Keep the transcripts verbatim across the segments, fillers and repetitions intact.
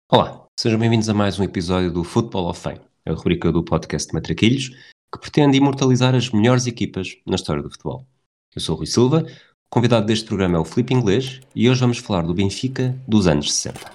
Olá, sejam bem-vindos a mais um episódio do Football of Fame, a rubrica do podcast Matraquilhos, que pretende imortalizar as melhores equipas na história do futebol. Eu sou o Rui Silva, o convidado deste programa é o Filipe Inglês e hoje vamos falar do Benfica dos anos sessenta.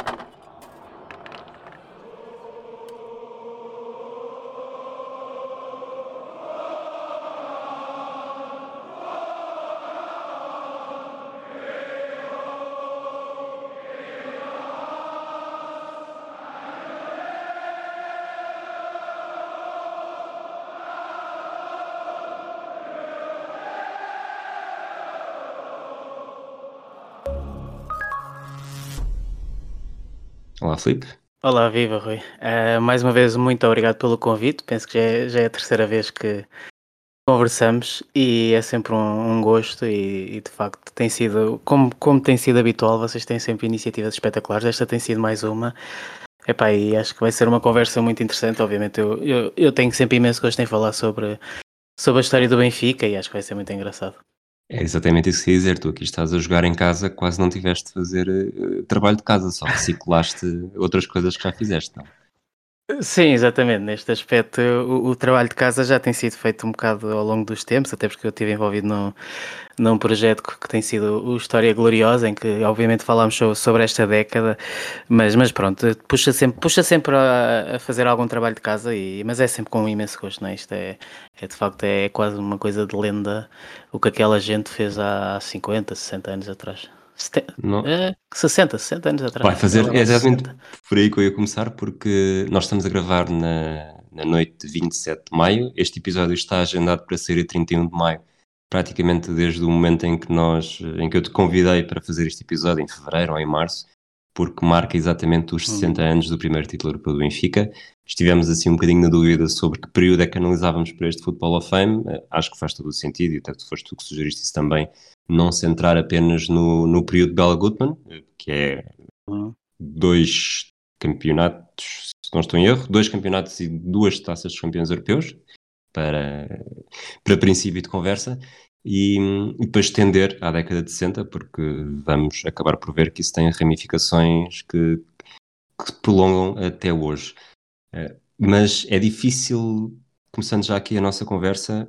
Olá, Filipe. Olá, viva Rui. Uh, mais uma vez, muito obrigado pelo convite. Penso que já é, já é a terceira vez que conversamos e é sempre um, um gosto e, e, de facto tem sido, como, como tem sido habitual, vocês têm sempre iniciativas espetaculares. Esta tem sido mais uma. Epá, e acho que vai ser uma conversa muito interessante. Obviamente eu, eu, eu tenho sempre imenso gosto em falar sobre, sobre a história do Benfica e acho que vai ser muito engraçado. É exatamente isso que ia dizer, tu aqui estás a jogar em casa, quase não tiveste de fazer uh, trabalho de casa, só reciclaste outras coisas que já fizeste, não? Sim, exatamente. Neste aspecto, o, o trabalho de casa já tem sido feito um bocado ao longo dos tempos, até porque eu estive envolvido num, num projeto que, que tem sido o História Gloriosa, em que obviamente falámos sobre, sobre esta década, mas, mas pronto, puxa sempre, puxa sempre a, a fazer algum trabalho de casa, e, mas é sempre com um imenso gosto, não é? Isto é, é de facto é quase uma coisa de lenda o que aquela gente fez há cinquenta, sessenta anos atrás. Sete- Não, é, sessenta, sessenta anos atrás. vai fazer, Ela é vai exatamente sessenta. por aí que eu ia começar, porque nós estamos a gravar na, na noite de vinte e sete de maio. Este episódio está agendado para sair a trinta e um de maio, praticamente desde o momento em que nós, em que eu te convidei para fazer este episódio, em fevereiro ou em março, porque marca exatamente os sessenta Hum. anos do primeiro título europeu do Benfica. Estivemos assim um bocadinho na dúvida sobre que período é que analisávamos para este Football of Fame. Acho que faz todo o sentido, e até que foste tu que sugeriste isso também, não centrar apenas no, no período de Bela Gutmann, que é Hum. dois campeonatos, se não estou em erro, dois campeonatos e duas taças dos campeões europeus, para, para princípio de conversa, e, e depois estender à década de sessenta, porque vamos acabar por ver que isso tem ramificações que, que se prolongam até hoje. Uh, mas é difícil, começando já aqui a nossa conversa,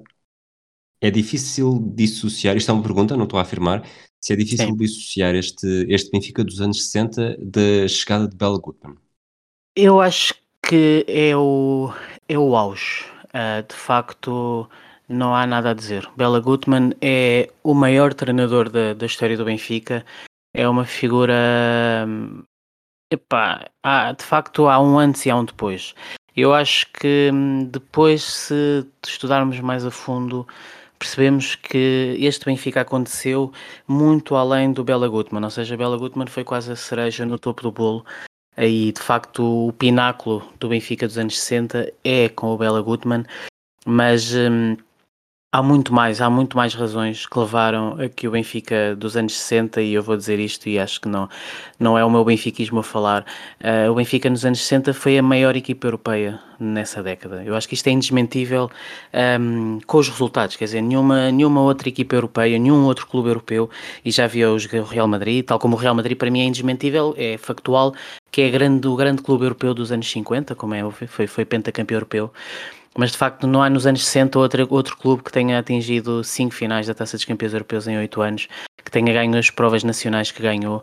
é difícil dissociar, isto é uma pergunta, não estou a afirmar, se é difícil Sim. dissociar este, este Benfica dos anos sessenta da chegada de Bela Gutmann. Eu acho que é o, é o auge. Ah, de facto, não há nada a dizer. Bela Gutmann é o maior treinador da, da história do Benfica. É uma figura. hum, Epá, há, de facto, há um antes e há um depois. Eu acho que hum, depois, se estudarmos mais a fundo, percebemos que este Benfica aconteceu muito além do Bela Gutmann. Ou seja, Bela Gutmann foi quase a cereja no topo do bolo. Aí, de facto, o pináculo do Benfica dos anos sessenta é com o Bela Gutmann, mas hum, há muito mais, há muito mais razões que levaram a que o Benfica dos anos sessenta, e eu vou dizer isto e acho que não, não é o meu benfiquismo a falar, uh, o Benfica nos anos sessenta foi a maior equipa europeia nessa década. Eu acho que isto é indesmentível, um, com os resultados, quer dizer, nenhuma, nenhuma outra equipa europeia, nenhum outro clube europeu, e já havia o Real Madrid, tal como o Real Madrid para mim é indesmentível, é factual, que é grande, o grande clube europeu dos anos cinquenta, como é óbvio, foi, foi pentacampeão europeu. Mas de facto não há nos anos sessenta outro, outro clube que tenha atingido cinco finais da Taça dos Campeões Europeus em oito anos, que tenha ganho as provas nacionais que ganhou.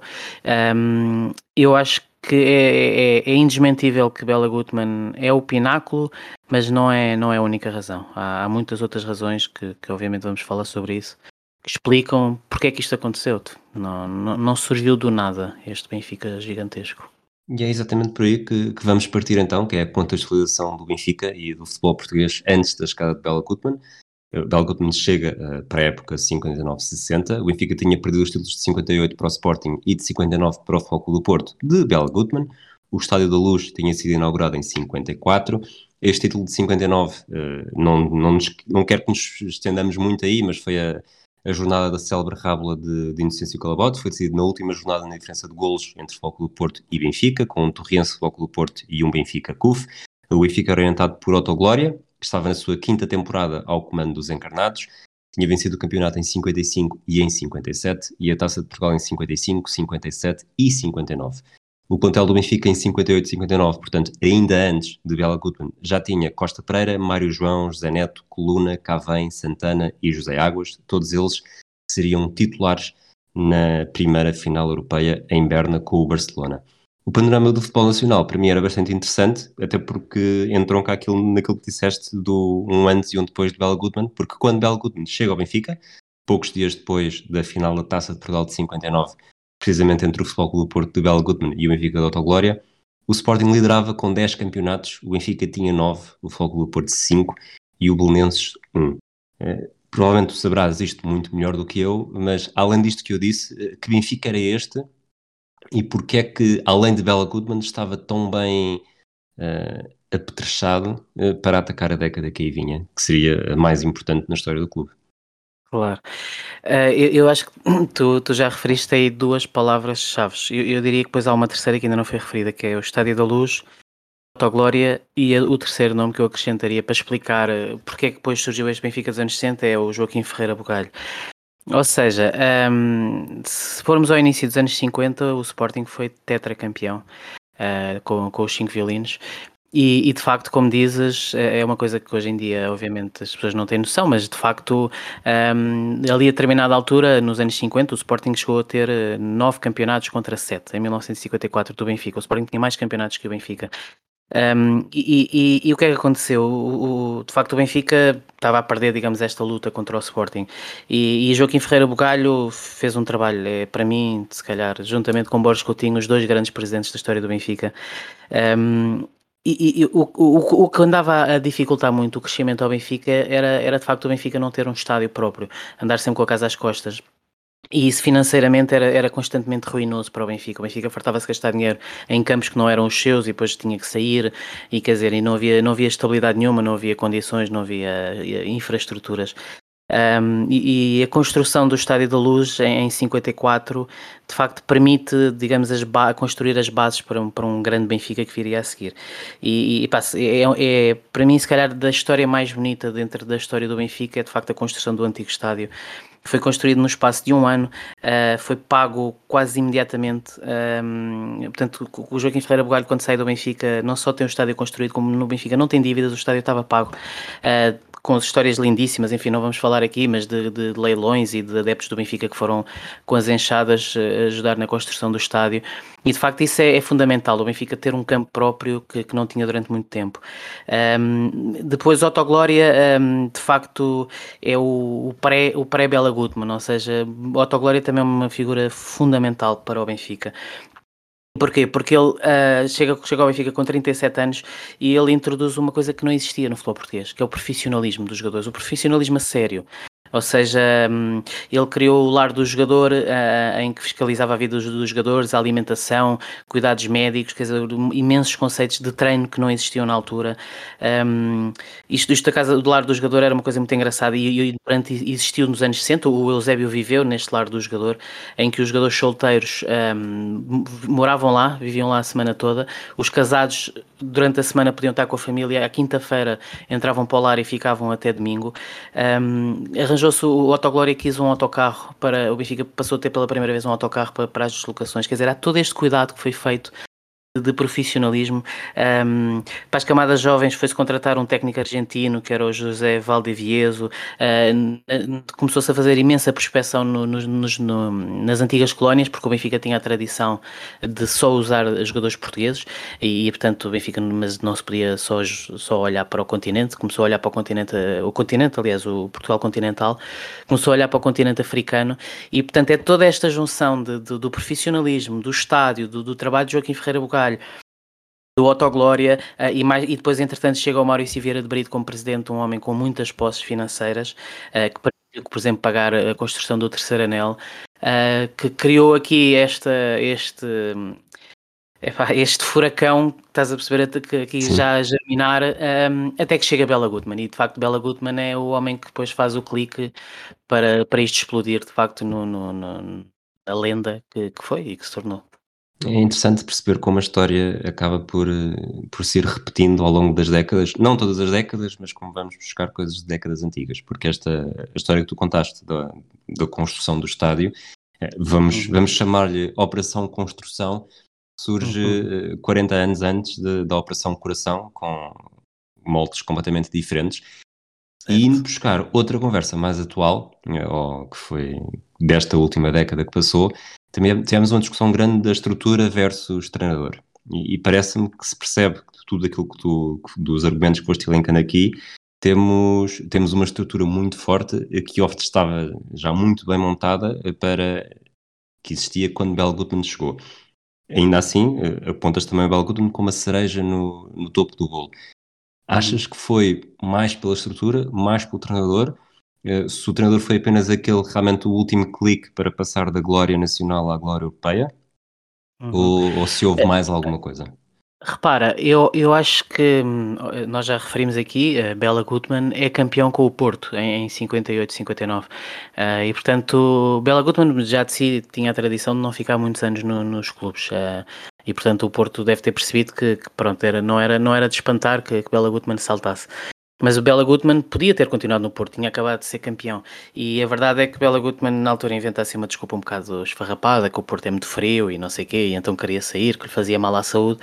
Um, eu acho que é, é, é indesmentível que Bela Gutmann é o pináculo, mas não é, não é a única razão. Há, há muitas outras razões que, que obviamente vamos falar sobre isso, que explicam porque é que isto aconteceu. Não, não, não surgiu do nada este Benfica gigantesco. E é exatamente por aí que, que vamos partir então, que é a contextualização do Benfica e do futebol português antes da chegada de Bela Gutmann. Bela Gutmann chega uh, para a época cinquenta e nove sessenta. O Benfica tinha perdido os títulos de cinquenta e oito para o Sporting e de cinquenta e nove para o Futebol Clube do Porto, de Bela Gutmann. O Estádio da Luz tinha sido inaugurado em cinquenta e quatro. Este título de cinquenta e nove, uh, não, não, nos, não quero que nos estendamos muito aí, mas foi a, a jornada da célebre rábula de, de Inocêncio Calabote. Foi decidido na última jornada na diferença de golos entre Futebol Clube do Porto e Benfica, com um Torrense Futebol Clube do Porto e um Benfica C U F. O Benfica era orientado por Otto Glória, que estava na sua quinta temporada ao comando dos encarnados, tinha vencido o campeonato em cinquenta e cinco e em cinquenta e sete, e a Taça de Portugal em cinquenta e cinco, cinquenta e sete e cinquenta e nove. O plantel do Benfica em cinquenta e oito, cinquenta e nove, portanto, ainda antes de Bela Gutmann, já tinha Costa Pereira, Mário João, José Neto, Coluna, Cavém, Santana e José Águas, todos eles seriam titulares na primeira final europeia em Berna com o Barcelona. O panorama do futebol nacional para mim era bastante interessante, até porque entronca aquilo, naquilo que disseste do um antes e um depois de Bela Gutmann, porque quando Bela Gutmann chega ao Benfica, poucos dias depois da final da Taça de Portugal de cinquenta e nove, precisamente entre o Futebol Clube do Porto de Bela Gutmann e o Benfica de Autoglória, o Sporting liderava com dez campeonatos, o Benfica tinha nove, o Futebol Clube do Porto cinco e o Belenenses um. É, provavelmente tu sabrás isto muito melhor do que eu, mas além disto que eu disse, que Benfica era este e porque é que, além de Bela Gutmann, estava tão bem uh, apetrechado uh, para atacar a década que aí vinha, que seria a mais importante na história do clube. Claro. Uh, eu, eu acho que tu, tu já referiste aí duas palavras-chave. Eu, eu diria que depois há uma terceira que ainda não foi referida, que é o Estádio da Luz, Autoglória, e a, o terceiro nome que eu acrescentaria para explicar uh, porque é que depois surgiu este Benfica dos anos sessenta é o Joaquim Ferreira Bugalho. Ou seja, um, se formos ao início dos anos cinquenta, o Sporting foi tetracampeão uh, com, com os cinco violinos. E, e de facto, como dizes, é uma coisa que hoje em dia, obviamente, as pessoas não têm noção, mas de facto, um, ali a determinada altura, nos anos cinquenta, o Sporting chegou a ter nove campeonatos contra sete, em mil novecentos e cinquenta e quatro do Benfica. O Sporting tinha mais campeonatos que o Benfica. Um, e, e, e o que é que aconteceu? O, o, de facto, o Benfica estava a perder, digamos, esta luta contra o Sporting. E, e Joaquim Ferreira Bugalho fez um trabalho, é, para mim, se calhar, juntamente com Borges Coutinho, os dois grandes presidentes da história do Benfica. Um, E, e o, o, o que andava a dificultar muito o crescimento ao Benfica era, era de facto o Benfica não ter um estádio próprio, andar sempre com a casa às costas. E isso financeiramente era, era constantemente ruinoso para o Benfica. O Benfica fartava-se gastar dinheiro em campos que não eram os seus e depois tinha que sair, e quer dizer, e não havia, não havia estabilidade nenhuma, não havia condições, não havia infraestruturas. Um, e, e a construção do Estádio da Luz em, em cinquenta e quatro de facto permite, digamos, as ba- construir as bases para um, para um grande Benfica que viria a seguir. E, e pá, é, é, para mim, se calhar, da história mais bonita dentro da história do Benfica é de facto a construção do antigo estádio. Foi construído no espaço de um ano, uh, foi pago quase imediatamente. Um, portanto, o Joaquim Ferreira Bugalho, quando sai do Benfica, não só tem o estádio construído, como no Benfica não tem dívidas, o estádio estava pago. Uh, com as histórias lindíssimas, enfim, não vamos falar aqui, mas de, de leilões e de adeptos do Benfica que foram com as enxadas uh, ajudar na construção do estádio. E de facto isso é, é fundamental, o Benfica ter um campo próprio que, que não tinha durante muito tempo. Um, depois Autoglória, um, de facto, é o, o pré, o pré-Bela Gutmann, ou seja, Autoglória também é uma figura fundamental para o Benfica. Porquê? Porque ele uh, chega, chega ao Benfica com trinta e sete anos e ele introduz uma coisa que não existia no futebol português, que é o profissionalismo dos jogadores, o profissionalismo a sério. Ou seja, um, ele criou o lar do jogador, uh, em que fiscalizava a vida dos, dos jogadores, a alimentação, cuidados médicos, quer dizer, imensos conceitos de treino que não existiam na altura. Um, isto, isto da casa do lar do jogador era uma coisa muito engraçada e, e durante, existiu nos anos sessenta, o Eusébio viveu neste lar do jogador, em que os jogadores solteiros um, moravam lá, viviam lá a semana toda, os casados durante a semana podiam estar com a família, à quinta-feira entravam para o lar e ficavam até domingo. Um, arranjou-se o Autoglória, quis um autocarro para o Benfica, passou a ter pela primeira vez um autocarro para, para as deslocações, quer dizer, há todo este cuidado que foi feito de profissionalismo. Um, para as camadas jovens foi-se contratar um técnico argentino que era o José Valdivieso. Uh, começou-se a fazer imensa prospecção no, no, no, nas antigas colónias, porque o Benfica tinha a tradição de só usar jogadores portugueses e, e portanto o Benfica mas não se podia só, só olhar para o continente, começou a olhar para o continente, o continente, aliás, o Portugal continental, começou a olhar para o continente africano e portanto é toda esta junção de, de, do profissionalismo, do estádio, do, do trabalho de Joaquim Ferreira Bugalho, do Autoglória, uh, e, mais, e depois entretanto chega o Maurício Vieira de Brito como presidente, um homem com muitas posses financeiras, uh, que permitiu, por exemplo, pagar a construção do terceiro anel, uh, que criou aqui esta, este, epá, este furacão que estás a perceber que aqui Sim. já a germinar, um, até que chega Bela Gutmann, e de facto Bela Gutmann é o homem que depois faz o clique para, para isto explodir de facto no, no, no, na lenda que, que foi e que se tornou. É interessante perceber como a história acaba por, por se ir repetindo ao longo das décadas, não todas as décadas, mas como vamos buscar coisas de décadas antigas, porque esta a história que tu contaste da, da construção do estádio, vamos, Uhum. vamos chamar-lhe Operação Construção, surge Uhum. eh, quarenta anos antes de- da Operação Coração, com moldes completamente diferentes, e indo Certo. buscar outra conversa mais atual, eh, ou que foi desta última década que passou, também tivemos uma discussão grande da estrutura versus treinador. E, e parece-me que se percebe que de tudo aquilo que tu, que- dos argumentos que foste elencando aqui, temos, temos uma estrutura muito forte eh, que oft estava já muito bem montada eh, para que existia quando Bell Goodman chegou. Ainda assim, eh, apontas também o Bell Goodman como uma cereja no, no topo do bolo. Uhum. Achas que foi mais pela estrutura, mais pelo treinador? Eh, Se o treinador foi apenas aquele realmente o último clique para passar da glória nacional à glória europeia, Uhum. ou, ou se houve mais alguma coisa? Repara, eu, eu acho que hum, nós já referimos aqui, a Bela Gutmann é campeão com o Porto em, em cinquenta e oito, cinquenta e nove. Ah, e portanto, Bela Gutmann já de si tinha a tradição de não ficar muitos anos no- nos clubes. Ah, e portanto, o Porto deve ter percebido que, que, pronto, era, não, era, não era de espantar que, que Bela Gutmann saltasse. Mas o Bela Gutmann podia ter continuado no Porto, tinha acabado de ser campeão. E a verdade é que Bela Gutmann na altura inventa assim uma desculpa um bocado esfarrapada, que o Porto é muito frio e não sei o quê, e então queria sair, que lhe fazia mal à saúde.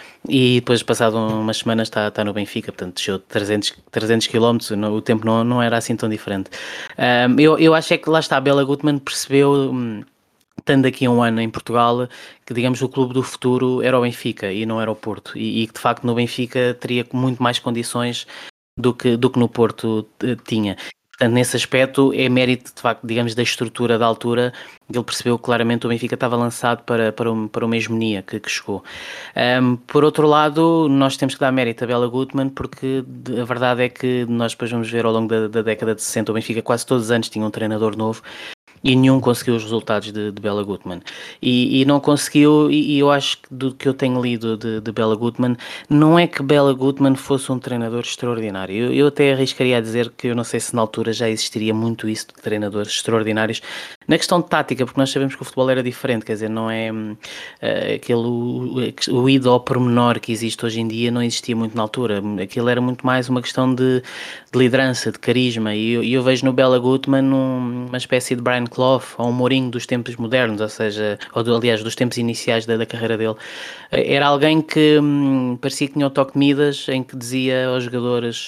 E depois, passado umas semanas, está, está no Benfica, portanto, desceu trezentos, trezentos quilómetros, o tempo não, não era assim tão diferente. Um, eu, eu acho é que lá está, a Bela Gutmann percebeu, um, estando aqui um ano em Portugal, que digamos o clube do futuro era o Benfica e não era o Porto, e, e que de facto no Benfica teria muito mais condições do que, do que no Porto eh, tinha. Portanto, nesse aspecto é mérito, de facto, digamos, da estrutura da altura, ele percebeu que claramente o Benfica estava lançado para, para, o, para uma hegemonia que, que chegou. Um, por outro lado, nós temos que dar mérito a Bela Gutmann, porque de- a verdade é que nós depois vamos ver ao longo da, da década de sessenta, o Benfica quase todos os anos tinha um treinador novo, e nenhum conseguiu os resultados de, de Bela Gutmann. E, e não conseguiu, e, e eu acho que do que eu tenho lido de, de Bela Gutmann, não é que Bela Gutmann fosse um treinador extraordinário. Eu, eu até arriscaria a dizer que eu não sei se na altura já existiria muito isso de treinadores extraordinários. Na questão de tática, porque nós sabemos que o futebol era diferente, quer dizer, não é hum, eh, aquele o, o ido ao pormenor que existe hoje em dia, não existia muito na altura. Aquilo era muito mais uma questão de, de liderança, de carisma, e eu, e eu vejo no Bela Gutmann um, uma espécie de Brian Clough, ou um Mourinho dos tempos modernos, ou seja, ou do, aliás, dos tempos iniciais da, da carreira dele. Era alguém que hum, parecia que tinha o toque de Midas, em que dizia aos jogadores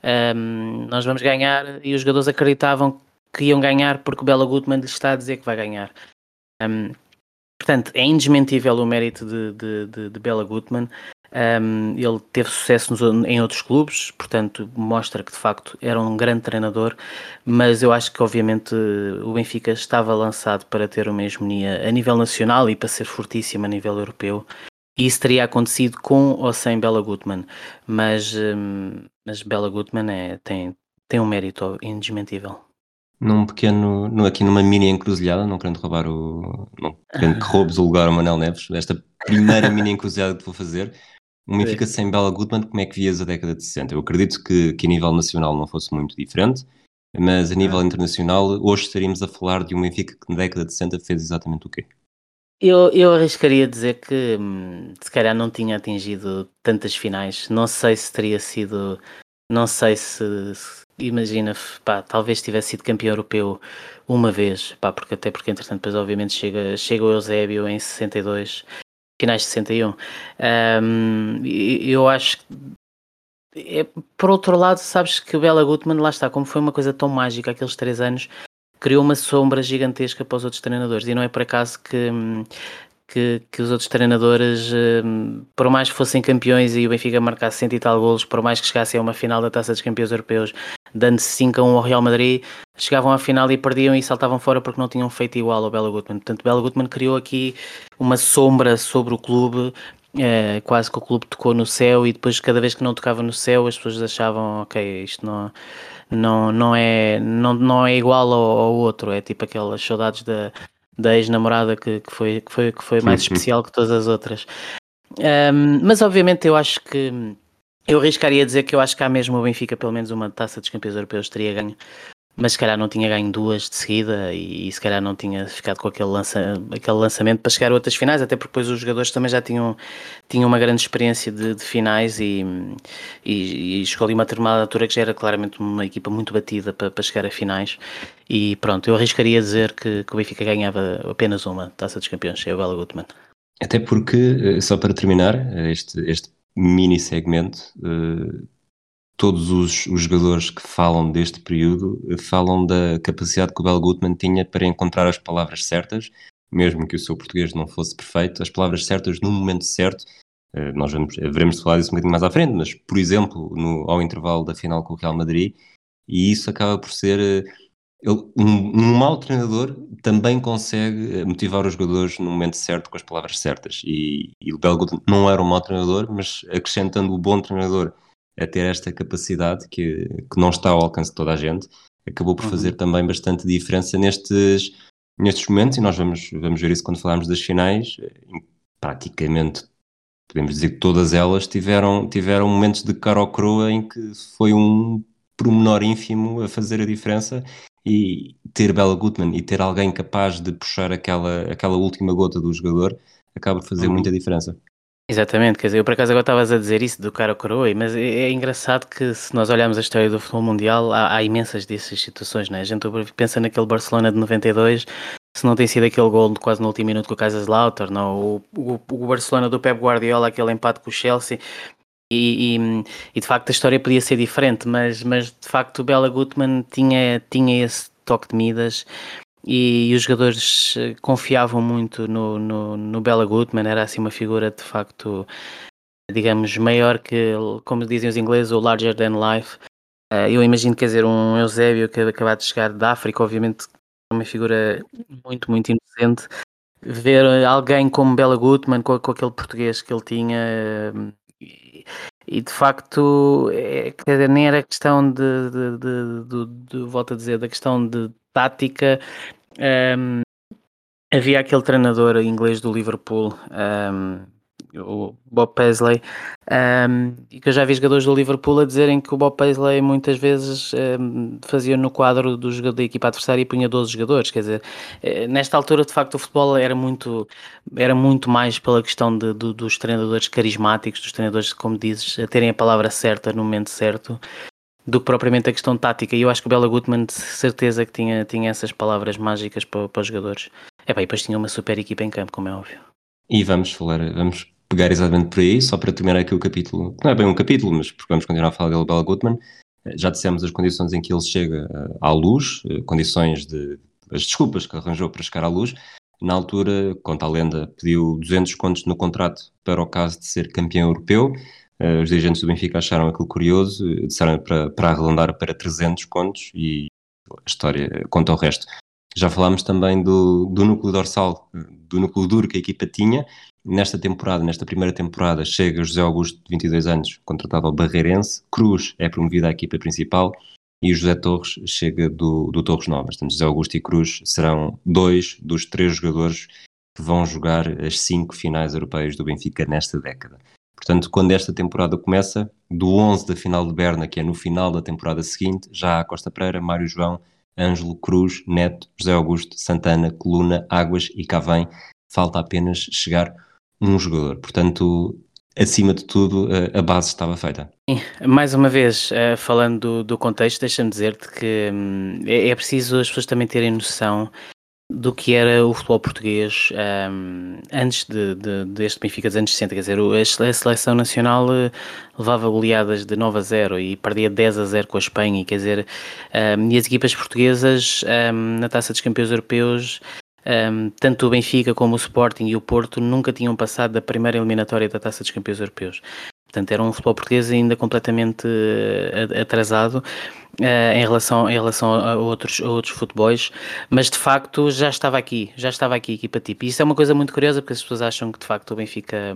hum, nós vamos ganhar, e os jogadores acreditavam que iam ganhar porque o Bela Gutmann lhes está a dizer que vai ganhar. Hum, portanto, é indesmentível o mérito de, de, de, de Bela Gutmann. Um, ele teve sucesso nos, em outros clubes, portanto mostra que de facto era um grande treinador, mas eu acho que obviamente o Benfica estava lançado para ter uma hegemonia a nível nacional e para ser fortíssimo a nível europeu, e isso teria acontecido com ou sem Bela Gutmann, mas, um, mas Bela Gutmann é, tem, tem um mérito indesmentível. Num pequeno, no, aqui numa mini encruzilhada, não querendo roubar o. Não querendo que roubes o lugar ao Manel Neves, esta primeira mini encruzilhada que te vou fazer, o Sim. Benfica sem Bela Gutmann, como é que vias a década de sessenta? Eu acredito que, que a nível nacional não fosse muito diferente, mas a nível internacional, hoje estaríamos a falar de um Benfica que na década de sessenta fez exatamente o quê? Eu, eu arriscaria dizer que hum, se calhar não tinha atingido tantas finais. Não sei se teria sido. Não sei se. se- imagina, f- pá, talvez tivesse sido campeão europeu uma vez, pá, porque até porque entretanto depois obviamente chega, chega o Eusébio em sessenta e dois, finais de sessenta e um. Hum, e eu acho que é, por outro lado, sabes que o Bela Gutmann, lá está, como foi uma coisa tão mágica aqueles três anos, criou uma sombra gigantesca para os outros treinadores, e não é por acaso que, hum, que, que os outros treinadores, hum, por mais que fossem campeões e o Benfica marcasse cento e tal golos, por mais que chegassem a uma final da Taça dos Campeões Europeus, dando cinco a um ao Real Madrid, chegavam à final e perdiam e saltavam fora porque não tinham feito igual ao Bela Gutmann. Portanto, Bela Gutmann criou aqui uma sombra sobre o clube, eh, quase que o clube tocou no céu, e depois cada vez que não tocava no céu as pessoas achavam, ok, isto não, não, não, é, não, não é igual ao, ao outro, é tipo aquelas saudades da, da ex-namorada que, que, foi, que, foi, que foi mais especial que todas as outras. Um, mas obviamente eu acho que eu arriscaria dizer que eu acho que há mesmo o Benfica pelo menos uma taça dos campeões europeus teria ganho, mas se calhar não tinha ganho duas de seguida, e, e se calhar não tinha ficado com aquele, lança, aquele lançamento para chegar a outras finais, até porque depois os jogadores também já tinham, tinham uma grande experiência de, de finais, e, e, e chegou ali uma determinada altura que já era claramente uma equipa muito batida para, para chegar a finais, e pronto, eu arriscaria dizer que, que o Benfica ganhava apenas uma taça dos campeões, é o Bela Gutmann. Até porque, só para terminar, este, este mini segmento, todos os, os jogadores que falam deste período falam da capacidade que o Bela Gutmann tinha para encontrar as palavras certas, mesmo que o seu português não fosse perfeito, as palavras certas no momento certo. Nós vamos, veremos falar disso um bocadinho mais à frente, mas, por exemplo, no, ao intervalo da final com o Real Madrid, e isso acaba por ser... Ele, um, um mau treinador também consegue motivar os jogadores no momento certo, com as palavras certas. E, e o Bela Gutmann não era um mau treinador, mas acrescentando o bom treinador a ter esta capacidade que, que não está ao alcance de toda a gente, acabou por fazer Uhum. também bastante diferença nestes, nestes momentos, e nós vamos, vamos ver isso quando falarmos das finais. Praticamente, podemos dizer que todas elas tiveram, tiveram momentos de cara ou croa em que foi um pormenor ínfimo a fazer a diferença, e ter Bela Gutmann e ter alguém capaz de puxar aquela, aquela última gota do jogador acaba por fazer Uhum. muita diferença. Exatamente, quer dizer, eu por acaso agora estavas a dizer isso do cara ao coroa, mas é, é engraçado que se nós olharmos a história do futebol mundial, há, há imensas dessas situações, né? A gente pensa naquele Barcelona de noventa e dois, se não tem sido aquele gol de quase no último minuto com o Kaiserslautern, não, o, o, o Barcelona do Pep Guardiola, aquele empate com o Chelsea, e, e, e de facto a história podia ser diferente, mas, mas de facto o Bela Gutmann tinha, tinha esse toque de Midas. E, e os jogadores confiavam muito no, no, no Bela Gutmann, era assim uma figura de facto, digamos, maior que, como dizem os ingleses, o larger than life. Uh, eu imagino, quer dizer, um Eusébio que acabou de chegar da África, obviamente uma figura muito, muito inocente. Ver alguém como Bela Gutmann, com, com aquele português que ele tinha, uh, e, e de facto, é, quer dizer, nem era questão de, de, de, de, de, volto a dizer, da questão de tática. Um, havia aquele treinador inglês do Liverpool, um, o Bob Paisley, um, e que eu já vi jogadores do Liverpool a dizerem que o Bob Paisley muitas vezes um, fazia no quadro do jogador da equipa adversária e punha doze jogadores. Quer dizer, nesta altura de facto o futebol era muito, era muito mais pela questão de, de, dos treinadores carismáticos, dos treinadores, como dizes, a terem a palavra certa no momento certo, do que propriamente a questão tática. E eu acho que o Bela Gutmann de certeza que tinha, tinha essas palavras mágicas para, para os jogadores. É bem, depois tinha uma super equipa em campo, como é óbvio. E vamos falar, vamos pegar exatamente por aí, só para terminar aqui o capítulo, que não é bem um capítulo, mas porque vamos continuar a falar dele, Bela Gutmann. Já dissemos as condições em que ele chega à luz, condições de, as desculpas que arranjou para chegar à luz. Na altura, conta a lenda, pediu duzentos contos no contrato para o caso de ser campeão europeu. Os dirigentes do Benfica acharam aquilo curioso, disseram para, para arredondar para trezentos contos, e a história conta o resto. Já falámos também do, do núcleo dorsal, do núcleo duro que a equipa tinha. Nesta temporada, nesta primeira temporada, chega José Augusto, de vinte e dois anos, contratado ao Barreirense. Cruz é promovido à equipa principal e o José Torres chega do, do Torres Novas. Portanto, José Augusto e Cruz serão dois dos três jogadores que vão jogar as cinco finais europeias do Benfica nesta década. Portanto, quando esta temporada começa, do onze da final de Berna, que é no final da temporada seguinte, já há Costa Pereira, Mário João, Ângelo, Cruz, Neto, José Augusto, Santana, Coluna, Águas e Cavém. Falta apenas chegar um jogador. Portanto, acima de tudo, a base estava feita. Mais uma vez, falando do, do contexto, deixa-me dizer-te que hum, é, é preciso as pessoas também terem noção do que era o futebol português um, antes de, de, deste Benfica dos anos sessenta, quer dizer, a seleção nacional uh, levava goleadas de nove a zero e perdia dez a zero com a Espanha, e quer dizer, um, e as equipas portuguesas um, na Taça dos Campeões Europeus, um, tanto o Benfica como o Sporting e o Porto nunca tinham passado da primeira eliminatória da Taça dos Campeões Europeus. Portanto, era um futebol português ainda completamente uh, atrasado Uh, em relação, em relação a outros, a outros futebols, mas de facto já estava aqui, já estava aqui a equipa tipo. E isso é uma coisa muito curiosa, porque as pessoas acham que de facto o Benfica,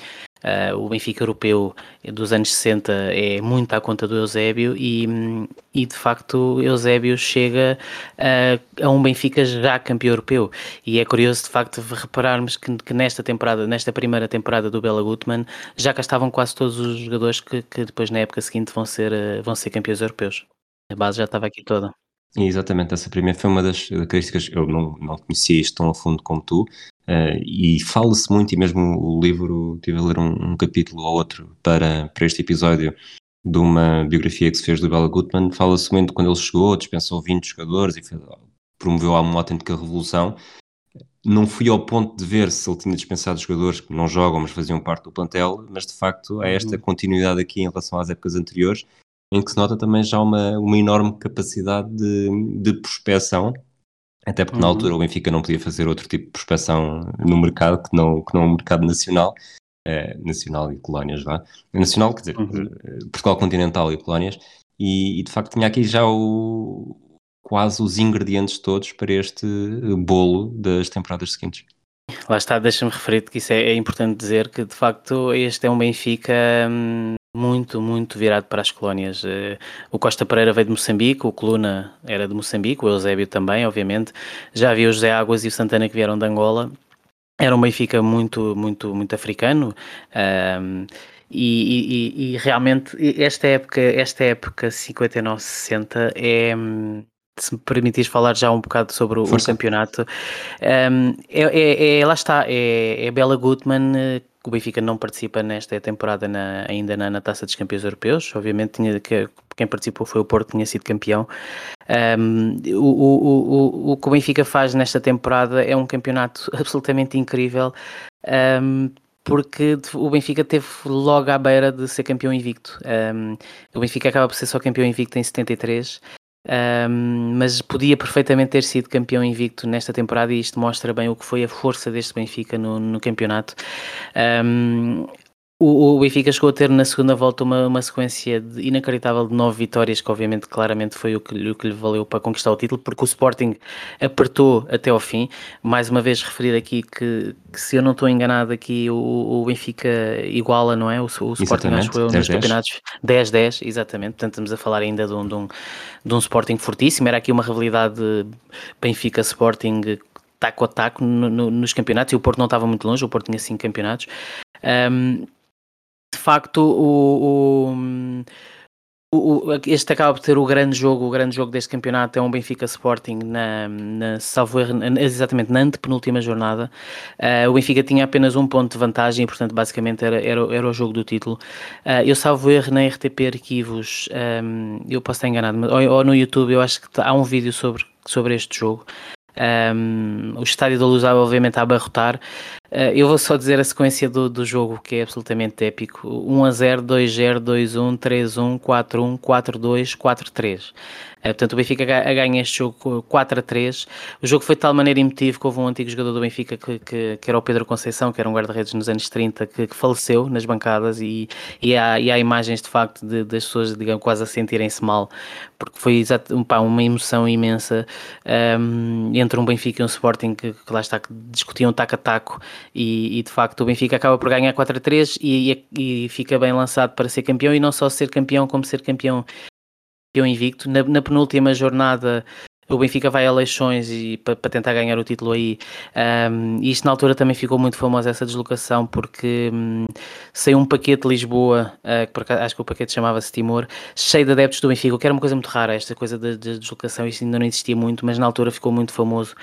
uh, o Benfica europeu dos anos sessenta é muito à conta do Eusébio, e, e de facto Eusébio chega uh, a um Benfica já campeão europeu. E é curioso de facto repararmos que, que nesta temporada, nesta primeira temporada do Bela Gutmann, já cá estavam quase todos os jogadores que, que depois na época seguinte vão ser, uh, vão ser campeões europeus. A base já estava aqui toda. E exatamente, essa primeira foi uma das características. Eu não, não conhecia isto tão a fundo como tu, uh, e fala-se muito, e mesmo o livro, tive a ler um, um capítulo ou outro para, para este episódio, de uma biografia que se fez do Bela Gutmann. Fala-se muito quando ele chegou, dispensou vinte jogadores e fez, promoveu uma autêntica revolução. não fui ao ponto de ver se ele tinha dispensado jogadores que não jogam, mas faziam parte do plantel, mas de facto há esta Uhum. continuidade aqui em relação às épocas anteriores, em que se nota também já uma, uma enorme capacidade de, de prospeção, até porque na Uhum. altura o Benfica não podia fazer outro tipo de prospeção no mercado que não, que não o mercado nacional, eh, nacional e colónias, vá. Nacional, quer dizer, Uhum. eh, Portugal continental e colónias, e, e de facto tinha aqui já o, quase os ingredientes todos para este eh, bolo das temporadas seguintes. Lá está, deixa-me referir que isso é, é importante dizer que de facto este é um Benfica hum, muito, muito virado para as colónias. Eh, o Costa Pereira veio de Moçambique, o Coluna era de Moçambique, o Eusébio também, obviamente. Já havia o José Águas e o Santana que vieram de Angola. Era um Benfica muito, muito, muito africano. hum, e, e- e- e realmente esta época, esta época cinquenta e nove sessenta é, hum, se me permitires falar já um bocado sobre o, o Força. campeonato. Um, é, é- é- lá está, é, é Bela Gutmann. eh, que O Benfica não participa nesta temporada na- ainda na, na Taça dos Campeões Europeus. Obviamente, tinha, que, quem participou foi o Porto, tinha sido campeão. Um, o, o, o, o que o Benfica faz nesta temporada é um campeonato absolutamente incrível. um, porque o Benfica teve logo à beira de ser campeão invicto. Um, o Benfica acaba por ser só campeão invicto em setenta e três. Um, mas podia perfeitamente ter sido campeão invicto nesta temporada, e isto mostra bem o que foi a força deste Benfica no, no campeonato. Um, o, o Benfica chegou a ter na segunda volta uma, uma sequência de, inacreditável de nove vitórias, que obviamente claramente foi o que, o que lhe valeu para conquistar o título, porque o Sporting apertou até ao fim. Mais uma vez referir aqui que, que se eu não estou enganado aqui, o, o Benfica iguala, não é? O, o Sporting, acho Exatamente, eu, dez nos dez. campeonatos dez dez, exatamente. Portanto, estamos a falar ainda de um, de um, de um Sporting fortíssimo. Era aqui uma rivalidade Benfica-Sporting taco a taco no, no, nos campeonatos, e o Porto não estava muito longe, o Porto tinha cinco campeonatos. Um, de facto, o, o, o, este acaba por ter o grande jogo, o grande jogo deste campeonato é um Benfica Sporting na, na salvo erro, exatamente na antepenúltima jornada. Uh, o Benfica tinha apenas um ponto de vantagem e, portanto, basicamente era, era, era o jogo do título. Uh, eu salvo erro na R T P Arquivos, um, eu posso estar enganado, mas, ou, ou no YouTube eu acho que há um vídeo sobre, sobre este jogo. Um, o Estádio da Luz obviamente a abarrotar. Uh, eu vou só dizer a sequência do, do jogo, que é absolutamente épico: um a zero, dois a zero, dois a um, três a um, quatro a um, quatro a dois, quatro a três. Uh, portanto, o Benfica ganha este jogo quatro a três. O jogo foi de tal maneira emotivo que houve um antigo jogador do Benfica que, que, que era o Pedro Conceição, que era um guarda-redes nos anos trinta, que, que faleceu nas bancadas, e, e, há, e há imagens de facto de, das pessoas, digamos, quase a sentirem-se mal, porque foi exato, pá, uma emoção imensa. Um, entre um Benfica e um Sporting que, que lá está, que discutiam taco a taco, e, e de facto o Benfica acaba por ganhar quatro a três e, e, e fica bem lançado para ser campeão, e não só ser campeão, como ser campeão, campeão invicto. Na, na penúltima jornada o Benfica vai a Leixões e para pa tentar ganhar o título aí. Um, e isto na altura também ficou muito famosa, essa deslocação, porque um, saiu um paquete de Lisboa, uh, que por acaso, acho que o paquete chamava-se Timor, cheio de adeptos do Benfica, o que era uma coisa muito rara, esta coisa de, de deslocação. Isto ainda não existia muito, mas na altura ficou muito famoso.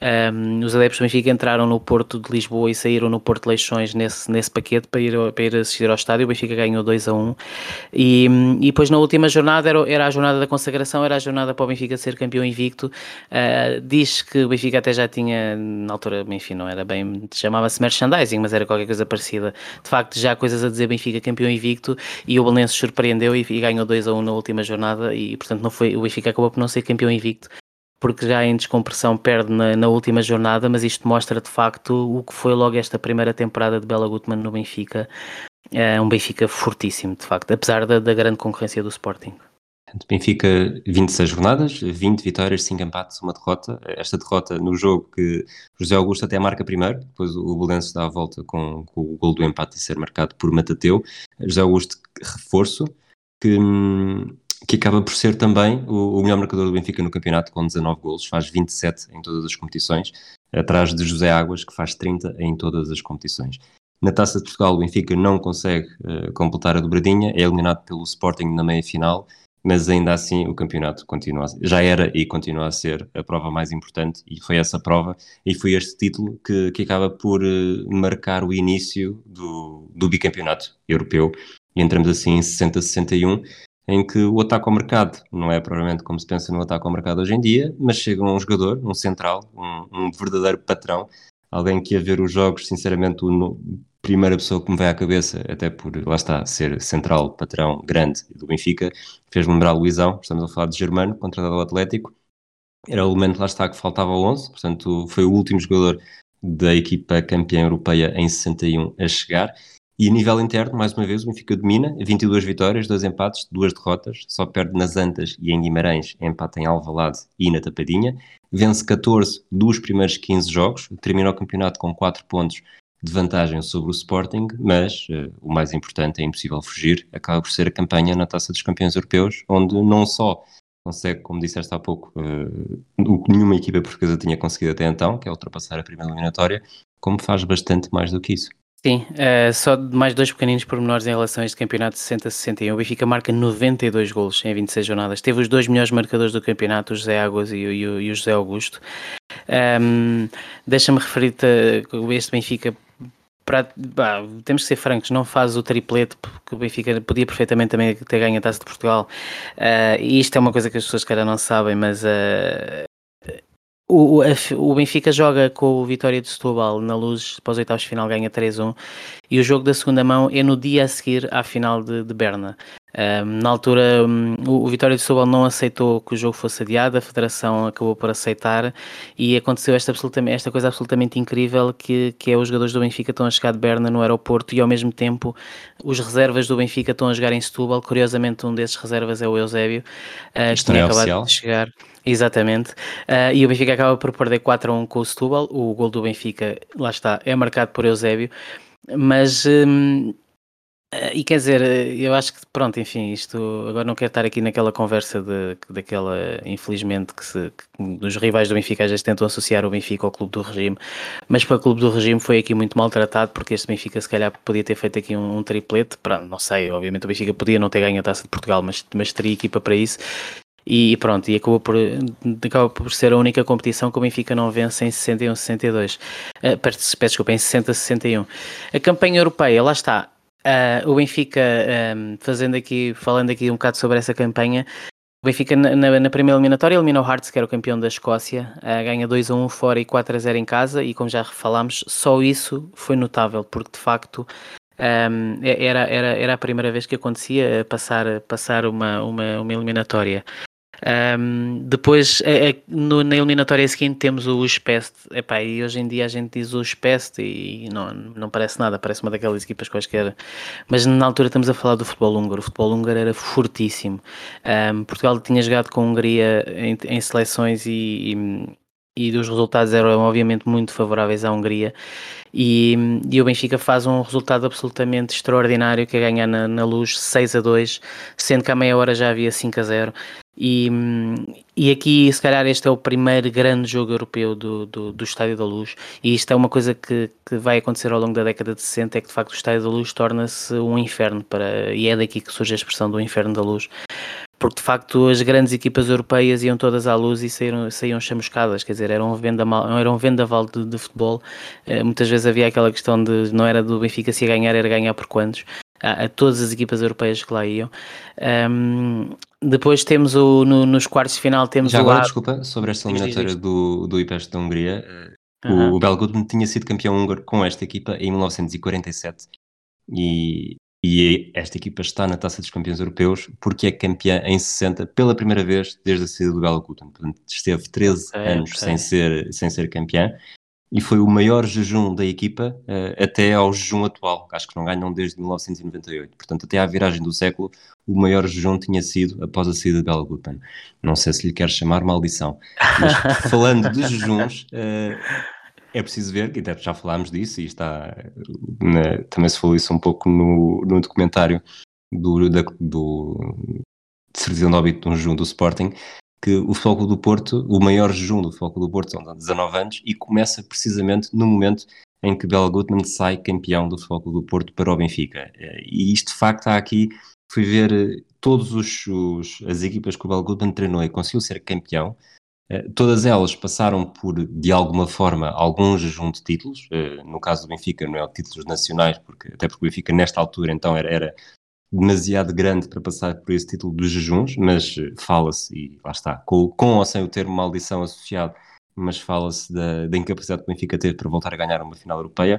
Um, os adeptos do Benfica entraram no Porto de Lisboa e saíram no Porto de Leixões nesse, nesse paquete para ir, para ir assistir ao estádio. O Benfica ganhou dois a um. E, e depois na última jornada era, era a jornada da consagração, era a jornada para o Benfica ser campeão invicto. Uh, diz que o Benfica até já tinha, na altura, enfim, não era bem, chamava-se merchandising, mas era qualquer coisa parecida. De facto, já há coisas a dizer Benfica campeão invicto, e o Belenenses surpreendeu e, e ganhou dois a um na última jornada, e portanto não foi, o Benfica acabou por não ser campeão invicto, porque já em descompressão perde na, na última jornada. Mas isto mostra de facto o que foi logo esta primeira temporada de Bela Gutmann no Benfica. É um Benfica fortíssimo, de facto, apesar da, da grande concorrência do Sporting. Benfica, vinte e seis jornadas, vinte vitórias, cinco empates, uma derrota. Esta derrota no jogo que José Augusto até marca primeiro, depois o Belenenses dá a volta com, com o gol do empate e ser marcado por Matateu. José Augusto, reforço, que, que acaba por ser também o, o melhor marcador do Benfica no campeonato, com dezanove golos, faz vinte e sete em todas as competições, atrás de José Águas, que faz trinta em todas as competições. Na Taça de Portugal, o Benfica não consegue uh, completar a dobradinha, é eliminado pelo Sporting na meia-final, mas ainda assim o campeonato continua a ser, já era e continua a ser a prova mais importante, e foi essa prova e foi este título que, que acaba por uh, marcar o início do, do bicampeonato europeu, e entramos assim em sessenta a sessenta e um, em que o ataque ao mercado não é provavelmente como se pensa no ataque ao mercado hoje em dia, mas chega um jogador, um central, um, um verdadeiro patrão, alguém que ia ver os jogos, sinceramente, a primeira pessoa que me veio à cabeça, até por, lá está, ser central, patrão, grande do Benfica, fez-me lembrar o Luizão. Estamos a falar de Germano, contratado ao Atlético. Era o elemento, lá está, que faltava ao onze, portanto foi o último jogador da equipa campeã europeia em sessenta e um a chegar. E a nível interno, mais uma vez, o Benfica domina, vinte e duas vitórias, dois empates, duas derrotas, só perde nas Antas e em Guimarães, empata em Alvalade e na Tapadinha, vence catorze dos primeiros quinze jogos, termina o campeonato com quatro pontos de vantagem sobre o Sporting, mas uh, o mais importante, é impossível fugir, acaba por ser a campanha na Taça dos Campeões Europeus, onde não só consegue, como disseste há pouco, uh, o que nenhuma equipa portuguesa tinha conseguido até então, que é ultrapassar a primeira eliminatória, como faz bastante mais do que isso. Sim, uh, só mais dois pequeninos pormenores em relação a este campeonato de sessenta a sessenta e um. O Benfica marca noventa e dois golos em vinte e seis jornadas. Teve os dois melhores marcadores do campeonato, o José Águas e, e, e o José Augusto. Um, Deixa-me referir-te a este Benfica. Para, bah, temos que ser francos, não faz o triplete, porque o Benfica podia perfeitamente também ter ganho a Taça de Portugal. Uh, e isto é uma coisa que as pessoas, cara, não sabem, mas... Uh, O, a, o Benfica joga com o Vitória de Setúbal na Luz, para os oitavos de final ganha três a um, e o jogo da segunda mão é no dia a seguir à final de, de Berna. Um, na altura um, o, o Vitória de Setúbal não aceitou que o jogo fosse adiado, a Federação acabou por aceitar, e aconteceu esta, esta coisa absolutamente incrível, que, que é os jogadores do Benfica estão a chegar de Berna no aeroporto, e ao mesmo tempo os reservas do Benfica estão a jogar em Setúbal. Curiosamente, um desses reservas é o Eusébio, uh, que tinha acabado oficial. de chegar. Exatamente, uh, e o Benfica acaba por perder quatro a um com o Setúbal. O gol do Benfica, lá está, é marcado por Eusébio, mas um, uh, e quer dizer, eu acho que pronto, enfim, isto agora não quero estar aqui naquela conversa de, daquela, infelizmente, que, se, que os rivais do Benfica às vezes tentam associar o Benfica ao clube do regime, mas para o clube do regime foi aqui muito maltratado, porque este Benfica se calhar podia ter feito aqui um, um triplete. Pronto, não sei, obviamente o Benfica podia não ter ganho a Taça de Portugal, mas, mas teria equipa para isso. E pronto, e acabou por, acabou por ser a única competição que o Benfica não vence em sessenta e um a sessenta e dois. Uh, peço, peço desculpa, em sessenta a sessenta e um. A campanha europeia, lá está. Uh, o Benfica, um, fazendo aqui, falando aqui um bocado sobre essa campanha, o Benfica na, na, na primeira eliminatória elimina o Hearts, que era o campeão da Escócia, uh, ganha dois a um fora e quatro a zero em casa, e como já falámos, só isso foi notável, porque de facto... Um, era, era, era a primeira vez que acontecia passar, passar uma, uma, uma eliminatória. Um, depois, é, é, no, na eliminatória seguinte, temos o Spest. Epá, e hoje em dia a gente diz o Spest e não, não parece nada, parece uma daquelas equipas quaisquer. Mas na altura estamos a falar do futebol húngaro. O futebol húngaro era fortíssimo. Um, Portugal tinha jogado com a Hungria em, em seleções e, e, e os resultados eram obviamente muito favoráveis à Hungria. E, e o Benfica faz um resultado absolutamente extraordinário, que é ganhar na, na Luz seis a dois, sendo que à meia hora já havia cinco a zero. E, e aqui, se calhar, este é o primeiro grande jogo europeu do, do, do Estádio da Luz, e isto é uma coisa que, que vai acontecer ao longo da década de sessenta, é que de facto o Estádio da Luz torna-se um inferno, para, e é daqui que surge a expressão do inferno da luz, porque de facto as grandes equipas europeias iam todas à Luz e saíram, saíam chamuscadas, quer dizer, era um vendaval, era um vendaval de, de futebol. Uh, muitas vezes havia aquela questão de, não era do Benfica se ia ganhar, era ganhar por quantos, a, a todas as equipas europeias que lá iam. Um, depois temos o, no, nos quartos de final temos Já o agora, A... desculpa, sobre esta eliminatória do, do I P E S da Hungria, uh, Uhum. o, o Belo Goodman tinha sido campeão húngaro com esta equipa em mil novecentos e quarenta e sete, e, e esta equipa está na Taça dos Campeões Europeus porque é campeã em sessenta pela primeira vez desde a saída do Belo Goodman. Portanto, esteve treze Ok, anos ok. sem ser, sem ser campeã, e foi o maior jejum da equipa uh, até ao jejum atual. Acho que não ganham desde mil novecentos e noventa e oito. Portanto, até à viragem do século, o maior jejum tinha sido após a saída de Belo Goodman. Não sei se lhe quer chamar maldição. Mas falando de jejuns, uh, é preciso ver, que até já falámos disso, e está, na, também se falou isso um pouco no, no documentário do, da, do de certidão de óbito de um jejum do Sporting, que o Futebol Clube do Porto, o maior jejum do Futebol Clube do Porto, são dezanove anos, e começa precisamente no momento em que Belo Goodman sai campeão do Futebol Clube do Porto para o Benfica. E isto, de facto, há aqui, fui ver todas os, os, as equipas que o Belo Goodman treinou e conseguiu ser campeão. Todas elas passaram por, de alguma forma, algum jejum de títulos. No caso do Benfica, não é de títulos nacionais, porque, até porque o Benfica, nesta altura, então, era... era demasiado grande para passar por esse título dos jejuns, mas fala-se, e lá está, com, com ou sem o termo maldição associado, mas fala-se da, da incapacidade que o Benfica teve para voltar a ganhar uma final europeia.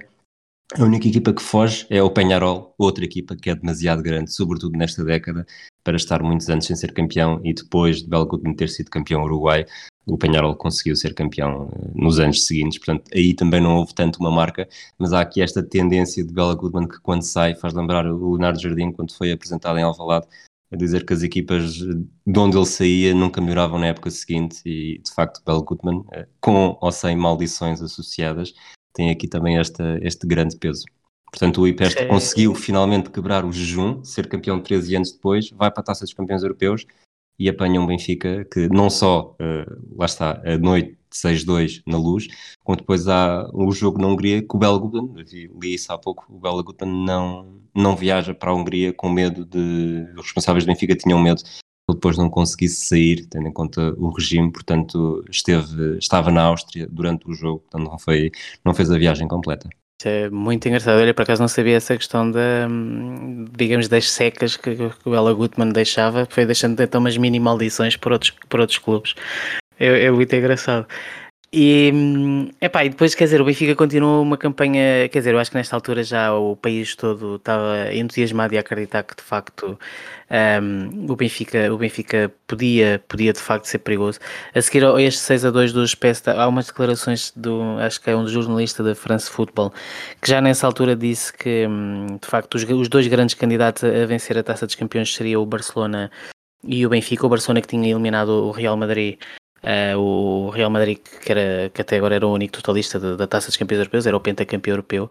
A única equipa que foge é o Peñarol, outra equipa que é demasiado grande, sobretudo nesta década, para estar muitos anos sem ser campeão, e depois de Bela Gutmann ter sido campeão uruguai, o Peñarol conseguiu ser campeão nos anos seguintes, portanto aí também não houve tanto uma marca, mas há aqui esta tendência de Bela Gutmann que quando sai faz lembrar o Leonardo Jardim quando foi apresentado em Alvalade, a dizer que as equipas de onde ele saía nunca melhoravam na época seguinte, e de facto Bela Gutmann, com ou sem maldições associadas, tem aqui também esta, este grande peso. Portanto, o Hiperste É, conseguiu finalmente quebrar o jejum, ser campeão treze anos depois, vai para a Taça dos Campeões Europeus e apanha um Benfica que não só, uh, lá está, a noite de seis dois na Luz, como depois há o jogo na Hungria que o Bela Gutmann, li isso há pouco, o Bela Gutmann não, não viaja para a Hungria com medo de... Os responsáveis do Benfica tinham medo ele depois não conseguisse sair, tendo em conta o regime, portanto esteve, estava na Áustria durante o jogo, portanto não, foi, não fez a viagem completa. Isso é muito engraçado. Olha, por acaso não sabia essa questão da, digamos, das secas que, que o Bela Gutmann deixava, foi deixando então umas mini maldições por outros, por outros clubes. É, é muito engraçado. E, epá, e depois, quer dizer, o Benfica continuou uma campanha, quer dizer, eu acho que nesta altura já o país todo estava entusiasmado e a acreditar que de facto um, o, Benfica, o Benfica podia, podia de facto ser perigoso. A seguir a este seis a dois dos P S, há umas declarações do, acho que é um jornalista da France Football, que já nessa altura disse que de facto os, os dois grandes candidatos a vencer a Taça dos Campeões seriam o Barcelona e o Benfica. O Barcelona que tinha eliminado o Real Madrid. Uh, o Real Madrid, que, era, que até agora era o único totalista de, da Taça dos Campeões Europeus, era o pentacampeão europeu,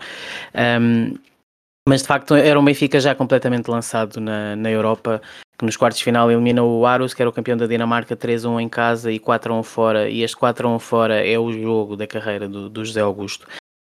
um, mas de facto era um Benfica já completamente lançado na, na Europa, que nos quartos de final elimina o Aarhus, que era o campeão da Dinamarca, três a um em casa e quatro a um fora, e este quatro a um fora é o jogo da carreira do, do José Augusto.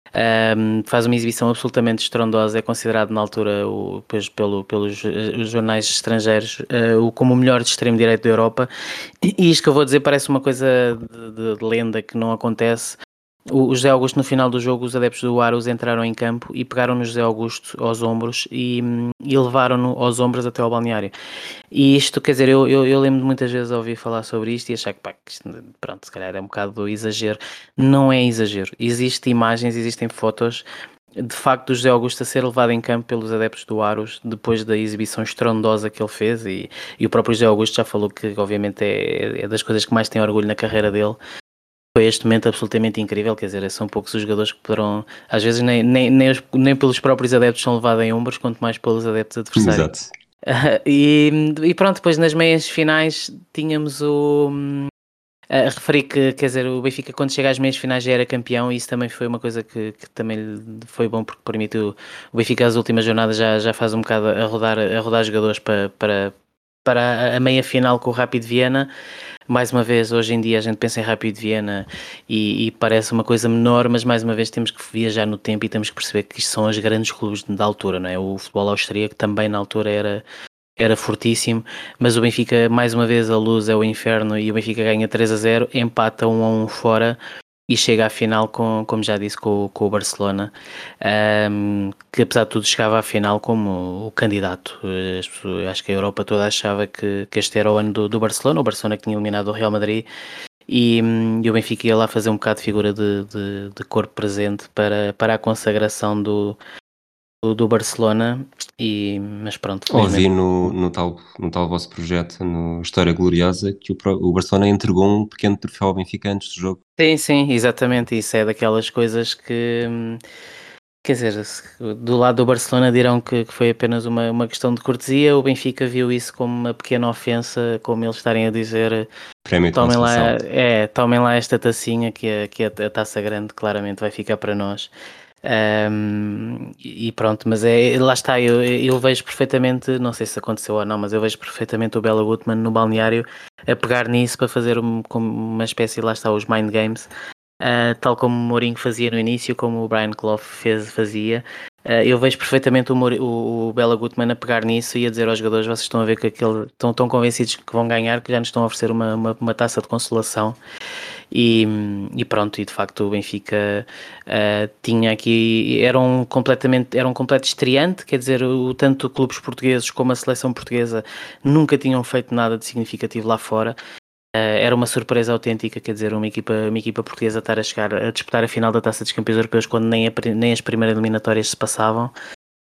Um, faz uma exibição absolutamente estrondosa, é considerado na altura o, depois pelo, pelos os jornais estrangeiros uh, o, como o melhor de extremo direito da Europa, e, e isto que eu vou dizer parece uma coisa de, de, de lenda que não acontece. O, o José Augusto, no final do jogo, os adeptos do Aarhus entraram em campo e pegaram no José Augusto aos ombros e, e levaram-no aos ombros até ao balneário. E isto, quer dizer, eu, eu, eu lembro de muitas vezes ouvir falar sobre isto e achar que, pá, que isto, pronto, se calhar é um bocado do exagero. Não é exagero. Existem imagens, existem fotos de facto do José Augusto a ser levado em campo pelos adeptos do Aarhus depois da exibição estrondosa que ele fez, e, e o próprio José Augusto já falou que obviamente é, é das coisas que mais tem orgulho na carreira dele. Foi este momento absolutamente incrível, quer dizer, são poucos os jogadores que poderão, às vezes nem, nem, nem, os, nem pelos próprios adeptos são levados em ombros, quanto mais pelos adeptos adversários. Exato. Uh, e, e pronto, depois nas meias finais tínhamos o... Uh, referi que, quer dizer, o Benfica quando chega às meias finais já era campeão, e isso também foi uma coisa que, que também foi bom, porque permitiu o Benfica as últimas jornadas já, já faz um bocado a rodar, a rodar jogadores para, para, para a meia final com o Rapid Viena. Mais uma vez, hoje em dia a gente pensa em Rapid Viena e, e parece uma coisa menor, mas mais uma vez temos que viajar no tempo e temos que perceber que isto são os grandes clubes da altura, não é? O futebol austríaco também na altura era, era fortíssimo, mas o Benfica, mais uma vez, a luz é o inferno e o Benfica ganha três a zero, empata um a um fora e chega à final, com, como já disse, com, com o Barcelona, um, que apesar de tudo chegava à final como o candidato. Pessoas, acho que a Europa toda achava que, que este era o ano do, do Barcelona, o Barcelona que tinha eliminado o Real Madrid, e, e o Benfica ia lá fazer um bocado de figura de, de, de corpo presente para, para a consagração do, do, do Barcelona. E, mas pronto, ouvi no, no, tal, no tal vosso projeto, no História Gloriosa, que o, o Barcelona entregou um pequeno troféu ao Benfica antes do jogo. Sim, sim, exatamente, isso é daquelas coisas que, quer dizer, do lado do Barcelona dirão que, que foi apenas uma, uma questão de cortesia, o Benfica viu isso como uma pequena ofensa, como eles estarem a dizer, Prémio de tomem lá, consolação. é, tomem lá esta tacinha que, é, que é a taça grande, claramente vai ficar para nós. Um, e pronto, mas é, lá está, eu, eu vejo perfeitamente, não sei se aconteceu ou não, mas eu vejo perfeitamente o Bela Gutmann no balneário a pegar nisso para fazer um, uma espécie, lá está, os mind games, uh, tal como o Mourinho fazia no início, como o Brian Clough fez, fazia. Uh, eu vejo perfeitamente o, o, o Bela Gutmann a pegar nisso e a dizer aos jogadores: vocês estão a ver que aquele, estão tão convencidos que vão ganhar, que já nos estão a oferecer uma, uma, uma taça de consolação. E, e pronto, e de facto o Benfica uh, tinha aqui, era um, completamente, era um completo estreante, quer dizer, o, tanto clubes portugueses como a seleção portuguesa nunca tinham feito nada de significativo lá fora, era uma surpresa autêntica, quer dizer, uma equipa, uma equipa portuguesa estar a chegar a disputar a final da Taça dos Campeões Europeus quando nem, a, nem as primeiras eliminatórias se passavam.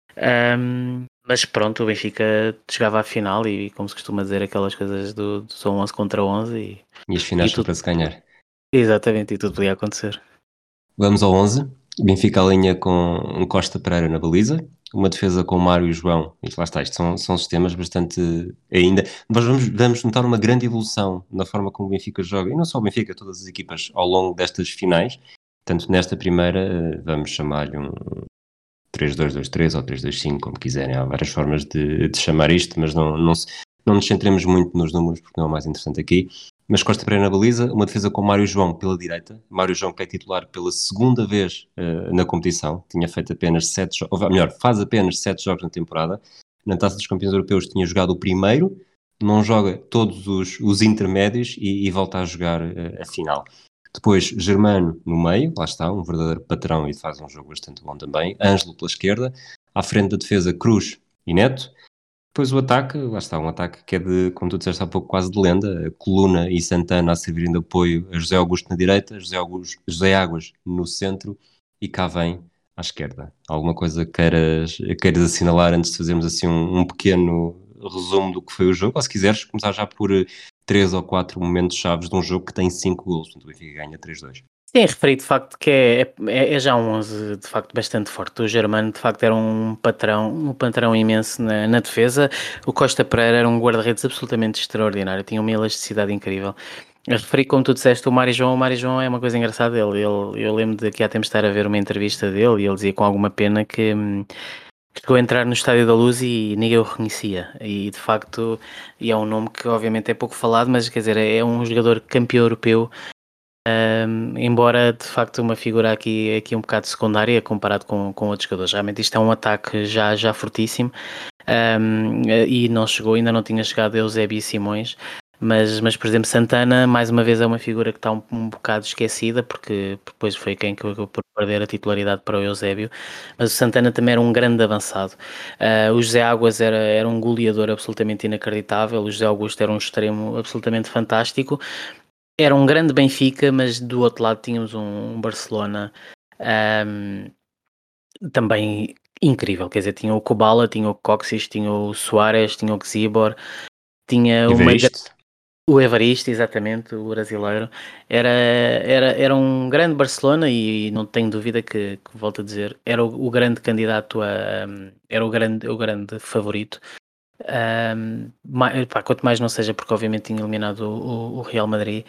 Um, mas pronto, o Benfica chegava à final e, como se costuma dizer, aquelas coisas do, do são onze contra onze e, E as finais e são tudo, para se ganhar. exatamente, e tudo podia acontecer. Vamos ao onze. Benfica alinha com um Costa Pereira na baliza, uma defesa com Mário e João, e lá está, isto são, são sistemas bastante ainda. Nós vamos, vamos notar uma grande evolução na forma como o Benfica joga, e não só o Benfica, todas as equipas ao longo destas finais. Tanto nesta primeira, vamos chamar-lhe um três dois dois três ou três dois cinco, como quiserem, há várias formas de, de chamar isto, mas não, não, se, não nos centremos muito nos números, porque não é o mais interessante aqui. Mas Costa Pereira na baliza, uma defesa com Mário João pela direita. Mário João que é titular pela segunda vez uh, na competição, tinha feito apenas sete jogos, ou melhor, faz apenas sete jogos na temporada. Na Taça dos Campeões Europeus tinha jogado o primeiro, não joga todos os, os intermédios e, e volta a jogar uh, a final. Depois Germano no meio, lá está, um verdadeiro patrão e faz um jogo bastante bom também. Ângelo pela esquerda, à frente da defesa Cruz e Neto. Depois o ataque, lá está, um ataque que é de, como tu disseste há pouco, quase de lenda. Coluna e Santana a servirem de apoio a José Augusto na direita, José, Augusto, José Águas no centro e cá vem à esquerda. Alguma coisa queiras, queiras assinalar antes de fazermos assim um, um pequeno resumo do que foi o jogo? Ou se quiseres começar já por três ou quatro momentos chaves de um jogo que tem cinco golos, então o Benfica ganha três dois. Sim, referi de facto que é, é, é já um onze de facto bastante forte. O Germano de facto era um patrão, um patrão imenso na, na defesa. O Costa Pereira era um guarda-redes absolutamente extraordinário, tinha uma elasticidade incrível. Eu referi, como tu disseste, o Mário João. O Mário João é uma coisa engraçada. Ele, ele, eu lembro de que há tempo estar a ver uma entrevista dele e ele dizia com alguma pena que hum, chegou a entrar no Estádio da Luz e ninguém o reconhecia. E de facto, e é um nome que obviamente é pouco falado, mas quer dizer, é um jogador campeão europeu. Um, embora de facto uma figura aqui, aqui um bocado secundária comparado com, com outros jogadores. Realmente isto é um ataque já, já fortíssimo, um, e não chegou, ainda não tinha chegado Eusébio e Simões, mas, mas por exemplo Santana mais uma vez é uma figura que está um, um bocado esquecida porque depois foi quem que acabou por perder a titularidade para o Eusébio, mas o Santana também era um grande avançado. Uh, o José Águas era, era um goleador absolutamente inacreditável, o José Augusto era um extremo absolutamente fantástico. Era um grande Benfica, mas do outro lado tínhamos um, um Barcelona um, também incrível. Quer dizer, tinha o Kubala, tinha o Coxis, tinha o Suárez, tinha o Xibor, tinha uma, o Evaristo, exatamente, o brasileiro. Era, era, era um grande Barcelona e não tenho dúvida que, que volto a dizer, era o, o grande candidato a. Um, era o grande, o grande favorito. Um, mais, pá, quanto mais não seja, porque obviamente tinha eliminado o, o Real Madrid.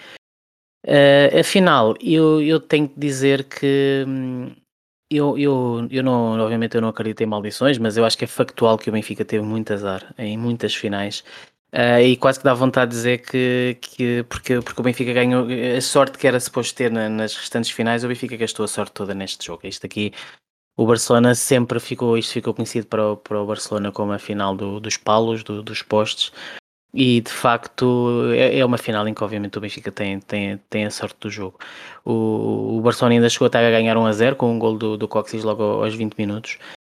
Uh, afinal, eu, eu tenho que dizer que hum, eu, eu, eu não, obviamente eu não acredito em maldições, mas eu acho que é factual que o Benfica teve muito azar em muitas finais. Uh, e quase que dá vontade de dizer que, que porque, porque o Benfica ganhou a sorte que era suposto ter na, nas restantes finais, o Benfica gastou a sorte toda neste jogo. Isto aqui, o Barcelona sempre ficou, isto ficou conhecido para o, para o Barcelona como a final do, dos palos, do, dos postes. E de facto é, é uma final em que obviamente o Benfica tem, tem, tem a sorte do jogo. O, o Barcelona ainda chegou até a ganhar um a zero com um gol do, do Coxis logo aos vinte minutos.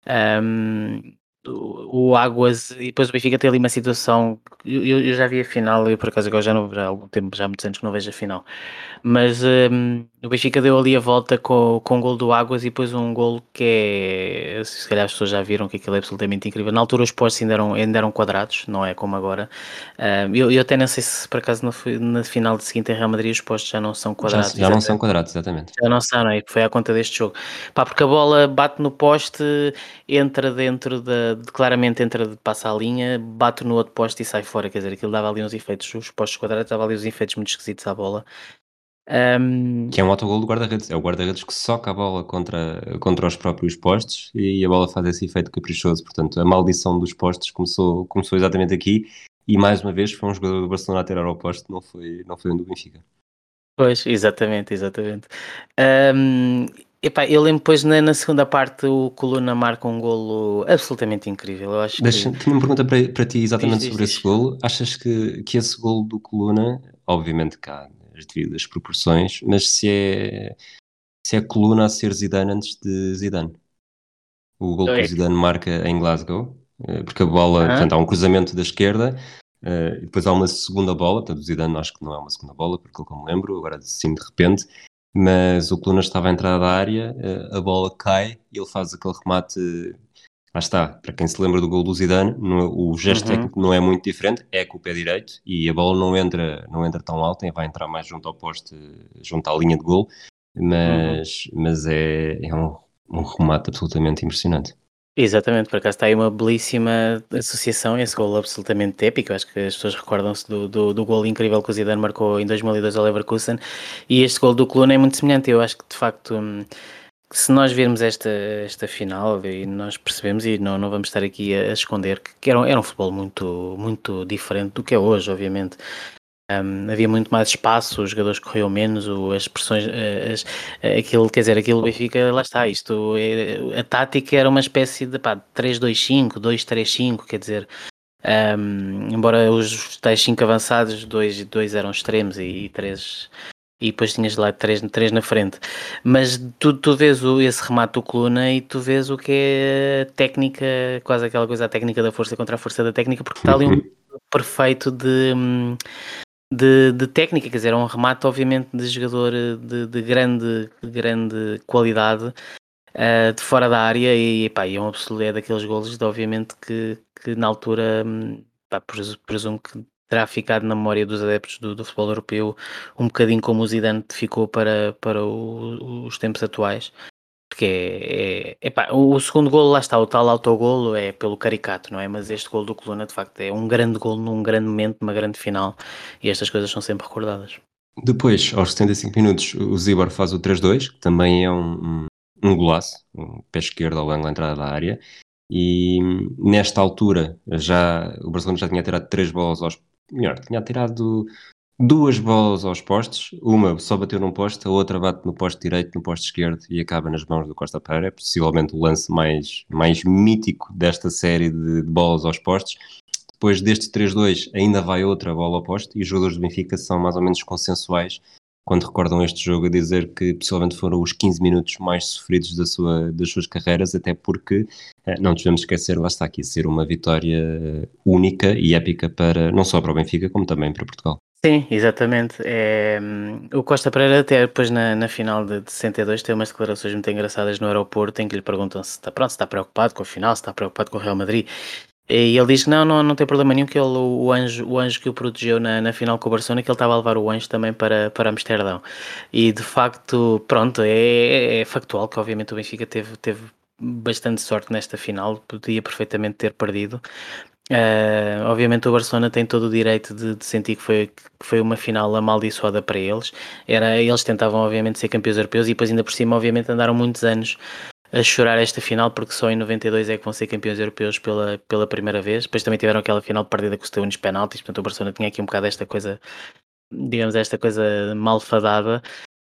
Um, o, o Águas, e depois o Benfica tem ali uma situação. Eu, eu já vi a final, eu por acaso agora já não já há algum tempo, já há muitos anos que não vejo a final. Mas um, o Benfica deu ali a volta com, com o gol do Águas e depois um gol que é, se calhar as pessoas já viram que aquilo é absolutamente incrível. Na altura os postos ainda eram, ainda eram quadrados, não é como agora. Um, eu, eu até não sei se por acaso no, na final de seguinte em Real Madrid os postos já não são quadrados. Já, já não são quadrados, exatamente. Já não são, não é? Foi à conta deste jogo. Pá, porque a bola bate no poste, entra dentro da. De, claramente entra, passa a linha, bate no outro poste e sai fora. Quer dizer, aquilo dava ali uns efeitos, os postos quadrados dava ali uns efeitos muito esquisitos à bola. Um... Que é um autogol do guarda-redes. É o guarda-redes que soca a bola contra, contra os próprios postes e a bola faz esse efeito caprichoso. Portanto, a maldição dos postes começou, começou exatamente aqui e, mais uma vez, foi um jogador do Barcelona a tirar ao poste, não foi, não foi um do Benfica. Pois, exatamente, exatamente. Um... Epá, eu lembro depois na, na segunda parte o Coluna marca um golo absolutamente incrível. Eu acho Deixa, que... Tinha uma pergunta para, para ti exatamente Diz, diz, sobre diz. esse golo. Achas que, que esse golo do Coluna, obviamente cá as devidas proporções, mas se é, se é Coluna a ser Zidane antes de Zidane? O gol que o É. Zidane marca em Glasgow, porque a bola, Aham. portanto, há um cruzamento da esquerda, Uh, e depois há uma segunda bola, portanto o Zidane acho que não é uma segunda bola, porque eu me lembro, agora sim de repente, mas o Coluna estava à entrada da área, uh, a bola cai e ele faz aquele remate. Lá está, para quem se lembra do gol do Zidane, no- o gesto Uhum. técnico não é muito diferente, é com o pé direito e a bola não entra, não entra tão alta, e vai entrar mais junto ao poste, junto à linha de gol, Uhum. mas, mas é, é um, um remate absolutamente impressionante. Exatamente, por acaso está aí uma belíssima associação, esse gol absolutamente épico. Eu acho que as pessoas recordam-se do, do, do gol incrível que o Zidane marcou em dois mil e dois ao Leverkusen, e este gol do Coluna é muito semelhante. Eu acho que de facto, hum, se nós virmos esta, esta final, e nós percebemos, e não, não vamos estar aqui a, a esconder, que, que era, um, era um futebol muito, muito diferente do que é hoje, obviamente. Um, havia muito mais espaço, os jogadores corriam menos, o, as pressões, eh, as, eh, aquilo, quer dizer, aquilo Benfica, lá está, isto, é, a tática era uma espécie de pá, três dois cinco, dois três cinco, quer dizer, um, embora os tais cinco avançados, dois, dois eram extremos e, e três, e depois tinhas lá três, três na frente, mas tu, tu vês o, esse remate do Coluna e tu vês o que é a técnica, quase aquela coisa, a técnica da força contra a força da técnica, porque está ali um perfeito de... hum, de, de técnica, quer dizer, é um remate obviamente de jogador eh, de, de grande, de grande qualidade, eh, de fora da área e, pá, e é um absoluto, é daqueles golos de, obviamente que, que na altura, hum, pá, presu- presumo que terá ficado na memória dos adeptos do, do futebol europeu um bocadinho como o Zidane ficou para, para o- os tempos atuais. Porque é, é, epá, o, o segundo golo, lá está, o tal autogolo é pelo caricato, não é? Mas este golo do Coluna, de facto, é um grande golo num grande momento, numa grande final, e estas coisas são sempre recordadas. Depois, aos setenta e cinco minutos, o Zibor faz o três dois, que também é um, um, um golaço, um pé esquerdo ao ângulo da entrada da área. E nesta altura, já, o Barcelona já tinha tirado três bolas aos. Melhor, tinha tirado duas bolas aos postes. Uma só bateu num poste, a outra bate no poste direito, no poste esquerdo e acaba nas mãos do Costa Pereira. É possivelmente o lance mais, mais mítico desta série de bolas aos postes. Depois deste três dois ainda vai outra bola ao poste e os jogadores do Benfica são mais ou menos consensuais quando recordam este jogo a dizer que possivelmente foram os quinze minutos mais sofridos da sua, das suas carreiras, até porque eh, não nos devemos esquecer, lá está aqui, ser uma vitória eh, única e épica para, não só para o Benfica, como também para Portugal. Sim, exatamente. É, hum, o Costa Pereira até depois na, na final de, de sessenta e dois tem umas declarações muito engraçadas no aeroporto em que lhe perguntam se está pronto, se está preocupado com a final, se está preocupado com o Real Madrid. E ele diz que não, não, não tem problema nenhum, que ele, o anjo, o anjo que o protegeu na, na final com o Barcelona, que ele estava a levar o anjo também para, para Amsterdão. E de facto, pronto, é, é, é factual que obviamente o Benfica teve, teve bastante sorte nesta final, podia perfeitamente ter perdido. Uh, obviamente o Barcelona tem todo o direito de, de sentir que foi, que foi uma final amaldiçoada para eles. Era, eles tentavam obviamente ser campeões europeus e depois ainda por cima obviamente andaram muitos anos a chorar esta final porque só em noventa e dois é que vão ser campeões europeus pela, pela primeira vez. Depois também tiveram aquela final perdida com os teus penaltis, portanto o Barcelona tinha aqui um bocado esta coisa, digamos, esta coisa malfadada.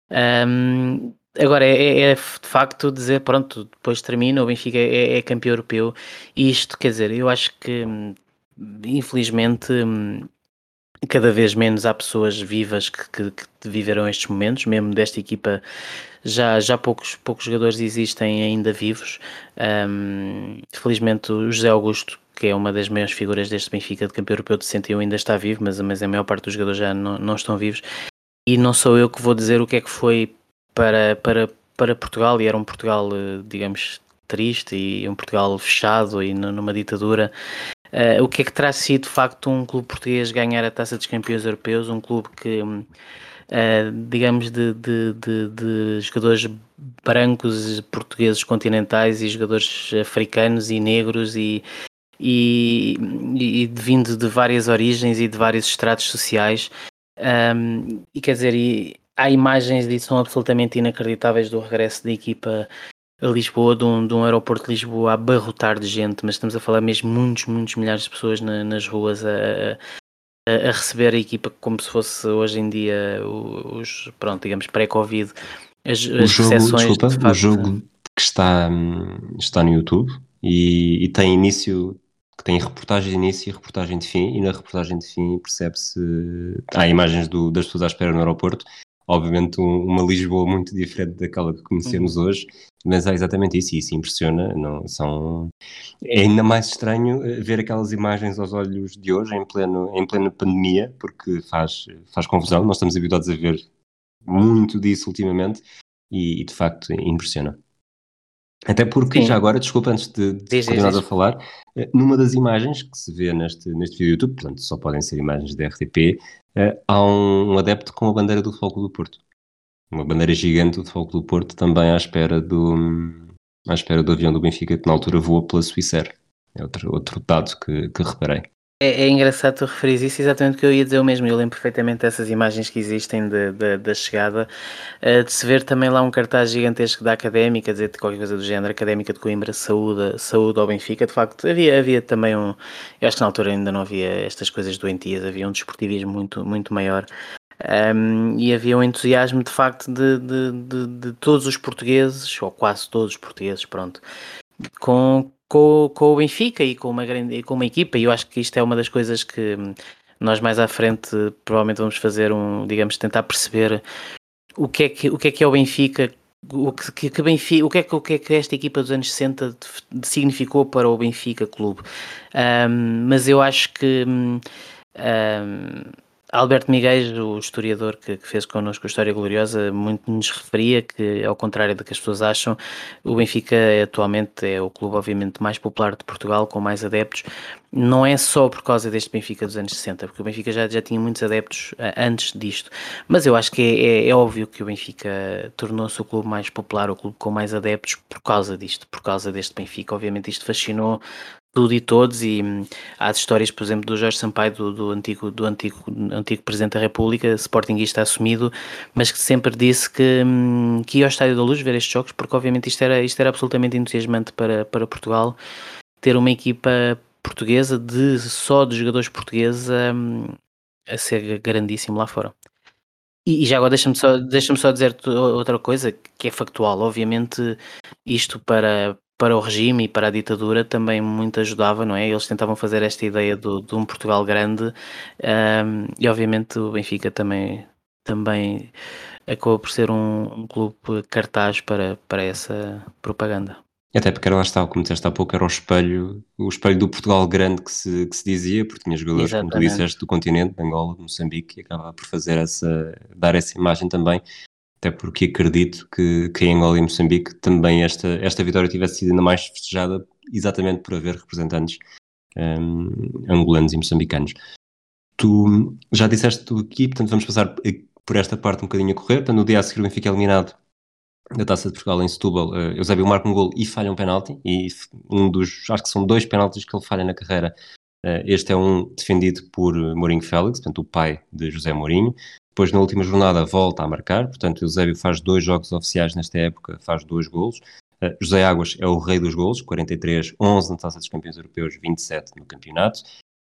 Um, agora, é, é, é de facto dizer, pronto, depois termina, o Benfica é, é campeão europeu, e isto, quer dizer, eu acho que hum, infelizmente hum, cada vez menos há pessoas vivas que, que, que viveram estes momentos, mesmo desta equipa já, já poucos, poucos jogadores existem ainda vivos. Um, felizmente o José Augusto, que é uma das maiores figuras deste Benfica de campeão europeu de sessenta e um, ainda está vivo, mas, mas a maior parte dos jogadores já não, não estão vivos. E não sou eu que vou dizer o que é que foi para, para, para Portugal, e era um Portugal, eh, digamos, triste e um Portugal fechado e numa ditadura. Uh, o que é que terá sido de facto um clube português ganhar a Taça dos Campeões Europeus, um clube que, uh, digamos, de, de, de, de jogadores brancos, portugueses continentais e jogadores africanos e negros e, e, e vindo de várias origens e de vários estratos sociais. Um, e quer dizer, e há imagens disso são absolutamente inacreditáveis do regresso da equipa a Lisboa, de um, de um aeroporto de Lisboa a abarrotar de gente, mas estamos a falar mesmo muitos, muitos milhares de pessoas na, nas ruas a, a, a receber a equipa como se fosse hoje em dia os, pronto, digamos, pré-Covid, as, O as jogo, recepções desculpa, de o facto. jogo que está, hum, está no YouTube e, e tem início, que tem reportagem de início e reportagem de fim, e na reportagem de fim percebe-se, há imagens do- das pessoas à espera no aeroporto, obviamente um, uma Lisboa muito diferente daquela que conhecemos Uhum. hoje, mas é exatamente isso, e isso impressiona, não, são... É ainda mais estranho eh, ver aquelas imagens aos olhos de hoje, em pleno, em plena pandemia, porque faz, faz confusão, nós estamos habituados a ver muito disso ultimamente, e, e de facto impressiona. Até porque, já Sim, agora, desculpa, antes de, de diz, diz, continuar a diz. falar, eh, numa das imagens que se vê neste, neste vídeo do YouTube, portanto só podem ser imagens da R T P, eh, há um, um adepto com a bandeira do Futebol Clube do Porto. Uma bandeira gigante do Futebol Clube do Porto, também à espera do, à espera do avião do Benfica, que na altura voa pela Swissair. É outro, outro dado que, que reparei. É, é engraçado tu referires isso, exatamente o que eu ia dizer o mesmo. Eu lembro perfeitamente dessas imagens que existem de- de- da chegada, eh, de se ver também lá um cartaz gigantesco da Académica, dizer qualquer coisa do género, Académica de Coimbra, saúde, saúde ao Benfica. De facto, havia, havia também um. Eu acho que na altura ainda não havia estas coisas doentias, havia um desportivismo muito, muito maior. Um, e havia um entusiasmo de facto de, de, de, de todos os portugueses, ou quase todos os portugueses, pronto, com, com, com o Benfica e com uma grande com uma equipa, e eu acho que isto é uma das coisas que hum, nós mais à frente provavelmente vamos fazer um, digamos, tentar perceber o que é que, o que é que é o Benfica, o que, que, que Benfica, o que é que, o que é que esta equipa dos anos sessenta de- de significou para o Benfica Clube. Um, mas eu acho que hum, um, Alberto Miguel, o historiador que, que fez connosco a História Gloriosa, muito nos referia que, ao contrário do que as pessoas acham, o Benfica atualmente é o clube obviamente mais popular de Portugal, com mais adeptos. Não é só por causa deste Benfica dos anos sessenta, porque o Benfica já, já tinha muitos adeptos uh, antes disto, mas eu acho que é, é, é óbvio que o Benfica tornou-se o clube mais popular, o clube com mais adeptos por causa disto, por causa deste Benfica. Obviamente isto fascinou tudo e todos, e hum, há histórias, por exemplo, do Jorge Sampaio, do, do antigo, do antigo, antigo Presidente da República, sportinguista assumido, mas que sempre disse que, hum, que ia ao Estádio da Luz ver estes jogos, porque obviamente isto era, isto era absolutamente entusiasmante para, para Portugal, ter uma equipa portuguesa, de só de jogadores portugueses, hum, a ser grandíssimo lá fora. E, e já agora deixa-me só, deixa-me só dizer outra coisa que é factual. Obviamente, isto para, para o regime e para a ditadura também muito ajudava, não é? Eles tentavam fazer esta ideia do, de um Portugal grande, ahm, e obviamente o Benfica também, também acabou por ser um, um clube cartaz para, para essa propaganda. Até porque era lá está, como disseste há pouco, era o espelho, o espelho do Portugal grande que se, que se dizia, porque tinha jogadores, como tu Exatamente. disseste, do continente, de Angola, de Moçambique, e acaba por fazer essa, dar essa imagem também, até porque acredito que, que em Angola e Moçambique também esta, esta vitória tivesse sido ainda mais festejada, exatamente por haver representantes hum, angolanos e moçambicanos. Tu já disseste tudo aqui, portanto vamos passar por esta parte um bocadinho a correr. Portanto, no dia a seguir o Benfica é eliminado da Taça de Portugal em Setúbal. uh, Eusébio marca um gol e falha um penalti, e um dos, acho que são dois penaltis que ele falha na carreira. Uh, este é um defendido por Mourinho Félix, portanto o pai de José Mourinho. Depois na última jornada volta a marcar, portanto Eusébio faz dois jogos oficiais nesta época, faz dois golos. Uh, José Águas é o rei dos golos, quarenta e três, onze na Taça dos Campeões Europeus, vinte e sete no campeonato.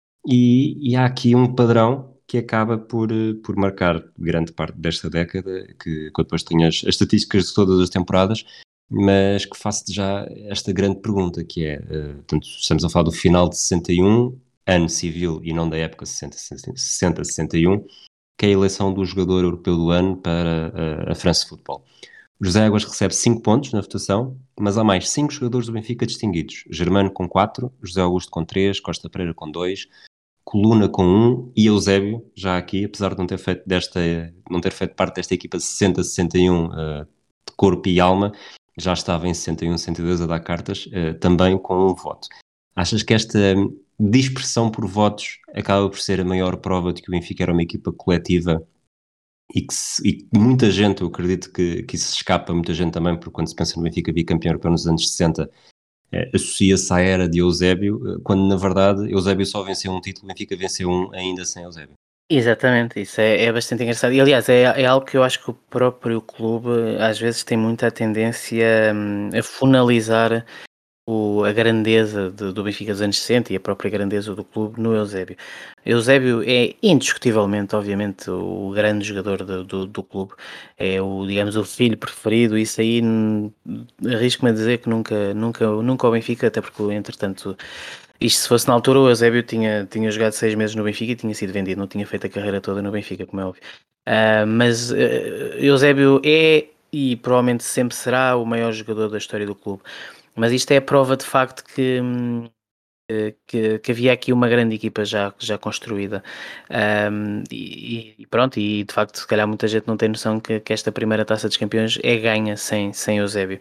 E, e há aqui um padrão que acaba por, eh, por marcar grande parte desta década, que, que eu depois tenho as, as estatísticas de todas as temporadas, mas que faço já esta grande pergunta, que é, uh, portanto, estamos a falar do final de sessenta e um, ano civil e não da época sessenta, sessenta e um, que é a eleição do jogador europeu do ano para uh, a France Football. José Águas recebe cinco pontos na votação, mas há mais cinco jogadores do Benfica distinguidos. Germano com quatro, José Augusto com três, Costa Pereira com dois, Coluna com um e Eusébio, já aqui, apesar de não ter feito, desta, não ter feito parte desta equipa sessenta a sessenta e um uh, de corpo e alma, já estava em sessenta e um, sessenta e dois a dar cartas, uh, também com um voto. Achas que esta dispersão por votos acaba por ser a maior prova de que o Benfica era uma equipa coletiva e que, se, e que muita gente, eu acredito que, que isso escapa a muita gente também, porque quando se pensa no Benfica bicampeão europeu nos anos sessenta, eh, associa-se à era de Eusébio, eh, quando na verdade Eusébio só venceu um título, o Benfica venceu um ainda sem Eusébio. Exatamente, isso é, é bastante engraçado. E aliás, é, é algo que eu acho que o próprio clube às vezes tem muita tendência hum, a funalizar o, a grandeza de, do Benfica dos anos sessenta e a própria grandeza do clube no Eusébio. Eusébio é indiscutivelmente, obviamente, o grande jogador do, do, do clube, é o, digamos, o filho preferido. Isso aí hum, arrisco-me a dizer que nunca, nunca, nunca o Benfica, até porque, entretanto, isto se fosse na altura, o Eusébio tinha, tinha jogado seis meses no Benfica e tinha sido vendido, não tinha feito a carreira toda no Benfica, como é óbvio. Uh, mas uh, Eusébio é e provavelmente sempre será o maior jogador da história do clube. Mas isto é a prova de facto que, que, que havia aqui uma grande equipa já, já construída. Um, e, e pronto, e de facto, se calhar muita gente não tem noção que, que esta primeira Taça dos Campeões é ganha sem, sem Eusébio.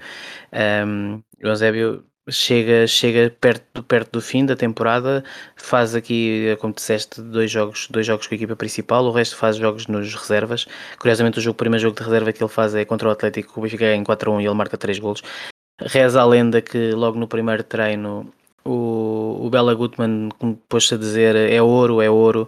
Um, Eusébio chega, chega perto, perto do fim da temporada, faz aqui, como disseste, dois jogos, dois jogos com a equipa principal, o resto faz jogos nos reservas. Curiosamente, o, jogo, o primeiro jogo de reserva que ele faz é contra o Atlético, o Benfica em quatro a um e ele marca três golos. Reza a lenda que logo no primeiro treino o, o Bela Gutmann pôs-se a dizer é ouro, é ouro,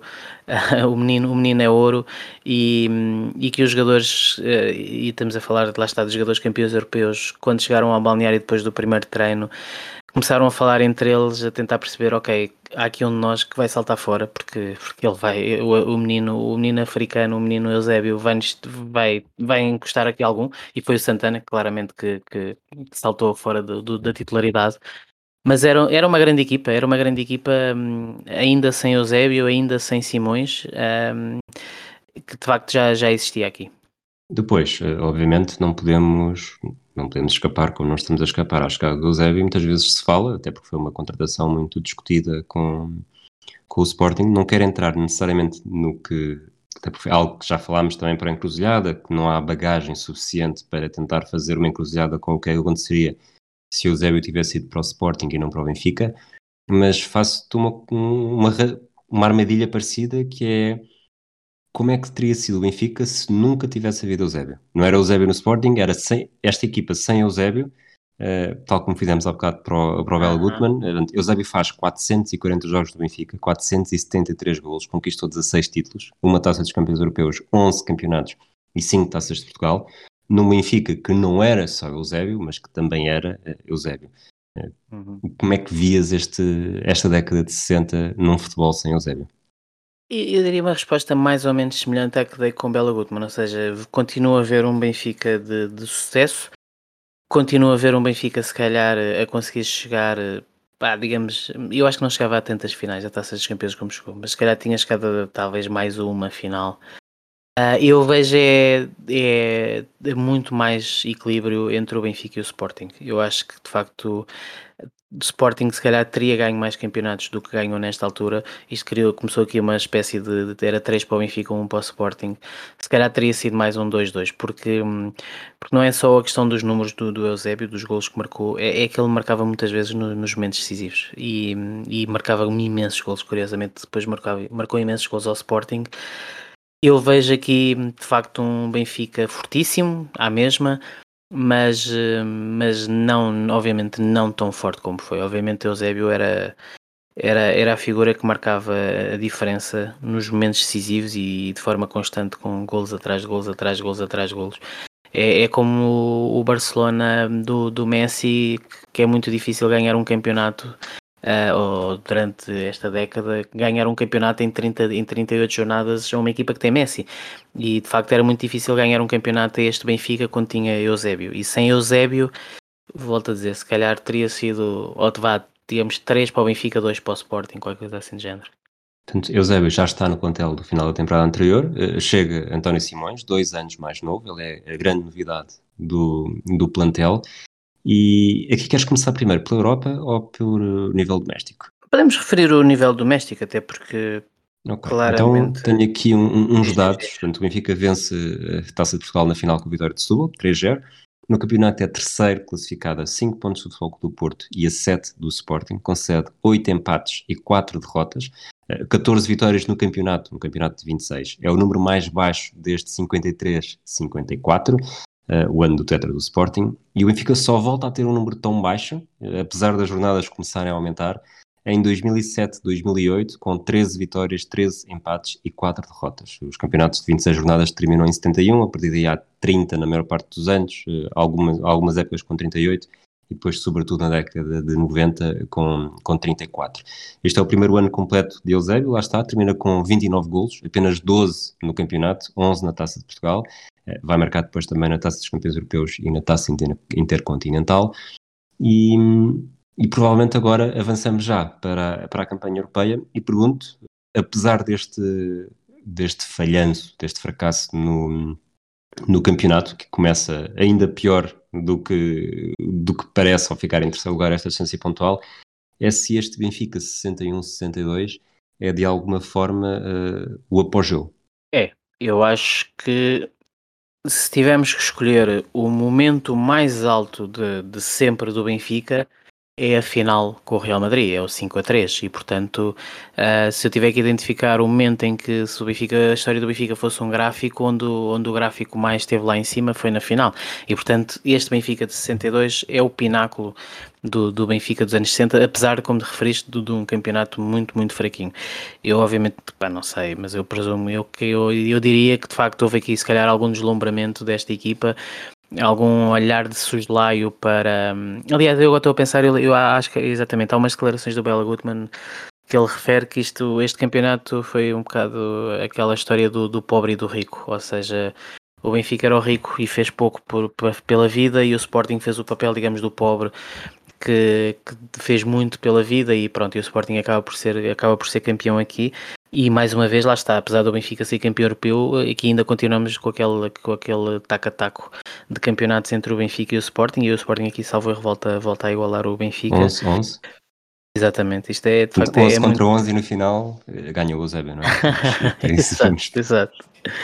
o, menino, o menino é ouro, e, e que os jogadores, e estamos a falar, lá está, dos jogadores campeões europeus, quando chegaram ao balneário depois do primeiro treino, começaram a falar entre eles, a tentar perceber, ok, há aqui um de nós que vai saltar fora, porque, porque ele vai, o, o menino, o menino africano, o menino Eusébio vai, vai, vai encostar aqui algum, e foi o Santana, claramente, que, que saltou fora do, do, da titularidade. Mas era, era uma grande equipa, era uma grande equipa, hum, ainda sem Eusébio, ainda sem Simões, hum, que de facto já, já existia aqui. Depois, eh, obviamente, não podemos, não podemos escapar, como nós estamos a escapar à chegada do Eusébio, muitas vezes se fala, até porque foi uma contratação muito discutida com, com o Sporting, não quero entrar necessariamente no que, até porque foi algo que já falámos também para a encruzilhada, que não há bagagem suficiente para tentar fazer uma encruzilhada com o que aconteceria se o Eusébio tivesse ido para o Sporting e não para o Benfica, mas faço-te uma, uma, uma armadilha parecida, que é: como é que teria sido o Benfica se nunca tivesse havido Eusébio? Não era Eusébio no Sporting, era sem, esta equipa sem Eusébio, uh, tal como fizemos há bocado para o, para o Bela Aham. Gutmann. Eusébio faz quatrocentos e quarenta jogos do Benfica, quatrocentos e setenta e três golos, conquistou dezasseis títulos, uma taça dos campeões europeus, onze campeonatos e cinco taças de Portugal, num Benfica que não era só Eusébio, mas que também era uh, Eusébio. Uh, Uhum. Como é que vias este, esta década de sessenta num futebol sem Eusébio? E eu daria uma resposta mais ou menos semelhante à que dei com Bela Gutmann, ou seja, continua a haver um Benfica de, de sucesso, continua a haver um Benfica se calhar a conseguir chegar, pá, digamos, eu acho que não chegava a tantas finais da Taça dos Campeões como chegou, mas se calhar tinha chegado a talvez mais uma final. Uh, eu vejo é, é, é muito mais equilíbrio entre o Benfica e o Sporting. Eu acho que de facto o Sporting se calhar teria ganho mais campeonatos do que ganhou nesta altura. Isto criou, começou aqui uma espécie de, de era três para o Benfica, um para o Sporting. Se calhar teria sido mais um dois dois, porque, hum, porque não é só a questão dos números do, do Eusébio, dos golos que marcou, é, é que ele marcava muitas vezes no, nos momentos decisivos e, e marcava imensos golos, curiosamente. Depois marcava, marcou imensos golos ao Sporting. Eu vejo aqui de facto um Benfica fortíssimo, à mesma, mas, eh, mas não, obviamente não tão forte como foi. Obviamente Eusébio era, era, era a figura que marcava a diferença nos momentos decisivos e de forma constante, com golos atrás de golos, atrás de golos, atrás de golos. É, é como o Barcelona do, do Messi, que é muito difícil ganhar um campeonato, uh, ou durante esta década, ganhar um campeonato em, trinta, em trinta e oito jornadas a uma equipa que tem Messi. E de facto era muito difícil ganhar um campeonato a este Benfica quando tinha Eusébio. E sem Eusébio, volto a dizer, se calhar teria sido, ou te vá, tínhamos três para o Benfica, dois para o Sporting, qualquer coisa assim de género. Portanto, Eusébio já está no plantel do final da temporada anterior. Uh, chega António Simões, dois anos mais novo. Ele é a grande novidade do, do plantel. E aqui queres começar primeiro pela Europa ou pelo nível doméstico? Podemos referir o nível doméstico, até porque Ok, então claramente. tenho aqui um- um- uns Diz, diz, dados. diz. Portanto, o Benfica vence a Taça de Portugal na final com o Vitória de Setúbal, três zero. No campeonato é terceiro classificado a cinco pontos do Futebol Clube do Porto e a sete do Sporting, concede oito empates e quatro derrotas, eh, catorze vitórias no campeonato, no campeonato de vinte e seis. É o número mais baixo desde cinquenta e três cinquenta e quatro, eh, o ano do tetra do Sporting, e o Benfica só volta a ter um número tão baixo, eh, apesar das jornadas começarem a aumentar, em dois mil e sete, dois mil e oito, com treze vitórias, treze empates e quatro derrotas. Os campeonatos de vinte e seis jornadas terminam em setenta e um, a partir daí há trinta na maior parte dos anos, algumas, algumas épocas com trinta e oito, e depois, sobretudo, na década de noventa, com, com trinta e quatro. Este é o primeiro ano completo de Eusébio, lá está, termina com vinte e nove golos, apenas doze no campeonato, onze na Taça de Portugal, vai marcar depois também na Taça dos Campeões Europeus e na Taça Inter- Intercontinental, e, e provavelmente agora avançamos já para, para a campanha europeia, e pergunto, apesar deste, deste falhanço, deste fracasso no no campeonato, que começa ainda pior do que, do que parece ao ficar em terceiro lugar esta distância pontual, é se este Benfica sessenta e um sessenta e dois é de alguma forma uh, o apogeu. É, eu acho que se tivermos que escolher o momento mais alto de, de sempre do Benfica, é a final com o Real Madrid, é o cinco a três, e portanto, uh, se eu tiver que identificar o momento em que se o Benfica, a história do Benfica fosse um gráfico, onde, onde o gráfico mais esteve lá em cima foi na final, e portanto este Benfica de sessenta e dois é o pináculo do, do Benfica dos anos sessenta, apesar, como te referiste, de, de um campeonato muito, muito fraquinho. Eu obviamente, pá, não sei, mas eu presumo eu que eu, eu diria que de facto houve aqui se calhar algum deslumbramento desta equipa, algum olhar de soslaio para... Aliás, eu estou a pensar, eu, eu acho que exatamente, há umas declarações do Bela Gutmann que ele refere que isto, este campeonato foi um bocado aquela história do, do pobre e do rico, ou seja, o Benfica era o rico e fez pouco por, por, pela vida, e o Sporting fez o papel, digamos, do pobre, que, que fez muito pela vida, e pronto, e o Sporting acaba por ser, acaba por ser campeão aqui. E mais uma vez, lá está, apesar do Benfica ser campeão europeu, aqui ainda continuamos com aquele, com aquele taco-a-taco de campeonatos entre o Benfica e o Sporting, e o Sporting aqui, salvo erro, volta, volta a igualar o Benfica. onze onze. Exatamente, isto é de Portanto, facto é, onze é contra muito... onze e no final eh, ganha o Eusébio, não é? Mas, por isso Exato, vamos... exato.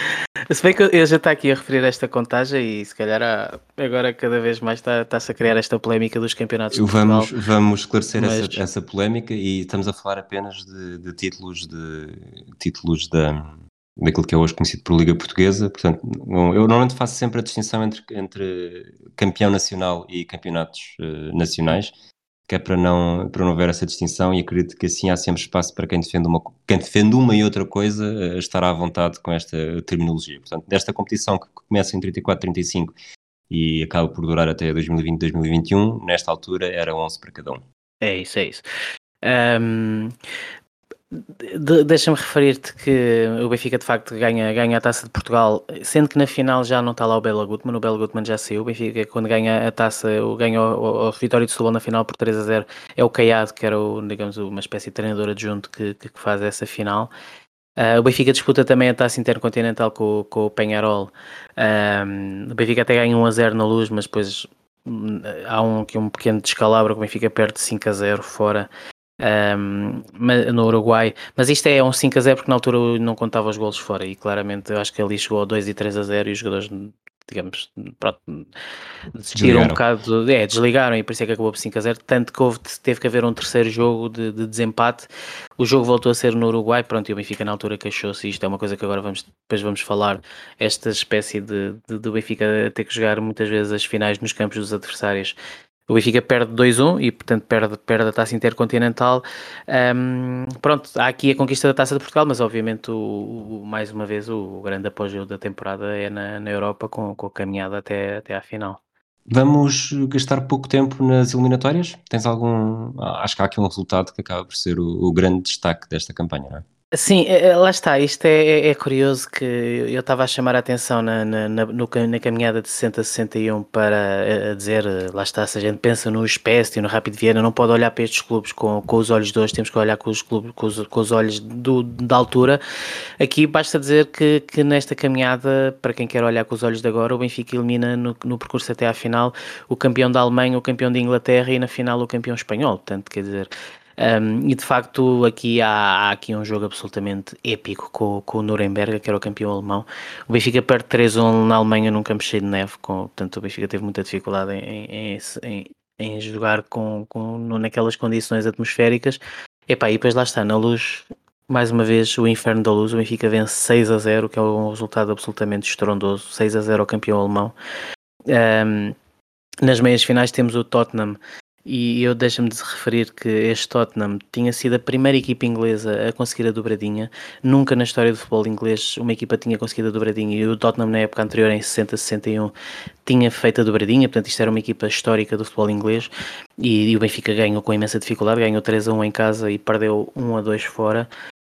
Se bem que eu já está aqui a referir esta contagem, e se calhar há, agora cada vez mais está, está-se a criar esta polémica dos campeonatos de Portugal. Vamos, vamos esclarecer mas... essa, essa polémica, e estamos a falar apenas de, de títulos, de, títulos da, daquilo que é hoje conhecido por Liga Portuguesa. Portanto, eu normalmente faço sempre a distinção entre, entre campeão nacional e campeonatos uh, nacionais, que é para não, para não haver essa distinção, e acredito que assim há sempre espaço para quem defende uma, quem defende uma e outra coisa uh, estar à vontade com esta terminologia. Portanto, desta competição que começa em trinta e quatro, trinta e cinco e acaba por durar até dois mil e vinte, dois mil e vinte e um, nesta altura era onze para cada um. É isso, é isso. Um, de, deixa-me referir-te que o Benfica de facto ganha, ganha a Taça de Portugal, sendo que na final já não está lá o Bela Gutmann, o Bela Gutmann já saiu. O Benfica, quando ganha a Taça, ganha o, o Vitória de Setúbal na final por três a zero, é o Caiado, que era o, digamos, uma espécie de treinador adjunto que, que faz essa final. Uh, o Benfica disputa também a Taça Intercontinental com, com o Peñarol. Um, o Benfica até ganha um a zero na Luz, mas depois um, há um, aqui um pequeno descalabro, que o Benfica perde cinco a zero fora, um, no Uruguai. Mas isto é um cinco a zero porque na altura não contava os golos fora, e claramente eu acho que ali chegou a dois e três a zero, e os jogadores, digamos, pronto, desistiram um bocado, é, desligaram, e por isso é que acabou por cinco a zero, tanto que houve, teve que haver um terceiro jogo de, de desempate. O jogo voltou a ser no Uruguai, pronto, e o Benfica na altura queixou-se, isto é uma coisa que agora vamos, depois vamos falar, esta espécie de, de, do Benfica ter que jogar muitas vezes as finais nos campos dos adversários. O Benfica perde dois a um e, portanto, perde, perde a Taça Intercontinental. Um, pronto, há aqui a conquista da Taça de Portugal, mas obviamente, o, o, mais uma vez, o, o grande apogeu da temporada é na, na Europa, com, com a caminhada até, até à final. Vamos gastar pouco tempo nas eliminatórias? Tens algum... Acho que há aqui um resultado que acaba por ser o, o grande destaque desta campanha, não é? Sim, lá está, isto é, é curioso, que eu estava a chamar a atenção na, na, na, no, na caminhada de sessenta a sessenta e um para a dizer, lá está, se a gente pensa no Espécie e no Rápido Viena, não pode olhar para estes clubes com, com os olhos de hoje, temos que olhar com os, clubes, com os, com os olhos do, da altura. Aqui basta dizer que, que nesta caminhada, para quem quer olhar com os olhos de agora, o Benfica elimina no, no percurso até à final o campeão da Alemanha, o campeão da Inglaterra, e na final o campeão espanhol, portanto, quer dizer... Um, e de facto aqui há, há aqui um jogo absolutamente épico com, com o Nuremberg, que era o campeão alemão. O Benfica perde três a um na Alemanha num campo cheio de neve, com, portanto o Benfica teve muita dificuldade em, em, em, em jogar com, com, naquelas condições atmosféricas. Epá, e depois lá está, na Luz, mais uma vez o inferno da Luz, o Benfica vence seis a zero, que é um resultado absolutamente estrondoso, seis a zero ao campeão alemão. Um, nas meias finais temos o Tottenham E eu deixa-me de referir que este Tottenham tinha sido a primeira equipa inglesa a conseguir a dobradinha. Nunca na história do futebol inglês uma equipa tinha conseguido a dobradinha, e o Tottenham na época anterior, em sessenta, sessenta e um, tinha feito a dobradinha. Portanto isto era uma equipa histórica do futebol inglês, e, e o Benfica ganhou com imensa dificuldade, ganhou três a um em casa e perdeu um a dois fora.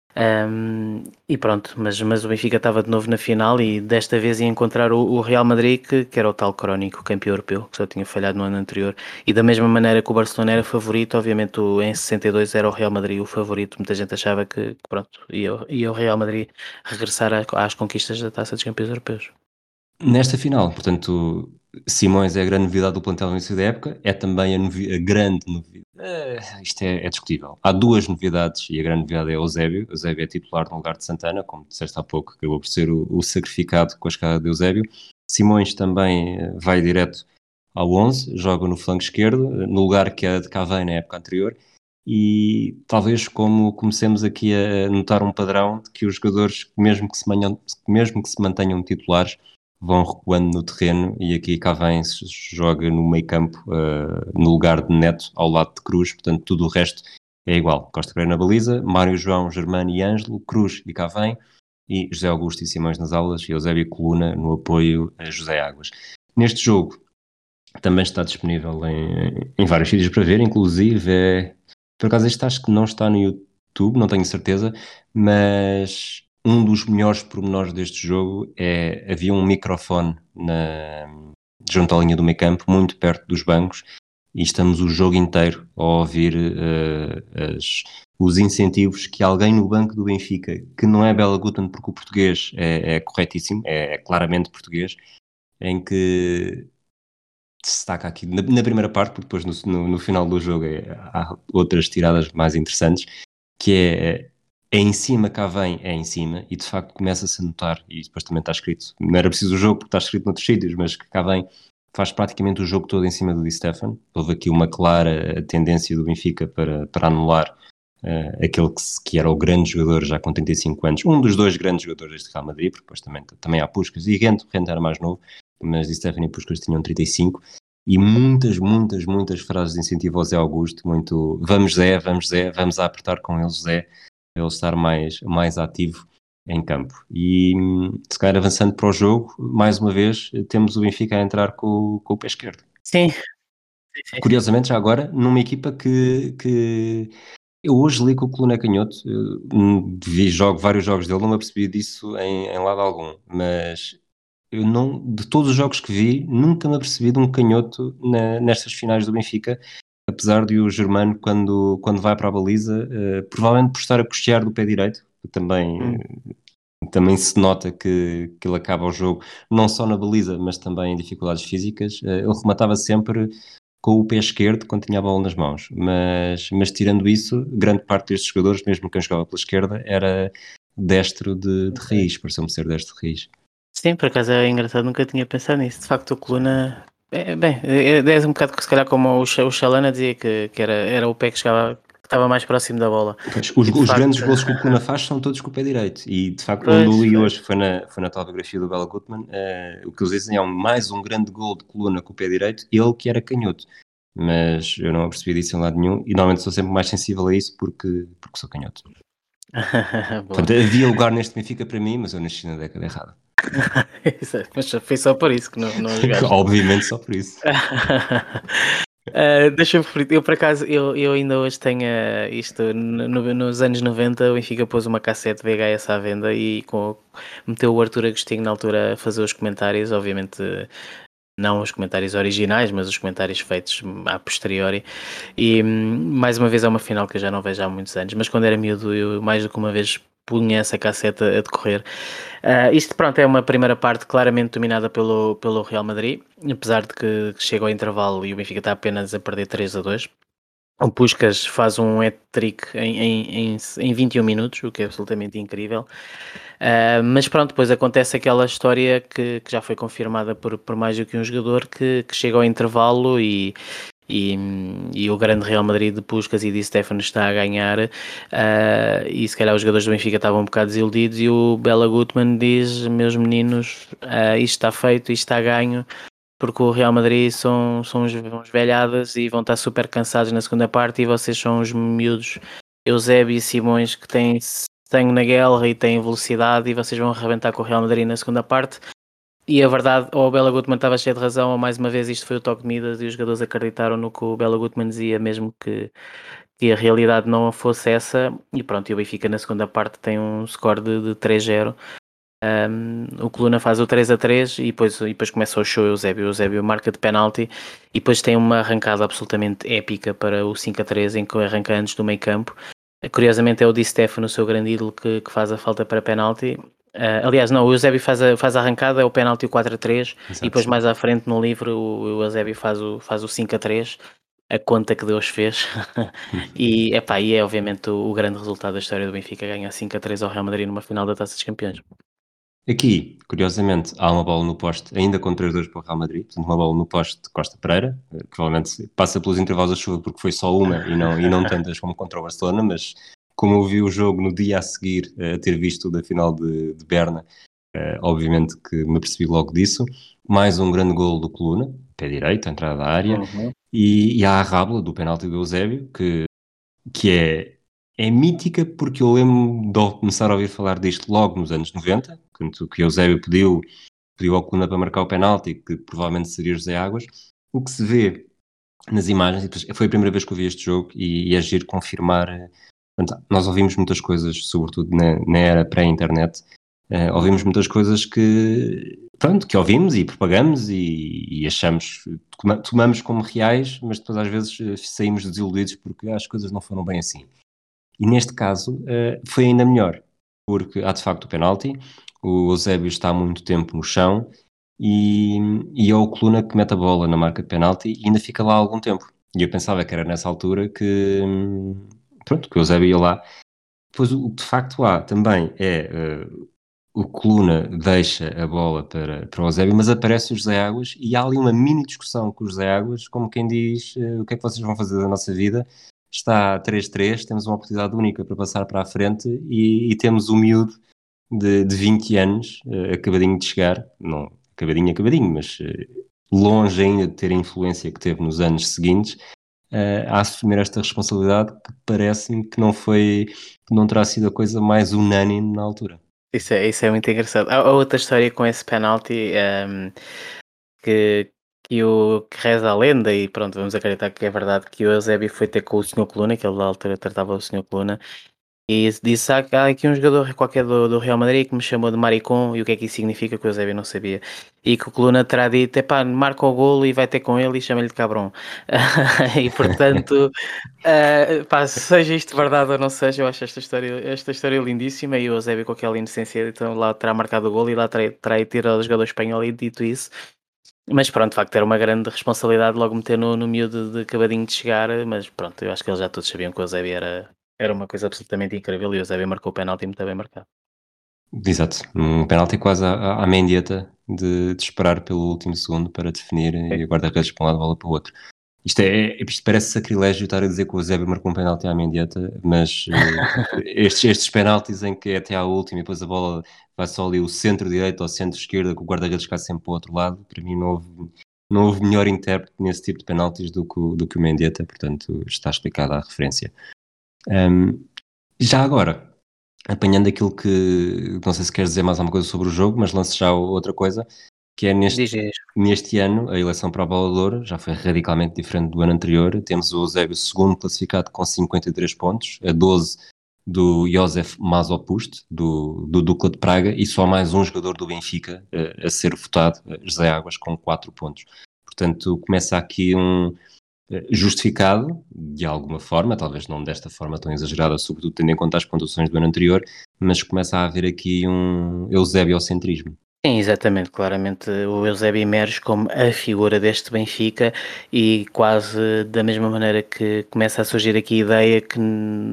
Um, e pronto, mas, mas o Benfica estava de novo na final, e desta vez ia encontrar o, o Real Madrid, que, que era o tal crónico campeão europeu, que só tinha falhado no ano anterior. E da mesma maneira que o Barcelona era favorito, obviamente o, em sessenta e dois era o Real Madrid o favorito. Muita gente achava que, que pronto, ia, ia o Real Madrid regressar a, às conquistas da Taça dos Campeões Europeus. Nesta final, portanto, Simões é a grande novidade do plantel no início da época, é também a, novi- a grande novidade. Uh, isto é, é discutível. Há duas novidades e a grande novidade é o Eusébio. O Eusébio é titular no lugar de Santana, como disseste há pouco, que acabou por ser o, o sacrificado com a escada de Eusébio. Simões também uh, vai direto ao onze, joga no flanco esquerdo, uh, no lugar que era de Cavani na época anterior. E talvez como comecemos aqui a notar um padrão de que os jogadores, mesmo que se, manham, mesmo que se mantenham titulares, vão recuando no terreno, e aqui Cavani joga no meio campo, uh, no lugar de Neto, ao lado de Cruz. Portanto tudo o resto é igual. Costa Pereira na baliza, Mário João, Germano e Ângelo, Cruz e Cavani, e José Augusto e Simões nas aulas, e Eusébio Coluna no apoio a José Águas. Neste jogo também está disponível em, em vários sítios para ver, inclusive é, por acaso este acho que não está no YouTube, não tenho certeza, mas um dos melhores pormenores deste jogo é, havia um microfone na, junto à linha do meio campo, muito perto dos bancos, e estamos o jogo inteiro a ouvir uh, as, os incentivos que alguém no banco do Benfica, que não é Bela Gutmann, porque o português é, é corretíssimo, é, é claramente português, em que destaca aqui na, na primeira parte, porque depois no, no, no final do jogo é, há outras tiradas mais interessantes, que é, é em cima, cá vem, é em cima, e de facto começa-se a notar, e depois também está escrito, não era preciso o jogo porque está escrito noutros sítios, mas que cá vem faz praticamente o jogo todo em cima do Di Stefano. Houve aqui uma clara tendência do Benfica para, para anular uh, aquele que, que era o grande jogador já com trinta e cinco anos, um dos dois grandes jogadores deste Real Madrid, porque depois também, também há Puskás e Rente, Rente era mais novo, mas Di Stefano e Puskás tinham trinta e cinco, e muitas, muitas, muitas frases de incentivo ao Zé Augusto, muito vamos Zé, vamos Zé, vamos a apertar com ele Zé, ele estar mais, mais ativo em campo. E se calhar avançando para o jogo, mais uma vez temos o Benfica a entrar com, com o pé esquerdo. Sim, sim, sim. Curiosamente, já agora, numa equipa que, que eu hoje li que o Coluna é canhoto, eu, hum, vi jogo, vários jogos dele, não me apercebi disso em, em lado algum, mas eu não, de todos os jogos que vi, nunca me apercebi de um canhoto na, nestas finais do Benfica, apesar de o Germano, quando, quando vai para a baliza, uh, provavelmente por estar a costear do pé direito, também, Hum. também se nota que, que ele acaba o jogo, não só na baliza, mas também em dificuldades físicas. Uh, ele rematava sempre com o pé esquerdo quando tinha a bola nas mãos, mas, mas tirando isso, grande parte destes jogadores, mesmo quem jogava pela esquerda, era destro de, de raiz, pareceu-me ser destro de raiz. Sim, por acaso é engraçado, nunca tinha pensado nisso. De facto, o Coluna. É, bem, é, é um bocado que se calhar como o, Ch- o Chalana dizia que, que era, era o pé que chegava, que estava mais próximo da bola. Pois, os, E de os facto, grandes gols que o Coluna faz são todos com o pé direito, e de facto onde eu pois, li pois. hoje foi na, foi na tal biografia do Bela Gutmann, uh, o que eles dizem é um, mais um grande gol de Coluna com o pé direito, ele que era canhoto, mas eu não percebi disso em lado nenhum, e normalmente sou sempre mais sensível a isso porque, porque sou canhoto. Boa. Portanto, havia lugar neste Benfica para mim, mas eu nasci na década errada. Isso é, mas foi só por isso que não, não jogaste. Obviamente só por isso. Uh, deixa-me referir, eu por acaso, eu, eu ainda hoje tenho uh, isto, no- no- nos anos noventa o Benfica pôs uma cassete V H S à venda, e com, meteu o Arthur Agostinho na altura a fazer os comentários, obviamente não os comentários originais, mas os comentários feitos a posteriori. E hum, mais uma vez é uma final que eu já não vejo há muitos anos, mas quando era miúdo eu mais do que uma vez punha essa casseta a decorrer. Uh, isto, pronto, é uma primeira parte claramente dominada pelo, pelo Real Madrid, apesar de que chega ao intervalo e o Benfica está apenas a perder três a dois. O Puskás faz um hat-trick em, em, em, em vinte e um minutos, o que é absolutamente incrível. Uh, mas pronto, depois acontece aquela história que, que já foi confirmada por, por mais do que um jogador, que, que chega ao intervalo e, e, e o grande Real Madrid de Puskás e Di Stefano está a ganhar, uh, e se calhar os jogadores do Benfica estavam um bocado desiludidos, e o Bela Gutmann diz: meus meninos, uh, isto está feito, isto está ganho, porque o Real Madrid são, são uns, uns velhadas e vão estar super cansados na segunda parte, e vocês são os miúdos Eusébio e Simões que têm sangue na guerra e têm velocidade, e vocês vão arrebentar com o Real Madrid na segunda parte. E a verdade, ou o Bela Gutmann estava cheio de razão, ou mais uma vez isto foi o toque de Midas e os jogadores acreditaram no que o Bela Gutmann dizia, mesmo que, que a realidade não fosse essa. E pronto, e o Benfica na segunda parte tem um score de, de três zero. Um, o Coluna faz o três a três e depois, e depois começa o show. Eusébio, Eusébio marca de penalti e depois tem uma arrancada absolutamente épica para o cinco a três, em que arranca antes do meio campo. Curiosamente é o Di Stefano, o seu grande ídolo, que, que faz a falta para penalti. Uh, aliás, não, o Eusébio faz a, faz a arrancada, é o penalti o quatro a três. Exato. E depois mais à frente no livro o, o Eusébio faz o, faz o cinco a três, a conta que Deus fez. e, epá, e é obviamente o, o grande resultado da história do Benfica, ganhar cinco a três ao Real Madrid numa final da Taça dos Campeões. Aqui, curiosamente, há uma bola no poste, ainda com três dois para o Real Madrid, portanto uma bola no poste de Costa Pereira, que provavelmente passa pelos intervalos da chuva porque foi só uma e não, e não tantas como contra o Barcelona, mas como eu vi o jogo no dia a seguir a ter visto da final de, de Berna, uh, obviamente que me percebi logo disso. Mais um grande golo do Coluna, pé direito, a entrada da área, Uhum. e, e há a rábula do penalti do Eusébio, que, que é... É mítica porque eu lembro de começar a ouvir falar disto logo nos anos noventa, portanto, que o Eusébio pediu, pediu ao Coluna para marcar o penalti, que provavelmente seria José Águas. O que se vê nas imagens, foi a primeira vez que eu vi este jogo e, e é giro confirmar. Portanto, nós ouvimos muitas coisas, sobretudo na, na era pré-internet, uh, ouvimos muitas coisas que, pronto, que ouvimos e propagamos e, e achamos, tomamos como reais, mas depois às vezes saímos desiludidos porque as coisas não foram bem assim. E neste caso uh, foi ainda melhor, porque há de facto o penalti, o Eusébio está há muito tempo no chão e, e é o Coluna que mete a bola na marca de penalti e ainda fica lá há algum tempo. E eu pensava que era nessa altura que, pronto, que o Eusébio ia lá. Depois o que de facto há também é uh, o Coluna deixa a bola para, para o Eusébio, mas aparece o José Águas e há ali uma mini discussão com o José Águas, como quem diz uh, o que é que vocês vão fazer da nossa vida. Está três três, temos uma oportunidade única para passar para a frente e, e temos um miúdo de, de vinte anos, uh, acabadinho de chegar, não acabadinho, acabadinho, mas uh, longe ainda de ter a influência que teve nos anos seguintes, uh, a assumir esta responsabilidade que parece-me que não foi, que não terá sido a coisa mais unânime na altura. Isso é, isso é muito engraçado. Há há outra história com esse penalti, um, que, que, o, que reza a lenda, e pronto, vamos acreditar que é verdade, que o Eusébio foi ter com o senhor Coluna, que ele da altura tratava o senhor Coluna, e disse: ah, há aqui um jogador qualquer do, do Real Madrid que me chamou de maricom, e o que é que isso significa, que o Eusébio não sabia. E que o Coluna terá dito: epá, marca o golo e vai ter com ele e chama-lhe de cabrão. E portanto, uh, pá, seja isto verdade ou não seja, eu acho esta história, esta história lindíssima, e o Eusébio com aquela inocência, então lá terá marcado o golo e lá terá, terá tirado o jogador espanhol e dito isso. Mas pronto, de facto era uma grande responsabilidade logo meter no, no miúdo de acabadinho de chegar, mas pronto, eu acho que eles já todos sabiam que o Eusébio era, era uma coisa absolutamente incrível, e o Eusébio marcou o penalti muito bem marcado. Exato, um penalti quase à, à mendieta de, de esperar pelo último segundo para definir e o guarda-redes para um lado, a bola para o outro. Isto, é, isto parece sacrilégio estar a dizer que o Eusébio marcou um penalti à mendieta, mas uh, estes, estes penaltis em que é até à última e depois a bola vai só ali o centro-direito ou centro-esquerda, que o guarda-redes fica sempre para o outro lado, para mim não houve, não houve melhor intérprete nesse tipo de penaltis do que, o, do que o Mendieta, portanto está explicada a referência. Um, já agora, apanhando aquilo que, não sei se queres dizer mais alguma coisa sobre o jogo, mas lance já outra coisa, que é neste, Diz, neste ano a eleição para a Bola de Ouro já foi radicalmente diferente do ano anterior. Temos o Eusébio segundo classificado com cinquenta e três pontos, a doze do Josef Masopust, do, do Dukla de Praga, e só mais um jogador do Benfica a, a ser votado, José Águas, com quatro pontos. Portanto, começa aqui um justificado, de alguma forma, talvez não desta forma tão exagerada, sobretudo tendo em conta as pontuações do ano anterior, mas começa a haver aqui um eusebiocentrismo. Sim, exatamente, claramente o Eusébio emerge como a figura deste Benfica, e quase da mesma maneira que começa a surgir aqui a ideia que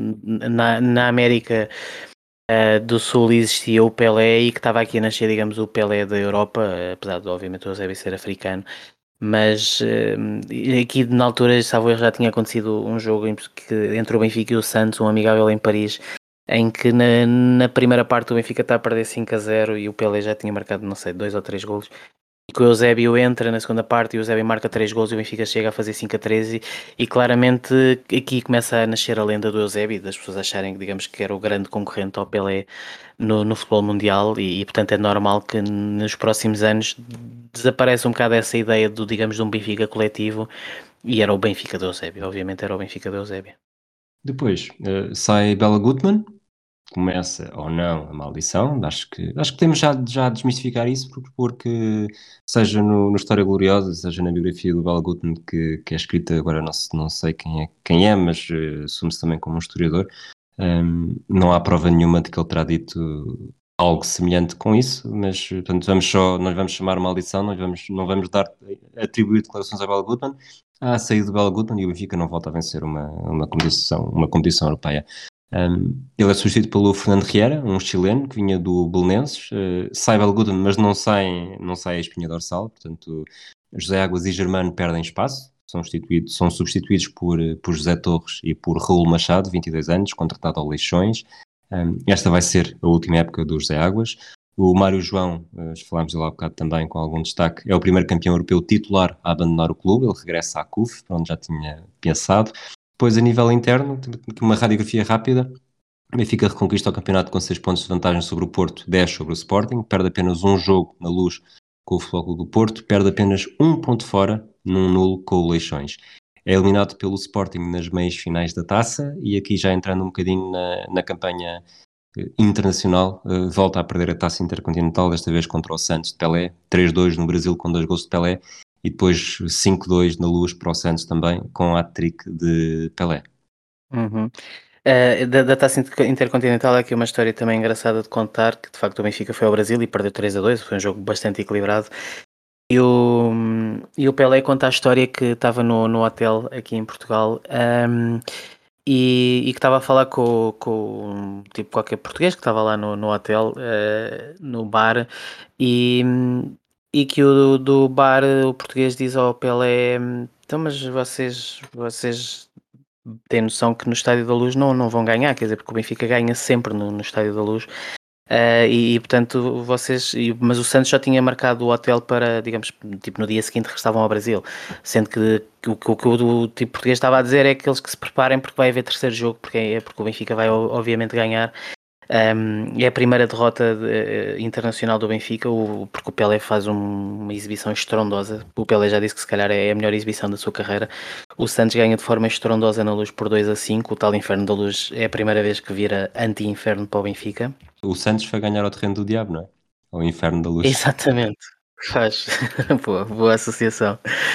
na, na América uh, do Sul existia o Pelé, e que estava aqui a nascer, digamos, o Pelé da Europa, apesar de obviamente o Eusébio ser africano. Mas uh, aqui na altura, sabe, já tinha acontecido um jogo que, entre o Benfica e o Santos, um amigável em Paris, em que na, na primeira parte o Benfica está a perder cinco a zero e o Pelé já tinha marcado, não sei, dois ou três golos, que o Eusébio entra na segunda parte e o Eusébio marca três gols e o Benfica chega a fazer cinco a três e, e claramente aqui começa a nascer a lenda do Eusébio, das pessoas acharem que, digamos, que era o grande concorrente ao Pelé no, no futebol mundial e, e portanto é normal que nos próximos anos desapareça um bocado essa ideia do, digamos, de um Benfica coletivo e era o Benfica do Eusébio, obviamente era o Benfica do Eusébio. Depois uh, sai Bela Gutmann, começa ou não a maldição. Acho que, acho que temos já, já a desmistificar isso, porque, porque seja no, no História Gloriosa, seja na biografia do Bela Gutmann, que, que é escrita, agora não, não sei quem é, quem é mas uh, assume-se também como um historiador, um, não há prova nenhuma de que ele terá dito algo semelhante com isso, mas portanto vamos só, nós vamos chamar maldição, nós vamos, não vamos dar, atribuir declarações a Bela Gutmann. À saída do Bela Gutmann e o Benfica não volta a vencer uma, uma, competição, uma competição europeia. Um, ele é substituído pelo Fernando Riera, um chileno que vinha do Belenenses. Uh, sai Bela Gutmann, mas não sai, não sai a espinha dorsal, portanto José Águas e Germano perdem espaço, são, são substituídos por, por José Torres e por Raul Machado, vinte e dois anos, contratado ao Leixões. Um, esta vai ser a última época do José Águas. O Mário João, uh, falámos dele há bocado também com algum destaque, é o primeiro campeão europeu titular a abandonar o clube, ele regressa à C U F, para onde já tinha pensado. Depois, a nível interno, uma radiografia rápida, o Benfica reconquista o campeonato com seis pontos de vantagem sobre o Porto, dez sobre o Sporting, perde apenas um jogo na Luz com o Futebol Clube do Porto, perde apenas um ponto fora num nulo com o Leixões. É eliminado pelo Sporting nas meias finais da Taça e aqui já entrando um bocadinho na, na campanha internacional, uh, volta a perder a Taça Intercontinental, desta vez contra o Santos de Pelé, três dois no Brasil com dois gols de Pelé e depois cinco dois na Luz para o Santos também com a hat-trick de Pelé. Uhum. Uh, da, da Taça Intercontinental é aqui uma história também engraçada de contar, que de facto o Benfica foi ao Brasil e perdeu três a dois, foi um jogo bastante equilibrado. E o, e o Pelé conta a história que estava no, no hotel aqui em Portugal um, e, e que estava a falar com, com tipo qualquer português que estava lá no, no hotel, uh, no bar, e, e que o do bar o português diz ao Pelé: então, mas vocês, vocês têm noção que no Estádio da Luz não, não vão ganhar, quer dizer, porque o Benfica ganha sempre no, no Estádio da Luz. Uh, e, e, portanto vocês, e, mas o Santos já tinha marcado o hotel para, digamos, tipo no dia seguinte regressavam ao Brasil, sendo que o que o, que o tipo português estava a dizer é que eles que se preparem porque vai haver terceiro jogo, porque, é, porque o Benfica vai obviamente ganhar. Um, é a primeira derrota de, uh, internacional do Benfica, o, porque o Pelé faz um, uma exibição estrondosa. O Pelé já disse que se calhar é a melhor exibição da sua carreira. O Santos ganha de forma estrondosa na Luz por dois a cinco. O tal Inferno da Luz é a primeira vez que vira anti-inferno para o Benfica. O Santos foi ganhar ao terreno do diabo, não é? Ao Inferno da Luz. Exatamente, faz. boa, boa associação.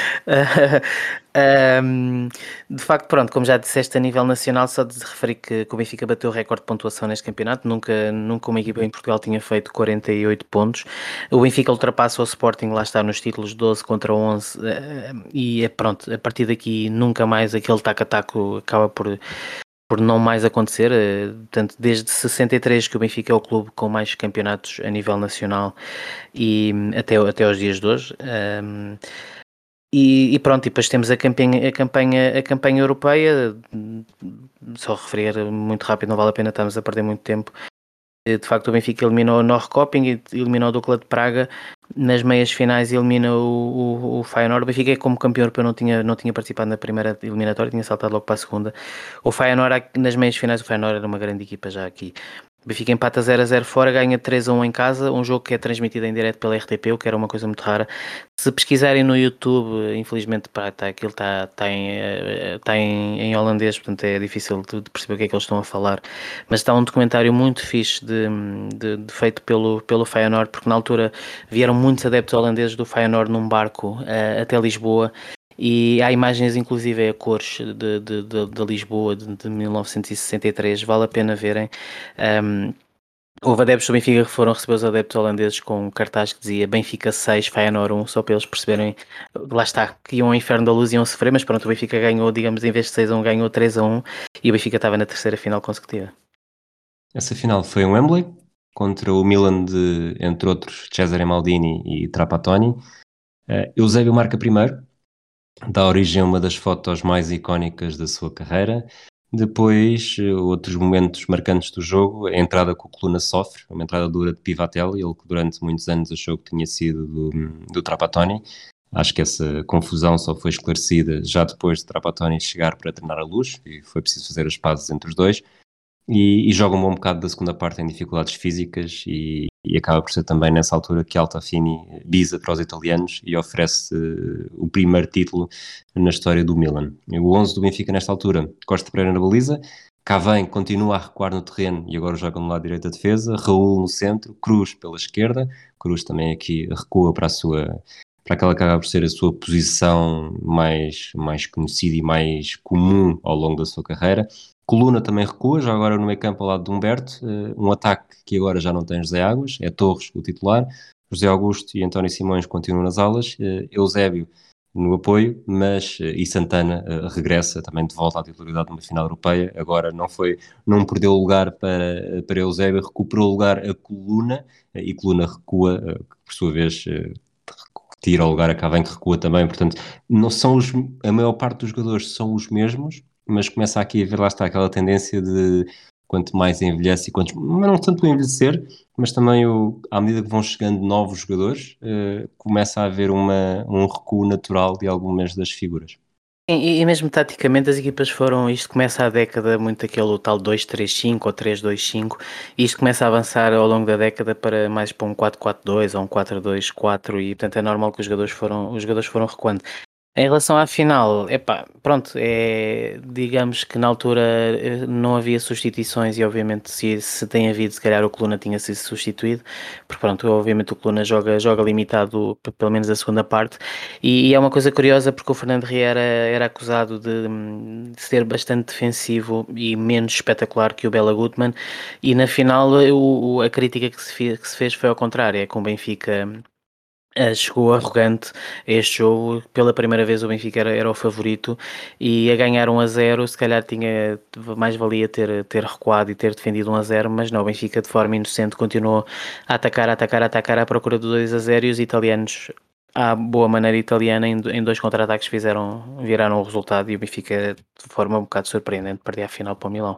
um, de facto, pronto, como já disseste a nível nacional, só de referir que, que o Benfica bateu o recorde de pontuação neste campeonato. Nunca, nunca uma equipa em Portugal tinha feito quarenta e oito pontos. O Benfica ultrapassa o Sporting, lá está nos títulos doze contra onze, uh, e é pronto, a partir daqui nunca mais aquele taco-a-taco acaba por por não mais acontecer, portanto, desde sessenta e três que o Benfica é o clube com mais campeonatos a nível nacional e até, até aos dias de hoje. Um, e, e pronto, e depois temos a campanha, a campanha, a campanha europeia, só referir muito rápido, não vale a pena, estamos a perder muito tempo. De facto, o Benfica eliminou o Norrköping e eliminou o Dukla de Praga. Nas meias finais elimina o, o, o Feyenoord. O Benfica, como campeão europeu, não tinha, não tinha participado na primeira eliminatória, tinha saltado logo para a segunda. O Feyenoord, nas meias finais, o Feyenoord era uma grande equipa já aqui. O Benfica empata zero a zero fora, ganha três a um em casa, um jogo que é transmitido em direto pela R T P, o que era uma coisa muito rara. Se pesquisarem no YouTube, infelizmente, pá, tá, aquilo está tá em, tá em, em holandês, portanto é difícil de, de perceber o que é que eles estão a falar, mas está um documentário muito fixe de, de, de feito pelo, pelo Feyenoord, porque na altura vieram muitos adeptos holandeses do Feyenoord num barco uh, até Lisboa, e há imagens inclusive a cores de, de, de, de Lisboa de, de mil novecentos e sessenta e três, vale a pena verem. Um, houve adeptos do Benfica que foram receber os adeptos holandeses com um cartaz que dizia Benfica seis, Feyenoord um, só para eles perceberem, lá está, que iam ao Inferno da Luz e iam sofrer, mas pronto, o Benfica ganhou, digamos, em vez de seis a um, ganhou três a um e o Benfica estava na terceira final consecutiva. Essa final foi em Wembley, contra o Milan de, entre outros, Cesare Maldini e Trapattoni. Uh, Eusébio marca primeiro, dá origem a uma das fotos mais icónicas da sua carreira. Depois, eh, outros momentos marcantes do jogo, a entrada que o Coluna sofre, uma entrada dura de Pivatelli, ele que durante muitos anos achou que tinha sido do, do Trapattoni. Acho que essa confusão só foi esclarecida já depois de Trapattoni chegar para treinar a Luz, e foi preciso fazer as pazes entre os dois. E, e joga um bom bocado da segunda parte em dificuldades físicas e, e acaba por ser também nessa altura que Altafini bisa para os italianos e oferece uh, o primeiro título na história do Milan. O onze do Benfica nesta altura, Costa Pereira na baliza, Cavani continua a recuar no terreno e agora joga no lado direito da defesa, Raul no centro, Cruz pela esquerda, Cruz também aqui recua para a sua, para aquela que acaba por ser a sua posição mais, mais conhecida e mais comum ao longo da sua carreira. Coluna também recua, já agora no meio campo ao lado de Humberto, uh, um ataque que agora já não tem José Águas, é Torres o titular, José Augusto e António Simões continuam nas alas, uh, Eusébio no apoio, mas uh, e Santana uh, regressa também de volta à titularidade numa final europeia, agora não foi, não perdeu o lugar para, para Eusébio, recuperou o lugar a Coluna, uh, e Coluna recua, uh, por sua vez uh, tira o lugar a Cavani que recua também, portanto não são os, a maior parte dos jogadores são os mesmos, mas começa aqui a ver, lá está, aquela tendência de quanto mais envelhece e quantos, mas não tanto o envelhecer, mas também o, à medida que vão chegando novos jogadores, uh, começa a haver uma, um recuo natural de algumas das figuras. E, e mesmo taticamente as equipas foram, isto começa a década muito aquele tal dois três cinco ou três dois cinco, e isto começa a avançar ao longo da década para mais para um quatro quatro dois ou um quatro dois quatro e portanto é normal que os jogadores foram, os jogadores foram recuando. Em relação à final, epá, pronto, é, digamos que na altura eh, não havia substituições e obviamente se, se tem havido, se calhar o Coluna tinha sido substituído, porque pronto, obviamente o Coluna joga, joga limitado p- pelo menos a segunda parte e, e é uma coisa curiosa porque o Fernando Riera era acusado de, hum, de ser bastante defensivo e menos espetacular que o Bela Gutmann e na final o, o- a crítica que se, fe- que se fez foi ao contrário, é com o Benfica. Uh, chegou arrogante a este jogo, pela primeira vez o Benfica era, era o favorito e a ganhar um a zero, se calhar tinha, mais valia ter, ter recuado e ter defendido um a zero, mas não, o Benfica de forma inocente continuou a atacar, a atacar, a atacar à procura do dois a zero e os italianos, à boa maneira italiana, em, em dois contra-ataques fizeram, viraram o resultado e o Benfica de forma um bocado surpreendente perdia a final para o Milão.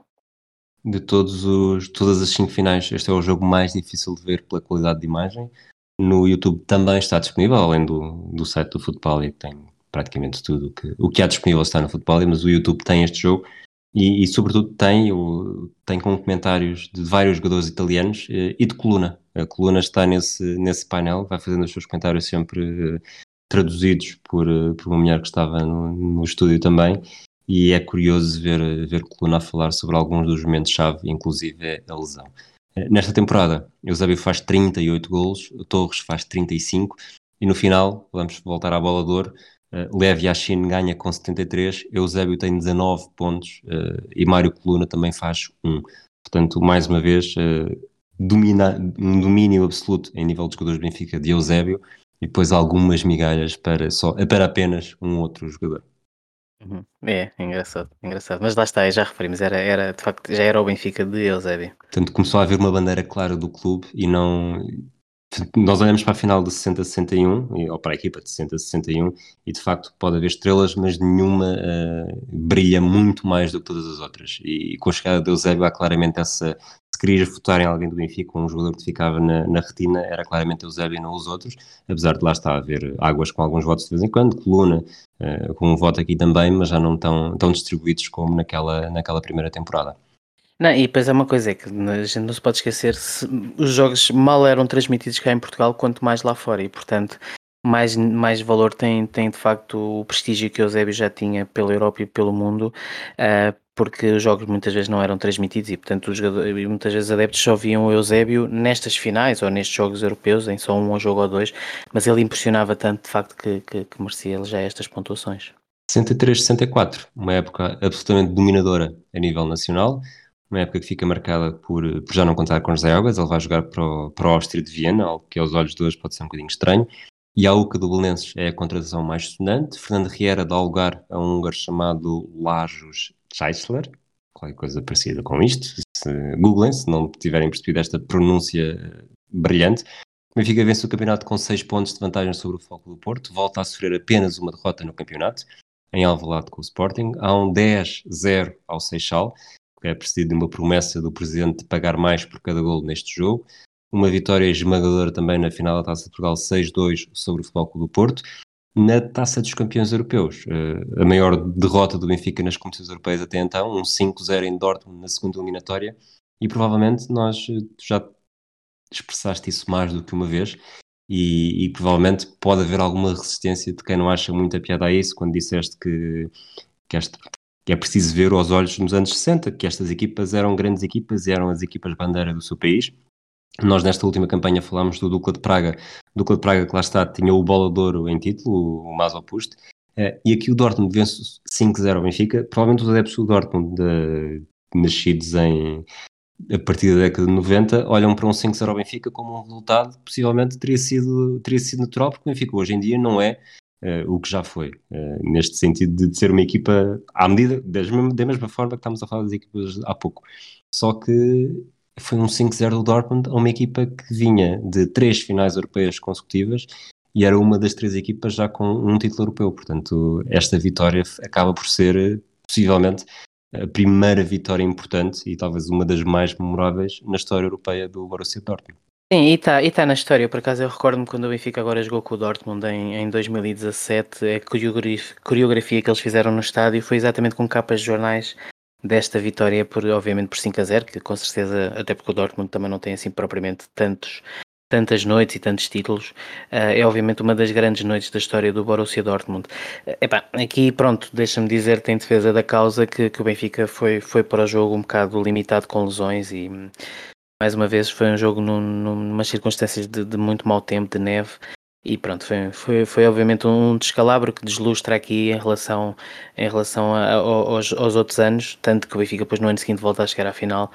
De todos os, todas as cinco finais, este é o jogo mais difícil de ver pela qualidade de imagem. No YouTube também está disponível, além do, do site do Futebol, e tem praticamente tudo que, o que há disponível está no Futebol, mas o YouTube tem este jogo e, e sobretudo tem, o, tem com comentários de vários jogadores italianos eh, e de Coluna. A Coluna está nesse, nesse painel, vai fazendo os seus comentários sempre eh, traduzidos por, eh, por uma mulher que estava no, no estúdio também. E é curioso ver, ver Coluna a falar sobre alguns dos momentos-chave, inclusive a lesão. Nesta temporada, Eusébio faz trinta e oito golos, o Torres faz trinta e cinco e no final, vamos voltar à bola de ouro, uh, Lev Yashin ganha com setenta e três, Eusébio tem dezanove pontos uh, e Mário Coluna também faz um. Portanto, mais uma vez, uh, domina, um domínio absoluto em nível de jogadores do Benfica de Eusébio e depois algumas migalhas para, só, para apenas um outro jogador. Uhum. É, engraçado, engraçado. Mas lá está, já referimos, era, era, de facto, já era o Benfica de Eusébio. Portanto, começou a haver uma bandeira clara do clube e não. Nós olhamos para a final de sessenta a sessenta e um, ou para a equipa de sessenta a sessenta e um, e de facto pode haver estrelas, mas nenhuma uh, brilha muito mais do que todas as outras. E, e com a chegada de Eusébio há claramente essa. Se querias votar em alguém do Benfica, um jogador que ficava na, na retina, era claramente Eusébio e não os outros, apesar de lá estar a haver águas com alguns votos de vez em quando, Coluna, uh, com um voto aqui também, mas já não tão, tão distribuídos como naquela, naquela primeira temporada. Não, e depois é uma coisa é que a gente não se pode esquecer, se, os jogos mal eram transmitidos cá em Portugal, quanto mais lá fora, e portanto mais, mais valor tem, tem de facto o prestígio que o Eusébio já tinha pela Europa e pelo mundo, uh, porque os jogos muitas vezes não eram transmitidos e portanto os jogadores, muitas vezes adeptos só viam o Eusébio nestas finais ou nestes jogos europeus, em só um jogo ou dois, mas ele impressionava tanto de facto que, que, que merecia já estas pontuações. sessenta e três, sessenta e quatro, uma época absolutamente dominadora a nível nacional, uma época que fica marcada por, por já não contar com José Águas, ele vai jogar para o, para o Áustria de Viena, algo que aos olhos de hoje pode ser um bocadinho estranho, e a UCA do Belenenses é a contratação mais sonante. Fernando Riera dá lugar a um húngaro chamado Lajos Zeisler, qualquer coisa parecida com isto, se googlem, se não tiverem percebido esta pronúncia brilhante. O Benfica vence o campeonato com seis pontos de vantagem sobre o Foco do Porto, volta a sofrer apenas uma derrota no campeonato. em Alvalade com o Sporting, há um dez zero ao Seixal, que é precedido de uma promessa do presidente de pagar mais por cada golo neste jogo, uma vitória esmagadora também na final da Taça de Portugal seis dois sobre o Futebol Clube do Porto. Na Taça dos Campeões Europeus, uh, a maior derrota do Benfica nas competições europeias até então, um cinco zero em Dortmund na segunda eliminatória, e provavelmente nós uh, já expressaste isso mais do que uma vez, e, e provavelmente pode haver alguma resistência de quem não acha muita piada a isso, quando disseste que, que, este, que é preciso ver aos olhos nos anos sessenta, que estas equipas eram grandes equipas e eram as equipas bandeira do seu país. Nós nesta última campanha falámos do Dukla de Praga, Dukla de Praga que lá está, tinha o Bola de Ouro em título, o Mazopust, uh, e aqui o Dortmund vence cinco zero ao Benfica. Provavelmente os adeptos do Dortmund, de, nascidos em, a partir da década de noventa, olham para um cinco zero ao Benfica como um resultado possivelmente teria sido, teria sido natural, porque o Benfica hoje em dia não é uh, o que já foi, uh, neste sentido de, de ser uma equipa à medida, das, da mesma forma que estamos a falar das equipas há pouco, só que foi um cinco zero do Dortmund a uma equipa que vinha de três finais europeias consecutivas e era uma das três equipas já com um título europeu. Portanto, esta vitória acaba por ser, possivelmente, a primeira vitória importante e talvez uma das mais memoráveis na história europeia do Borussia Dortmund. Sim, e está e tá na história. Por acaso eu recordo-me quando o Benfica agora jogou com o Dortmund em, em dois mil e dezassete, a coreografia, coreografia que eles fizeram no estádio foi exatamente com capas de jornais desta vitória, por, obviamente por cinco a zero, que com certeza, até porque o Dortmund também não tem assim propriamente tantos, tantas noites e tantos títulos, uh, é obviamente uma das grandes noites da história do Borussia Dortmund. Uh, epá, aqui pronto, deixa-me dizer, em defesa da causa, que, que o Benfica foi, foi para o jogo um bocado limitado com lesões e mais uma vez foi um jogo num, numas circunstâncias de, de muito mau tempo, de neve. E pronto, foi, foi, foi obviamente um descalabro que deslustra aqui em relação, em relação a, a, aos, aos outros anos, tanto que o Benfica depois no ano seguinte volta a chegar à final.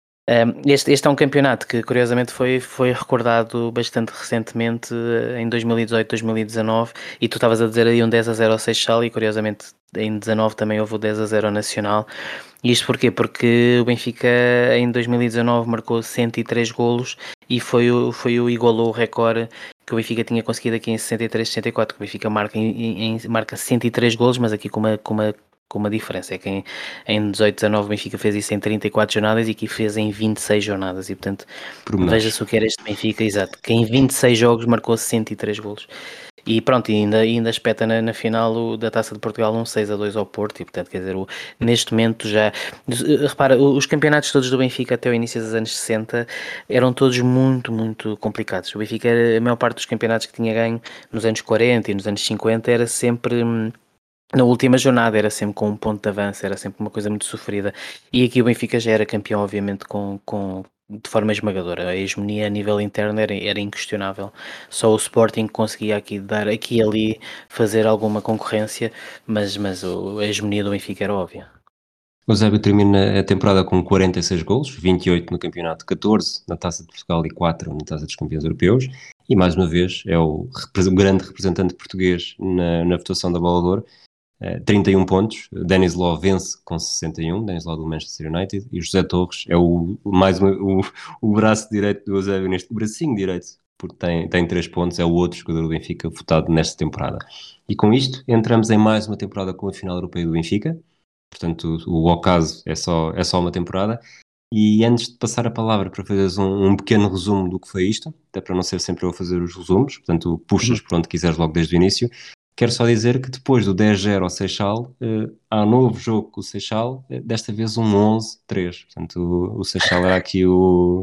Um, este, este é um campeonato que curiosamente foi, foi recordado bastante recentemente, em dois mil e dezoito, dois mil e dezanove, e tu estavas a dizer aí um dez a zero ao Seixal e curiosamente em dezanove também houve o dez a zero ao Nacional. E isto porquê? Porque o Benfica em dois mil e dezanove marcou cento e três golos e foi o, foi o igualou o recorde que o Benfica tinha conseguido aqui em sessenta e três, sessenta e quatro, que o Benfica marca, em, em, marca cento e três golos, mas aqui com uma, com uma, com uma diferença, é que em, em dezoito, dezanove o Benfica fez isso em trinta e quatro jornadas e aqui fez em vinte e seis jornadas e portanto veja-se o que era este Benfica, exato, que em vinte e seis jogos marcou cento e três golos. E pronto, e ainda, ainda espeta na, na final o, da Taça de Portugal um seis a dois ao Porto e portanto quer dizer, o, neste momento já, repara, os campeonatos todos do Benfica até o início dos anos sessenta eram todos muito, muito complicados. O Benfica, a maior parte dos campeonatos que tinha ganho nos anos quarenta e nos anos cinquenta era sempre na última jornada, era sempre com um ponto de avanço, era sempre uma coisa muito sofrida. E aqui o Benfica já era campeão, obviamente, com, com, de forma esmagadora. A hegemonia a nível interno era, era inquestionável. Só o Sporting conseguia aqui dar, aqui e ali, fazer alguma concorrência, mas, mas a hegemonia do Benfica era óbvia. O Eusébio termina a temporada com quarenta e seis golos, vinte e oito no campeonato, catorze na Taça de Portugal e quatro na Taça dos Campeões Europeus. E mais uma vez é o, o grande representante português na, na votação da Bola de Ouro. Uh, trinta e um pontos, Denis Law vence com sessenta e um, Denis Law do Manchester United, e José Torres é o, mais uma, o, o braço direito do Eusébio, neste, o bracinho direito, porque tem, tem três pontos, é o outro jogador do Benfica votado nesta temporada. E com isto entramos em mais uma temporada com a final europeia do Benfica, portanto o, o ocaso é só, é só uma temporada. E antes de passar a palavra para fazeres um, um pequeno resumo do que foi isto, até para não ser sempre eu a fazer os resumos, portanto puxas Uhum. por onde quiseres logo desde o início. Quero só dizer que depois do dez zero ao Seixal, uh, há um novo jogo com o Seixal, uh, desta vez um onze três. Portanto, o, o Seixal era aqui o,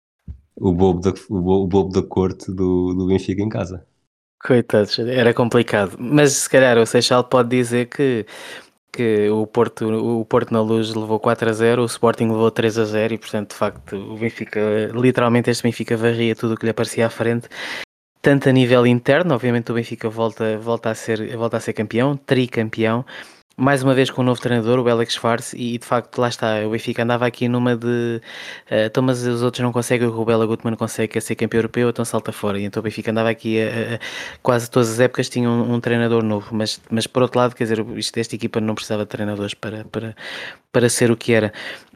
o, bobo da, o, o bobo da corte do, do Benfica em casa. Coitados, era complicado. Mas se calhar o Seixal pode dizer que, que o, Porto, o Porto na Luz levou quatro a zero, o Sporting levou três a zero e portanto de facto o Benfica, literalmente este Benfica varria tudo o que lhe aparecia à frente. Tanto a nível interno, obviamente o Benfica volta, volta, a, ser, volta a ser campeão, tricampeão, mais uma vez com um novo treinador, o Alex Farce, e de facto lá está, o Benfica andava aqui numa de uh, então mas os outros não conseguem, o Bela Gutmann consegue, quer ser campeão europeu, então salta fora, e então o Benfica andava aqui a, a, quase todas as épocas tinha um, um treinador novo, mas, mas por outro lado, quer dizer, isto, esta equipa não precisava de treinadores para, para, para ser o que era.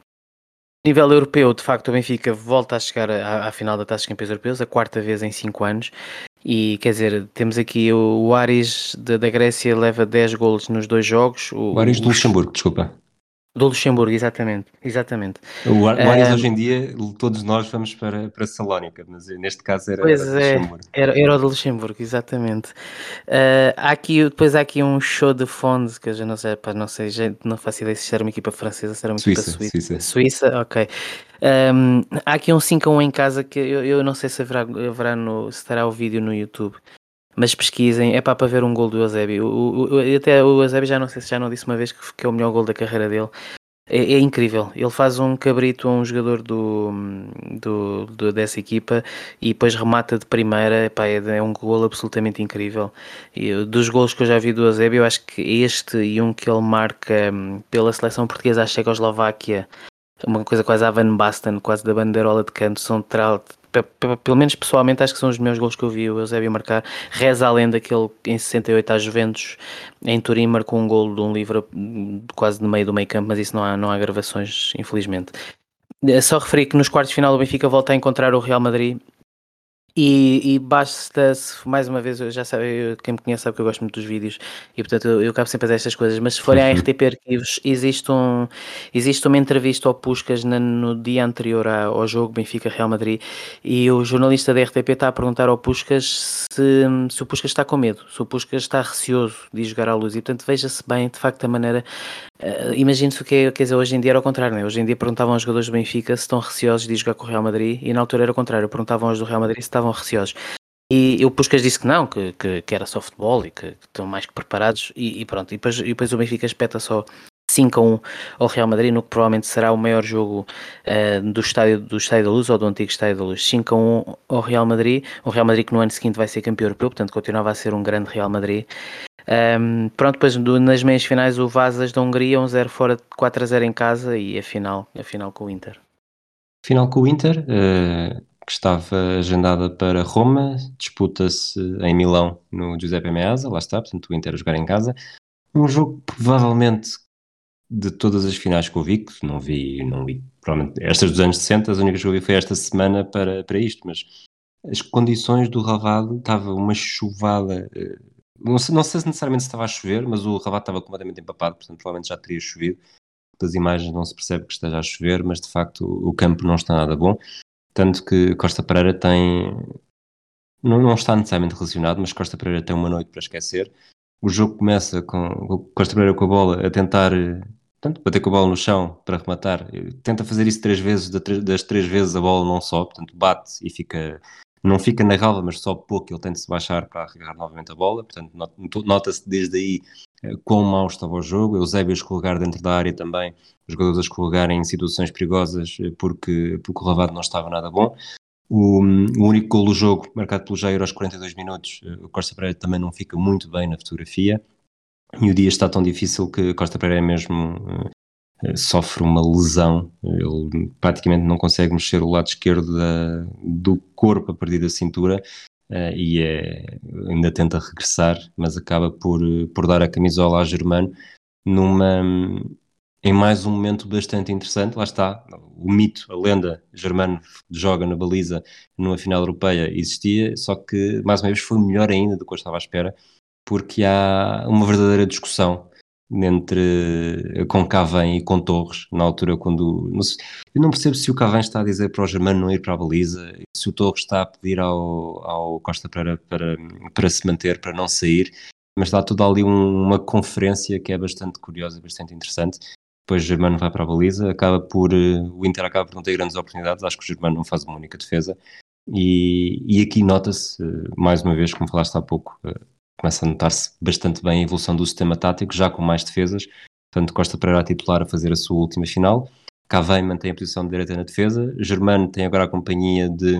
A nível europeu, de facto, o Benfica volta a chegar à, à final da Taça dos Campeões Europeus, a quarta vez em cinco anos, E quer dizer, temos aqui o, o Aris da, da Grécia leva dez golos nos dois jogos, o, O Ares o, do o Luxemburgo, desculpa. do Luxemburgo, exatamente, exatamente. O, Ar- o Ares Ah, hoje em dia, todos nós vamos para, para Salónica, mas neste caso era, pois era do é, Luxemburgo. era, era o do Luxemburgo, exatamente. Ah, há aqui, depois há aqui um show de fundo, que eu já não sei, pá, não sei, já não faço ideia se isto era uma equipa francesa, se era uma equipa Suíça, suíça. Suíça. Suíça, ok. Ahm, há aqui um cinco a um em casa que eu, eu não sei se haverá, haverá no, se estará o vídeo no YouTube. Mas pesquisem, é pá, para ver um gol do Eusébio. O, o, o- até o Eusébio já não sei se já não disse uma vez que, que é o melhor gol da carreira dele. É, é incrível. Ele faz um cabrito a um jogador do, do, do- dessa equipa e depois remata de primeira. Epá, é, é um gol absolutamente incrível. E, uh, dos golos que eu já vi do Eusébio, eu acho que este e um que ele marca hum, pela seleção portuguesa à Checoslováquia, uma coisa quase a Van Basten, quase da bandeirola de canto, são tra- pe- pe- pelo menos pessoalmente acho que são os meus gols que eu vi o Eusébio marcar. Reza a lenda que ele em sessenta e oito à Juventus em Turim marcou um golo de um livro hum, quase no meio do meio campo, mas isso não há, não há gravações, infelizmente. Eh, Só referi que nos quartos de final o Benfica volta a encontrar o Real Madrid e, e basta-se, mais uma vez, eu já sabe, eu- quem me conhece sabe que eu gosto muito dos vídeos e portanto eu, eu acabo sempre a fazer estas coisas, mas se forem à R T P Arquivos, existe, um, existe uma entrevista ao Puskás na- no dia anterior à- ao jogo Benfica-Real Madrid e o jornalista da R T P está a perguntar ao Puskás se, se o Puskás está com medo, se o Puskás está receoso de ir jogar à Luz e portanto veja-se bem de facto a maneira. Uh, Imagino-se o que é, quer dizer, hoje em dia era ao contrário, né? Hoje em dia perguntavam aos jogadores do Benfica se estão receosos de ir jogar com o Real Madrid e na altura era o contrário, perguntavam aos do Real Madrid se estavam receosos. E o Puskás disse que não, que, que, que era só futebol e que, que estão mais que preparados e, e pronto. E depois, e depois o Benfica espeta só cinco a um ao Real Madrid, no que provavelmente será o maior jogo uh, do, estádio, do Estádio da Luz ou do antigo Estádio da Luz. cinco a um ao Real Madrid, o Real Madrid que no ano seguinte vai ser campeão europeu, portanto continuava a ser um grande Real Madrid. Um, pronto, depois do, nas meias finais o Vazas da Hungria, um zero fora, quatro a zero em casa e a final, a final com o Inter. Final com o Inter, eh, que estava agendada para Roma, disputa-se em Milão, no Giuseppe Meazza, lá está, portanto o Inter a jogar em casa. Um jogo provavelmente de todas as finais que eu vi, que não vi, não vi, provavelmente estas dos anos sessenta, as únicas que eu vi foi esta semana para, para isto, mas as condições do Ravado, estava uma chuvada, eh, não sei, não sei se necessariamente estava a chover, mas o Ravado estava completamente empapado, portanto provavelmente já teria chovido. Das imagens não se percebe que esteja a chover, mas de facto o campo não está nada bom. Tanto que Costa Pereira tem. Não, não está necessariamente relacionado, mas Costa Pereira tem uma noite para esquecer. O jogo começa com o Costa Pereira com a bola a tentar, eh, portanto, bater com a bola no chão para rematar. Eh, Tenta fazer isso três vezes, da tre- das três vezes a bola não sobe, portanto, bate e fica. Não fica na relva, mas sobe pouco. Ele tenta se baixar para agarrar novamente a bola. Portanto, not- nota-se desde aí eh, quão mau estava o jogo. Eusébio a escorregar dentro da área também, os jogadores a escorregarem em situações perigosas eh, porque, porque o Ravado não estava nada bom. O, o único gol do jogo, marcado pelo Jair aos quarenta e dois minutos, eh, o Costa Pereira também não fica muito bem na fotografia. E o dia está tão difícil que Costa Pereira mesmo eh, sofre uma lesão. Ele praticamente não consegue mexer o lado esquerdo da, do corpo a partir da cintura. eh, e é, ainda tenta regressar, mas acaba por, eh, por dar a camisola a Germano numa, em mais um momento bastante interessante. Lá está, o mito, a lenda, Germano joga na baliza numa final europeia existia, só que mais uma vez foi melhor ainda do que eu estava à espera, porque há uma verdadeira discussão entre com Cavani e com Torres, na altura quando não sei, eu não percebo se o Cavani está a dizer para o Germano não ir para a baliza, se o Torres está a pedir ao, ao Costa para, para, para se manter, para não sair, mas dá tudo ali um, uma conferência que é bastante curiosa, bastante interessante. Depois o Germano vai para a baliza, acaba por uh, o Inter acaba por não ter grandes oportunidades, acho que o Germano não faz uma única defesa e, e aqui nota-se, uh, mais uma vez, como falaste há pouco, uh, começa a notar-se bastante bem a evolução do sistema tático, já com mais defesas, portanto Costa Pereira a titular a fazer a sua última final, Cavani mantém a posição de direita na defesa, Germano tem agora a companhia de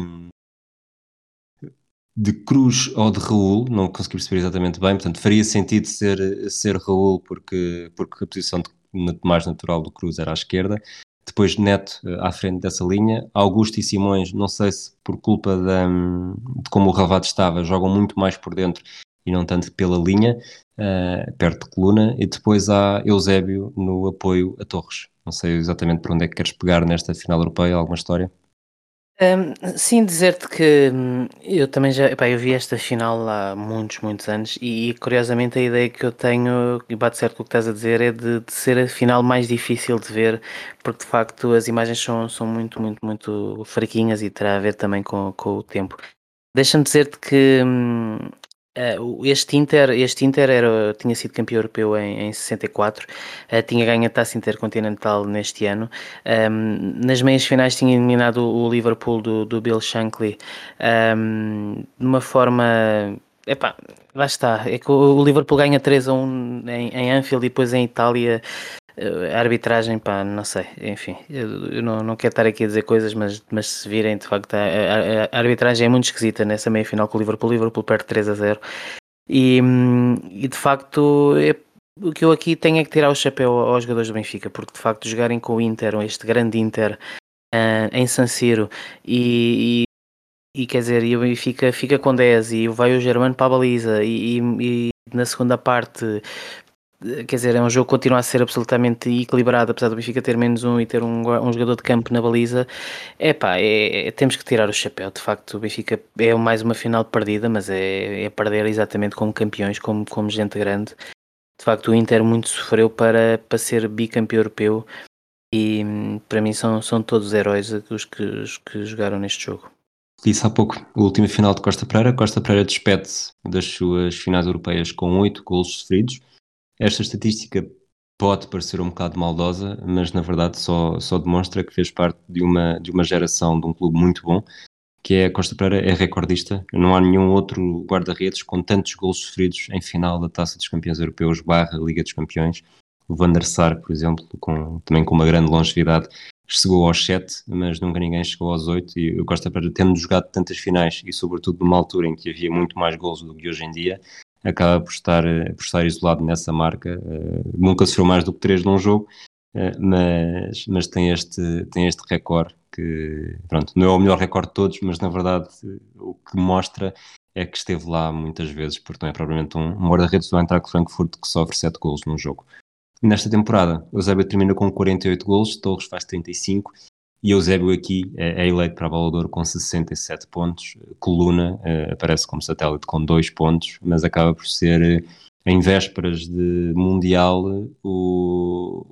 de Cruz ou de Raul, não consegui perceber exatamente bem, portanto faria sentido ser, ser Raul porque, porque a posição de, mais natural do Cruz era à esquerda, depois Neto à frente dessa linha, Augusto e Simões, não sei se por culpa da, de como o Ravado estava, jogam muito mais por dentro e não tanto pela linha, uh, perto de coluna, e depois há Eusébio no apoio a Torres. Não sei exatamente por onde é que queres pegar nesta final europeia, alguma história? Hum, sim, dizer-te que hum, eu também já, epá, eu vi esta final há muitos, muitos anos e curiosamente a ideia que eu tenho, e bate certo com o que estás a dizer, é de, de ser a final mais difícil de ver, porque de facto as imagens são, são muito, muito, muito fraquinhas e terá a ver também com, com o tempo. Deixa-me dizer-te que hum, eh, o- este Inter, este Inter era, tinha sido campeão europeu em, em sessenta e quatro, eh, tinha ganho a taça intercontinental neste ano. Um, nas meias finais tinha eliminado o, o Liverpool do, do Bill Shankly um, de uma forma. Epá, lá está. É que o, o Liverpool ganha três a um em, em Anfield e depois em Itália. eh, A arbitragem, pá, não sei, enfim, eu, eu não, não quero estar aqui a dizer coisas, mas, mas se virem, de facto, a, a- a arbitragem é muito esquisita nessa meia final com o Liverpool. O Liverpool perde três a zero e, hum, e de facto, é, o que eu aqui tenho é que tirar o chapéu aos jogadores do Benfica, porque de facto jogarem com o Inter, este grande Inter, ah, em San Siro, e, e, e quer dizer, e o Benfica fica com dez e vai o Germano para a baliza, e, e- e na segunda parte, eh, quer dizer, é um jogo que continua a ser absolutamente equilibrado, apesar do Benfica ter menos um e ter um, gua- um jogador de campo na baliza. Epá, é, é- temos que tirar o chapéu. De facto, o Benfica é mais uma final perdida, mas é, é perder exatamente como campeões, como, como gente grande. De facto, o Inter muito sofreu para, para ser bicampeão europeu e hum, para mim são, são todos heróis os que, os que jogaram neste jogo. Disse há pouco, a última final de Costa Pereira. Costa Pereira despede-se das suas finais europeias com oito golos sofridos. Esta estatística pode parecer um bocado maldosa, mas na verdade só, só demonstra que fez parte de uma, de uma geração de um clube muito bom, que é a Costa Pereira, é recordista. Não há nenhum outro guarda-redes com tantos golos sofridos em final da Taça dos Campeões Europeus barra Liga dos Campeões. O Van der Sar, por exemplo, com, também com uma grande longevidade, chegou aos sete, mas nunca ninguém chegou aos oito. E o Costa Pereira, tendo jogado tantas finais e sobretudo numa altura em que havia muito mais golos do que hoje em dia, acaba por estar, eh, por estar isolado nessa marca. Uh, nunca sofreu mais do que três num jogo, uh, mas, mas tem, este, tem este recorde que, pronto, não é o melhor recorde de todos, mas na verdade o que mostra é que esteve lá muitas vezes, porque não é propriamente um, um guarda-redes do Eintracht Frankfurt que sofre sete golos num jogo. Nesta temporada, o Eusébio termina com quarenta e oito golos, Torres faz trinta e cinco, e Eusébio aqui é, é eleito para a Bola de Ouro com sessenta e sete pontos. Coluna uh, aparece como satélite com dois pontos, mas acaba por ser, uh, em vésperas de Mundial, o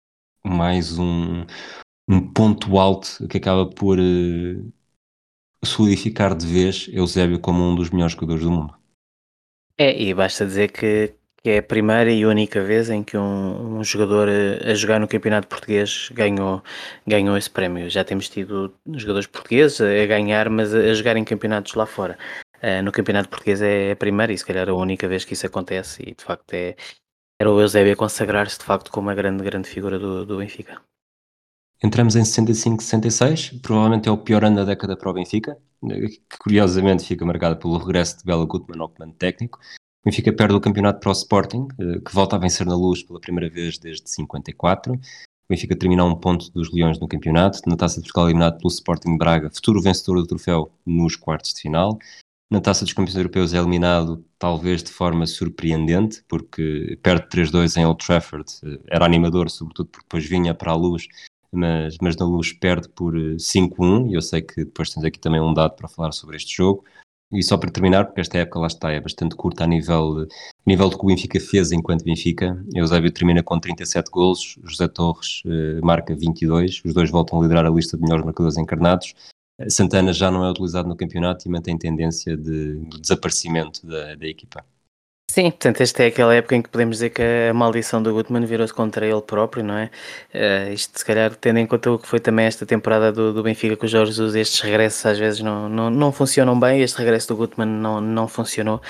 mais um, um ponto alto que acaba por uh, solidificar de vez Eusébio como um dos melhores jogadores do mundo. É, e basta dizer que, que é a primeira e única vez em que um, um jogador a, a jogar no Campeonato Português ganhou, ganhou esse prémio. Já temos tido jogadores portugueses a, a ganhar, mas a, a jogar em campeonatos lá fora. Uh, no Campeonato Português é a primeira e se calhar a única vez que isso acontece e de facto é, era o Eusébio a consagrar-se de facto como uma grande, grande figura do, do Benfica. Entramos em sessenta e cinco, sessenta e seis, provavelmente é o pior ano da década para o Benfica, que curiosamente fica marcado pelo regresso de Bela Gutmann ao comando técnico. O Benfica perde o campeonato para o Sporting, eh, que volta a vencer na Luz pela primeira vez desde cinquenta e quatro. O Benfica termina a um ponto dos Leões no campeonato, na Taça de Portugal eliminado pelo Sporting Braga, futuro vencedor do troféu nos quartos de final. Na Taça dos Campeões Europeus é eliminado talvez de forma surpreendente, porque perde três dois em Old Trafford. Eh, Era animador, sobretudo porque depois vinha para a Luz, mas, mas na Luz perde por cinco a um, e eu sei que depois tens aqui também um dado para falar sobre este jogo. E só para terminar, porque esta época lá está, é bastante curta a nível, a nível do que o Benfica fez enquanto Benfica. Eusébio termina com trinta e sete golos, José Torres eh, marca vinte e dois, os dois voltam a liderar a lista de melhores marcadores encarnados. Eh, Santana já não é utilizado no campeonato e mantém tendência de, de desaparecimento da, da equipa. Sim, portanto, esta é aquela época em que podemos dizer que a maldição do Gutmann virou-se contra ele próprio, não é? Eh, isto, se calhar, tendo em conta o que foi também esta temporada do, do Benfica com o Jorge Jesus, estes regressos às vezes não, não, não funcionam bem. Este regresso do Gutmann não, não funcionou.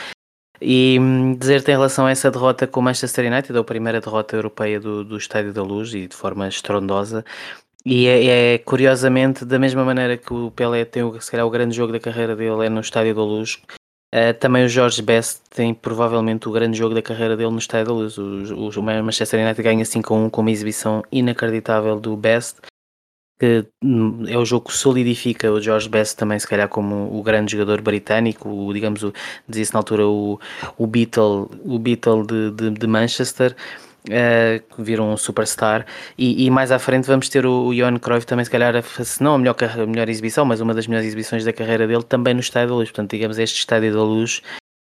E hum, dizer-te em relação a essa derrota com o Manchester United, a primeira derrota europeia do, do Estádio da Luz e de forma estrondosa, e é, é, curiosamente da mesma maneira que o Pelé tem o, se calhar, o grande jogo da carreira dele é no Estádio da Luz. Uh, também o Jorge Best tem provavelmente o grande jogo da carreira dele no Estádio da Luz. O, o, o Manchester United ganha cinco a um com uma exibição inacreditável do Best, que hum, é o jogo que solidifica o George Best também, se calhar, como o grande jogador britânico, o, digamos, o, dizia-se na altura o, o Beatle, o Beatle de, de, de Manchester. uh, viram um superstar, e, e mais à frente vamos ter o, o Johan Cruyff também, se calhar, se não a melhor, a melhor exibição, mas uma das melhores exibições da carreira dele, também no Estádio da Luz. Portanto, digamos, este Estádio da Luz,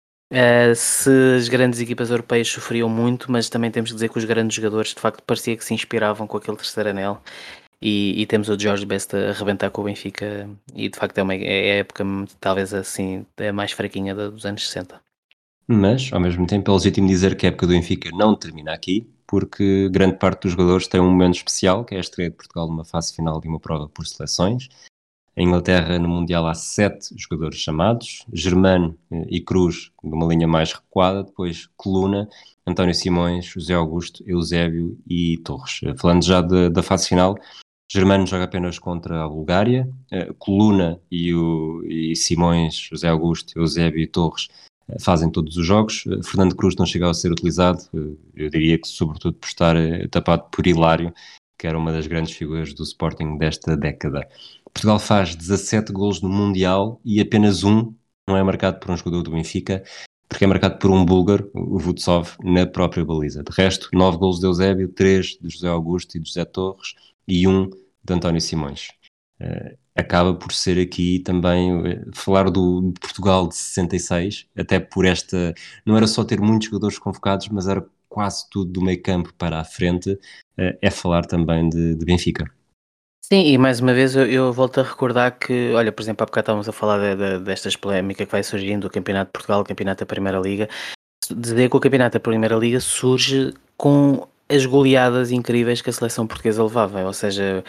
uh, se as grandes equipas europeias sofriam muito, mas também temos que dizer que os grandes jogadores, de facto, parecia que se inspiravam com aquele terceiro anel. E, e temos o George Best a arrebentar com o Benfica, e de facto é, uma, é a época talvez assim a mais fraquinha dos anos sessenta. Mas, ao mesmo tempo, é legítimo dizer que a época do Benfica não termina aqui, porque grande parte dos jogadores tem um momento especial, que é a estreia de Portugal numa fase final de uma prova por seleções. Em Inglaterra, no Mundial, há sete jogadores chamados: Germano e Cruz, de uma linha mais recuada, depois Coluna, António Simões, José Augusto, Eusébio e Torres. Falando já de, da fase final, Germano joga apenas contra a Bulgária, Coluna e, o, e Simões, José Augusto, Eusébio e Torres fazem todos os jogos. Fernando Cruz não chegou a ser utilizado, eu diria que sobretudo por estar tapado por Hilário, que era uma das grandes figuras do Sporting desta década. Portugal faz dezassete golos no Mundial e apenas um não é marcado por um jogador do Benfica, porque é marcado por um búlgaro, o Vutsov, na própria baliza. De resto, nove golos de Eusébio, três de José Augusto e de José Torres e um de António Simões. Uh, acaba por ser aqui também uh, falar do de Portugal de sessenta e seis, até por esta, não era só ter muitos jogadores convocados, mas era quase tudo do meio campo para a frente, uh, é falar também de, de Benfica. Sim, e mais uma vez eu, eu volto a recordar que, olha, por exemplo, há bocado estávamos a falar de, de, destas polémicas que vai surgindo, o Campeonato de Portugal, o Campeonato da Primeira Liga. Dizer que o Campeonato da Primeira Liga surge com as goleadas incríveis que a seleção portuguesa levava, ou seja,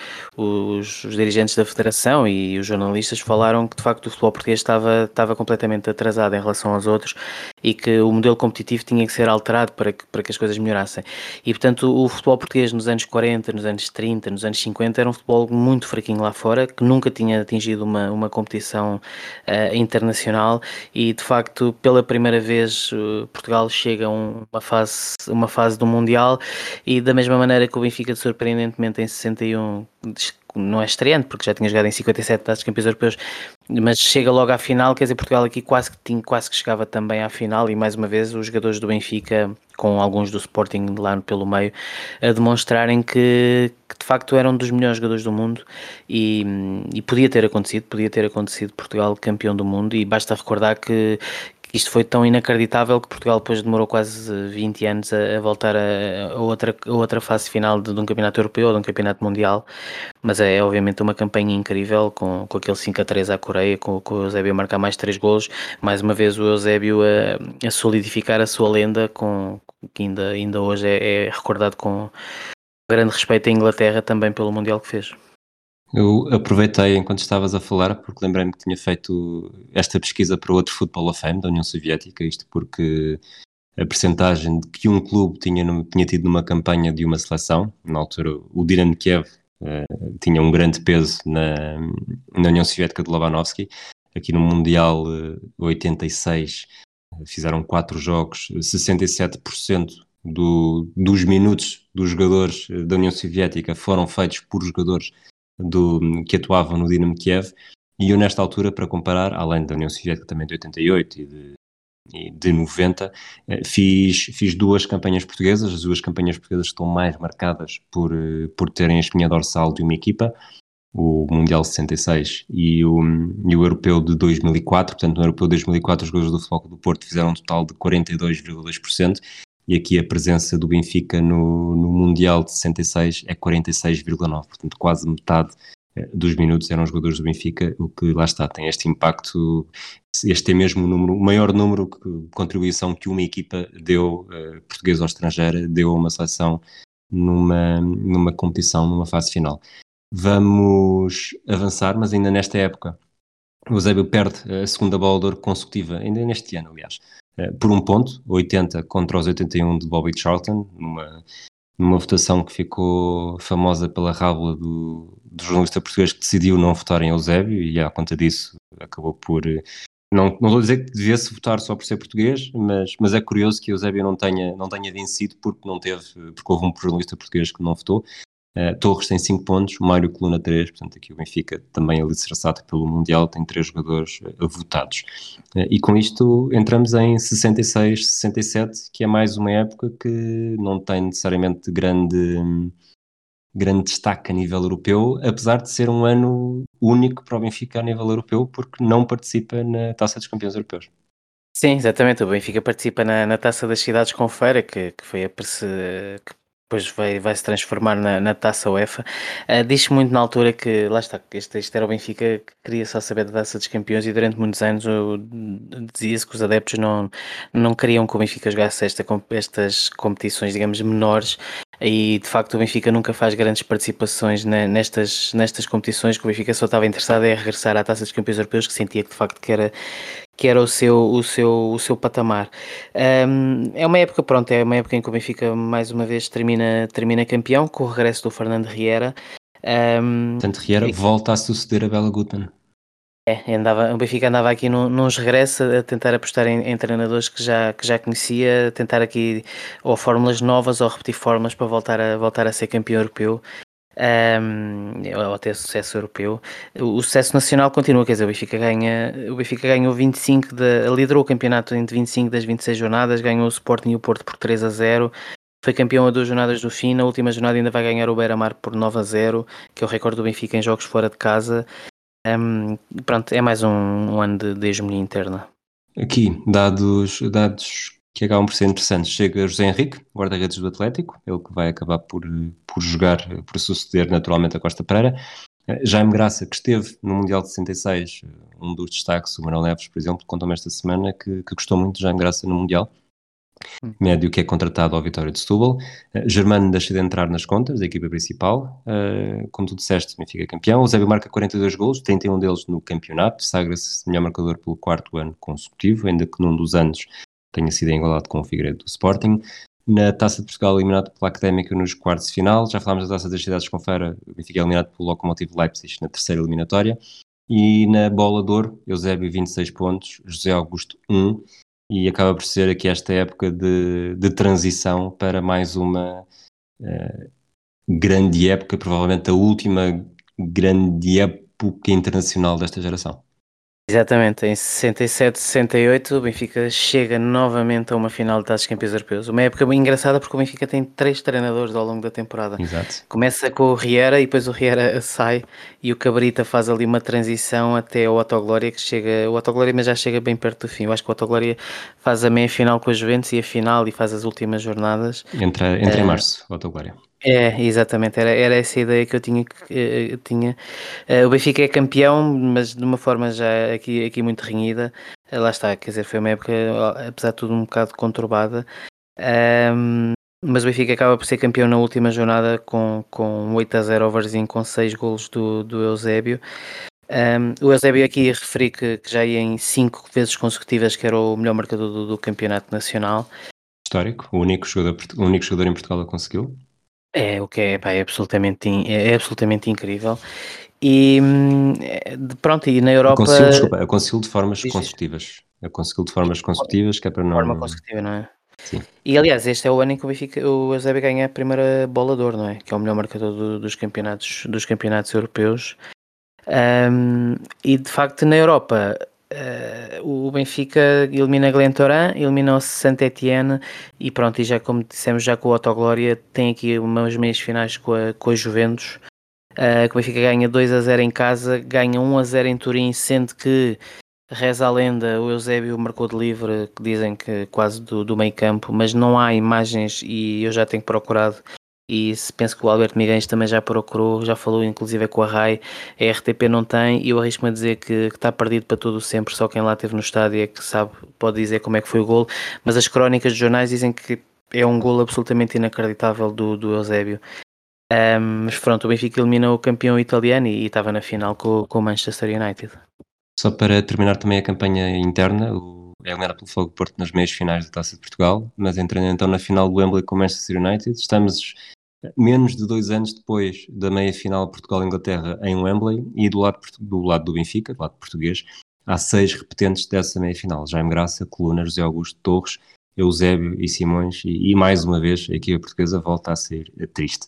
os, os dirigentes da Federação e os jornalistas falaram que de facto o futebol português estava, estava completamente atrasado em relação aos outros e que o modelo competitivo tinha que ser alterado para que, para que as coisas melhorassem. E portanto o futebol português nos anos quarenta, nos anos trinta, nos anos cinquenta era um futebol muito fraquinho lá fora, que nunca tinha atingido uma, uma competição uh, internacional, e de facto pela primeira vez uh, Portugal chega a uma fase, uma fase do Mundial. E da mesma maneira que o Benfica, surpreendentemente, em sessenta e um, não é estreante, porque já tinha jogado em cinquenta e sete taças de campeões europeus, mas chega logo à final, quer dizer, Portugal aqui quase que, tinha, quase que chegava também à final, e mais uma vez os jogadores do Benfica, com alguns do Sporting lá pelo meio, a demonstrarem que, que de facto eram dos melhores jogadores do mundo, e, e podia ter acontecido, podia ter acontecido Portugal campeão do mundo, e basta recordar que isto foi tão inacreditável que Portugal depois demorou quase vinte anos a, a voltar a, a, outra, a outra fase final de, de um campeonato europeu ou de um campeonato mundial, mas é obviamente uma campanha incrível, com, com aquele cinco a três à Coreia, com, com o Eusébio a marcar mais três golos, mais uma vez o Eusébio a, a solidificar a sua lenda, com, que ainda, ainda hoje é, é recordado com grande respeito à Inglaterra também pelo Mundial que fez. Eu aproveitei enquanto estavas a falar, porque lembrei-me que tinha feito esta pesquisa para outro Football of Fame da União Soviética, isto porque a percentagem de que um clube tinha, tinha tido numa campanha de uma seleção, na altura o Dinamo Kiev uh, tinha um grande peso na, na União Soviética de Lobanovsky. Aqui no Mundial uh, oitenta e seis fizeram quatro jogos, sessenta e sete por cento do, dos minutos dos jogadores da União Soviética foram feitos por jogadores Do, que atuavam no Dinamo Kiev. E eu nesta altura, para comparar, além da União Soviética também de oitenta e oito e de, e de noventa, fiz, fiz duas campanhas portuguesas, as duas campanhas portuguesas estão mais marcadas por, por terem a espinha dorsal de uma equipa, o Mundial sessenta e seis e o, e o Europeu de dois mil e quatro. Portanto, no Europeu de dois mil e quatro os jogadores do Futebol Clube do Porto fizeram um total de quarenta e dois vírgula dois por cento, e aqui a presença do Benfica no, no Mundial de sessenta e seis é quarenta e seis vírgula nove por cento, portanto quase metade dos minutos eram os jogadores do Benfica, o que lá está, tem este impacto, este é mesmo o, número, o maior número de contribuição que uma equipa deu, uh, portuguesa ou estrangeira, deu a uma seleção numa, numa competição, numa fase final. Vamos avançar, mas ainda nesta época o Eusébio perde a segunda bola de ouro consecutiva, ainda neste ano, aliás, por um ponto, oitenta contra os oitenta e um de Bobby Charlton, numa, numa votação que ficou famosa pela rábula do, do jornalista português que decidiu não votar em Eusébio, e à conta disso acabou por... Não, não vou dizer que devia-se votar só por ser português, mas, mas é curioso que Eusébio não tenha, não tenha vencido porque não teve, porque houve um jornalista português que não votou. Uh, Torres tem cinco pontos, Mário Coluna três, portanto aqui o Benfica também alicerçado pelo Mundial, tem três jogadores uh, votados. Uh, e com isto entramos em sessenta e seis, sessenta e sete, que é mais uma época que não tem necessariamente grande, grande destaque a nível europeu, apesar de ser um ano único para o Benfica a nível europeu, porque não participa na Taça dos Campeões Europeus. Sim, exatamente. O Benfica participa na, na Taça das Cidades com Feira, que, que foi a perce- que depois vai, vai se transformar na, na Taça UEFA. Ah, diz-se muito na altura que, lá está, que este, este era o Benfica que queria só saber da Taça dos Campeões, e durante muitos anos o- dizia-se que os adeptos não, não queriam que o Benfica jogasse esta, com- estas competições, digamos, menores. E de facto o Benfica nunca faz grandes participações ne- nestas, nestas competições, que o Benfica só estava interessado em regressar à Taça dos Campeões Europeus, que sentia que de facto que era que era o seu, o seu, o seu patamar. Um, é uma época, pronto, é uma época em que o Benfica mais uma vez termina, termina campeão, com o regresso do Fernando Riera. Um, Portanto, Riera e- volta a suceder a Bela Gutmann. é, andava, o Benfica andava aqui num, nos regressos a tentar apostar em, em treinadores que já, que já conhecia, tentar aqui ou fórmulas novas ou repetir fórmulas para voltar a, voltar a ser campeão europeu. Um, ou até sucesso europeu. O, o sucesso nacional continua, quer dizer, o Benfica ganha, o Benfica ganhou vinte e cinco, de, liderou o campeonato em vinte e cinco das vinte e seis jornadas, ganhou o Sporting e o Porto por três a zero, foi campeão a duas jornadas do fim, na última jornada ainda vai ganhar o Beira-Mar por nove a zero, que é o recorde do Benfica em jogos fora de casa. Um, pronto, é mais um, um ano de, de hegemonia interna. Aqui, dados, dados que acabam por ser interessantes. Chega José Henrique, guarda-redes do Atlético, ele que vai acabar por, por jogar, por suceder naturalmente a Costa Pereira. Jaime Graça, que esteve no Mundial de sessenta e seis, um dos destaques, o Manuel Neves, por exemplo, contou-me esta semana que, que gostou muito de Jaime Graça no Mundial. Médio que é contratado ao Vitória de Setúbal. Uh, Germano deixa de entrar nas contas da equipa principal. Uh, como tu disseste, Benfica campeão. O Zébio marca quarenta e dois golos, trinta e um deles no campeonato. Sagra-se melhor marcador pelo quarto ano consecutivo, ainda que num dos anos tenha sido igualado com o Figueiredo do Sporting. Na Taça de Portugal, eliminado pela Académica nos quartos de final. Já falámos da Taça das Cidades com Feira. O Benfica é eliminado pelo Lokomotiv Leipzig na terceira eliminatória. E na Bola de Ouro, Eusébio vinte e seis pontos, José Augusto um, e acaba por ser aqui esta época de, de transição para mais uma uh, grande época, provavelmente a última grande época internacional desta geração. Exatamente, em sessenta e sete, sessenta e oito o Benfica chega novamente a uma final de Taças Campeões Europeus. Uma época bem engraçada porque o Benfica tem três treinadores ao longo da temporada. Exato. Começa com o Riera e depois o Riera sai e o Cabrita faz ali uma transição até o Autoglória, que chega, o Autoglória mas já chega bem perto do fim. Eu acho que o Autoglória faz a meia final com a Juventus e a final e faz as últimas jornadas. Entra, entra em março, o Autoglória. É, exatamente, era, era essa a ideia que eu tinha. Que, eh, tinha. Eh, o Benfica é campeão, mas de uma forma já aqui, aqui muito renhida. Eh, lá está, quer dizer, foi uma época, ó, apesar de tudo, um bocado conturbada. Ahm, mas o Benfica acaba por ser campeão na última jornada com, com oito a zero ao Varzim, com seis golos do, do Eusébio. Ahm, o Eusébio aqui referi que, que já ia em cinco vezes consecutivas, que era o melhor marcador do, do campeonato nacional. Histórico, o único jogador, o único jogador em Portugal a conseguiu. É, o que é, pá, é absolutamente, in- é, é absolutamente incrível. E hum, é, de- pronto, e na Europa Conseguiu, desculpa, a conseguiu de formas diz isto, consecutivas. A conseguiu de formas de consecutivas, que é para forma não... consecutiva, não é? Sim. E aliás, este é o ano em que o Benfica, o Eusébio ganha a primeira bola de ouro, não é? Que é o melhor marcador do- dos campeonatos, dos campeonatos europeus. Hum, e de facto na Europa, eh, o Benfica elimina Glentoran, elimina o Saint-Étienne e pronto, e já como dissemos, já com o Autoglória tem aqui umas meias finais com a, com a Juventus. Uh, que o Benfica ganha dois a zero em casa, ganha um a zero em Turim, sendo que reza a lenda, o Eusébio marcou de livre, que dizem que quase do, do meio campo, mas não há imagens e eu já tenho procurado e se penso que o Alberto Miguel também já procurou, já falou inclusive com a Rai, a R T P não tem e eu arrisco-me a dizer que, que está perdido para todo o sempre, só quem lá esteve no estádio é que sabe, pode dizer como é que foi o gol, mas as crónicas dos jornais dizem que é um gol absolutamente inacreditável do, do Eusébio. Um, mas pronto, o Benfica eliminou o campeão italiano e estava na final com, com o Manchester United. Só para terminar também a campanha interna, o é eliminado pelo Fogo Porto nas meias finais da Taça de Portugal, mas entrando então na final do Wembley com o Manchester United, estamos menos de dois anos depois da meia final Portugal-Inglaterra em Wembley e do lado do, lado do Benfica, do lado português, há seis repetentes dessa meia final: Jaime Graça, Coluna, José Augusto, Torres, Eusébio e Simões, e, e mais uma vez a equipa portuguesa volta a ser triste.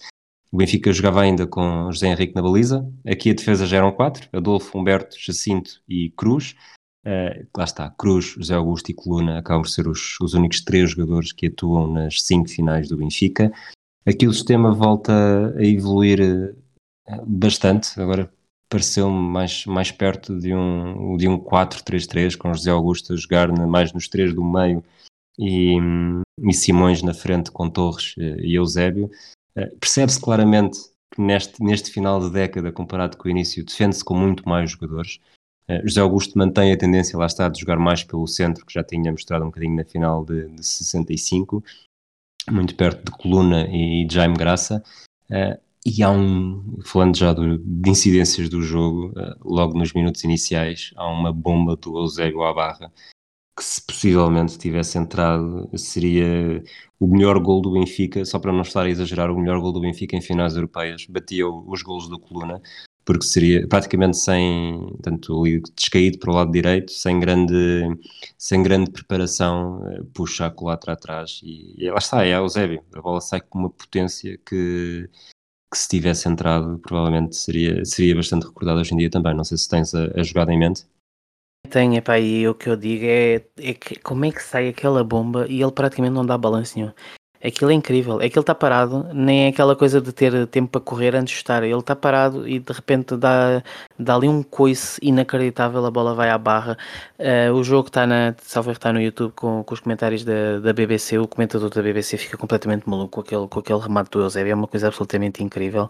O Benfica jogava ainda com José Henrique na baliza. Aqui a defesa já eram quatro: Adolfo, Humberto, Jacinto e Cruz. Uh, lá está, Cruz, José Augusto e Coluna acabam por ser os, os únicos três jogadores que atuam nas cinco finais do Benfica. Aqui o sistema volta a evoluir uh, bastante. Agora pareceu-me mais, mais perto de um, de um quatro três três, com José Augusto a jogar na, mais nos três do meio e, e Simões na frente com Torres e Eusébio. Uh, percebe-se claramente que neste, neste final de década, comparado com o início, defende-se com muito mais jogadores. Uh, José Augusto mantém a tendência, lá está, de jogar mais pelo centro, que já tinha mostrado um bocadinho na final de, de sessenta e cinco, muito perto de Coluna e de Jaime Graça. Uh, e há um, falando já do, de incidências do jogo, uh, logo nos minutos iniciais, há uma bomba do Eusébio à barra, que se possivelmente tivesse entrado, seria o melhor gol do Benfica, só para não estar a exagerar, o melhor gol do Benfica em finais europeias, batia os golos do Coluna, porque seria praticamente sem, tanto ali descaído para o lado direito, sem grande, sem grande preparação, puxa a colatra atrás, e, e lá está, é a Eusébio, a bola sai com uma potência que, que se tivesse entrado, provavelmente seria, seria bastante recordado hoje em dia também. Não sei se tens a, a jogada em mente. Tenho, epá, e o que eu digo é, é que como é que sai aquela bomba e ele praticamente não dá balanço nenhum. Aquilo é incrível, é que ele está parado, nem é aquela coisa de ter tempo para correr antes de estar, ele está parado e de repente dá, dá ali um coice inacreditável, a bola vai à barra. Uh, o jogo está na, salvo erro, está no YouTube com, com os comentários da, da B B C, o comentador da B B C fica completamente maluco com aquele, com aquele remate do Eusébio, é uma coisa absolutamente incrível.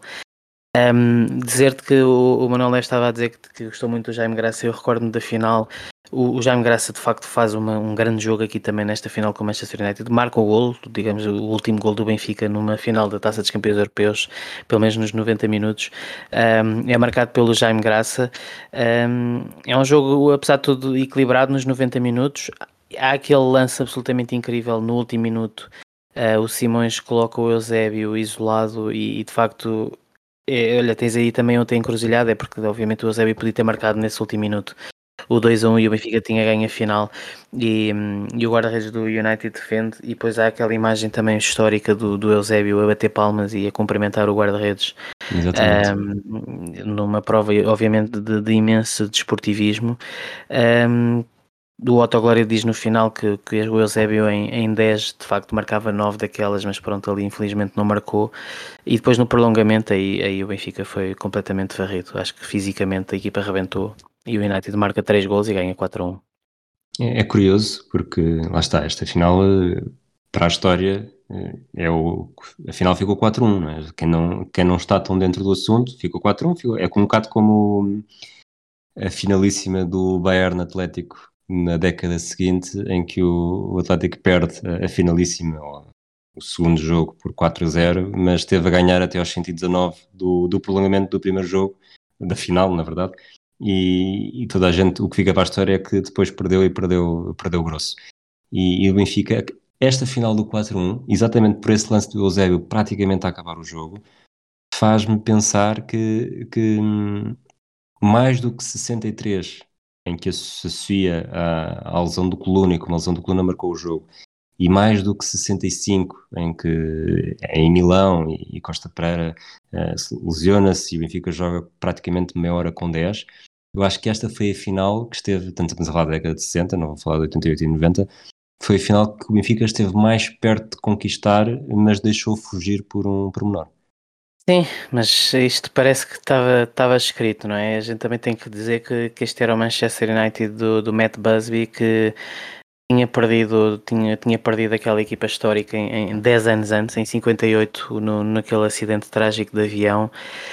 Um, dizer-te que o, o Manuel Neves estava a dizer que, que gostou muito do Jaime Graça. Eu recordo-me da final. O, o Jaime Graça de facto faz uma, um grande jogo aqui também nesta final com o Manchester United, marca o golo, digamos o último golo do Benfica numa final da Taça dos Campeões Europeus, pelo menos nos noventa minutos. Um, é marcado pelo Jaime Graça. Um, é um jogo, apesar de tudo, equilibrado nos noventa minutos. Há aquele lance absolutamente incrível no último minuto. Uh, o Simões coloca o Eusébio isolado e, e de facto, é, olha, tens aí também outra encruzilhada, é porque obviamente o Eusébio podia ter marcado nesse último minuto o dois a um e o Benfica tinha ganho a final, e, e o guarda-redes do United defende, e depois há aquela imagem também histórica do, do Eusébio a bater palmas e a cumprimentar o guarda-redes, um, numa prova obviamente de, de imenso desportivismo. Um, O Autoglória diz no final que, que o Eusébio em, em dez de facto marcava nove daquelas, mas pronto, ali infelizmente não marcou. E depois no prolongamento aí, aí o Benfica foi completamente varrido. Acho que fisicamente a equipa rebentou e o United marca três gols e ganha quatro a um. É, é curioso porque, lá está, esta final para a história é o, a final ficou quatro a um, não é? Quem não, quem não está tão dentro do assunto ficou quatro a um, ficou, é colocado como a finalíssima do Bayern Atlético na década seguinte, em que o, o Atlético perde a, a finalíssima, ou o segundo jogo, por quatro a zero, mas teve a ganhar até aos cento e dezanove do, do prolongamento do primeiro jogo, da final, na verdade, e, e toda a gente, o que fica para a história é que depois perdeu e perdeu, perdeu grosso. E, e o Benfica, esta final do quatro a um, exatamente por esse lance do Eusébio praticamente a acabar o jogo, faz-me pensar que, que mais do que sessenta e três, em que se associa à, à lesão do Coluna, e como a lesão do Coluna marcou o jogo, e mais do que sessenta e cinco, em que é em Milão e, e Costa Pereira uh, lesiona-se e o Benfica joga praticamente meia hora com dez, eu acho que esta foi a final que esteve, tanto estamos a falar da década de sessenta, não vou falar de oitenta e oito e noventa, foi a final que o Benfica esteve mais perto de conquistar, mas deixou fugir por um pormenor. Sim, mas isto parece que estava, estava escrito, não é? A gente também tem que dizer que, que este era o Manchester United do, do Matt Busby, que tinha perdido, tinha, tinha perdido aquela equipa histórica em, em dez anos antes, em cinquenta e oito, no, naquele acidente trágico de avião.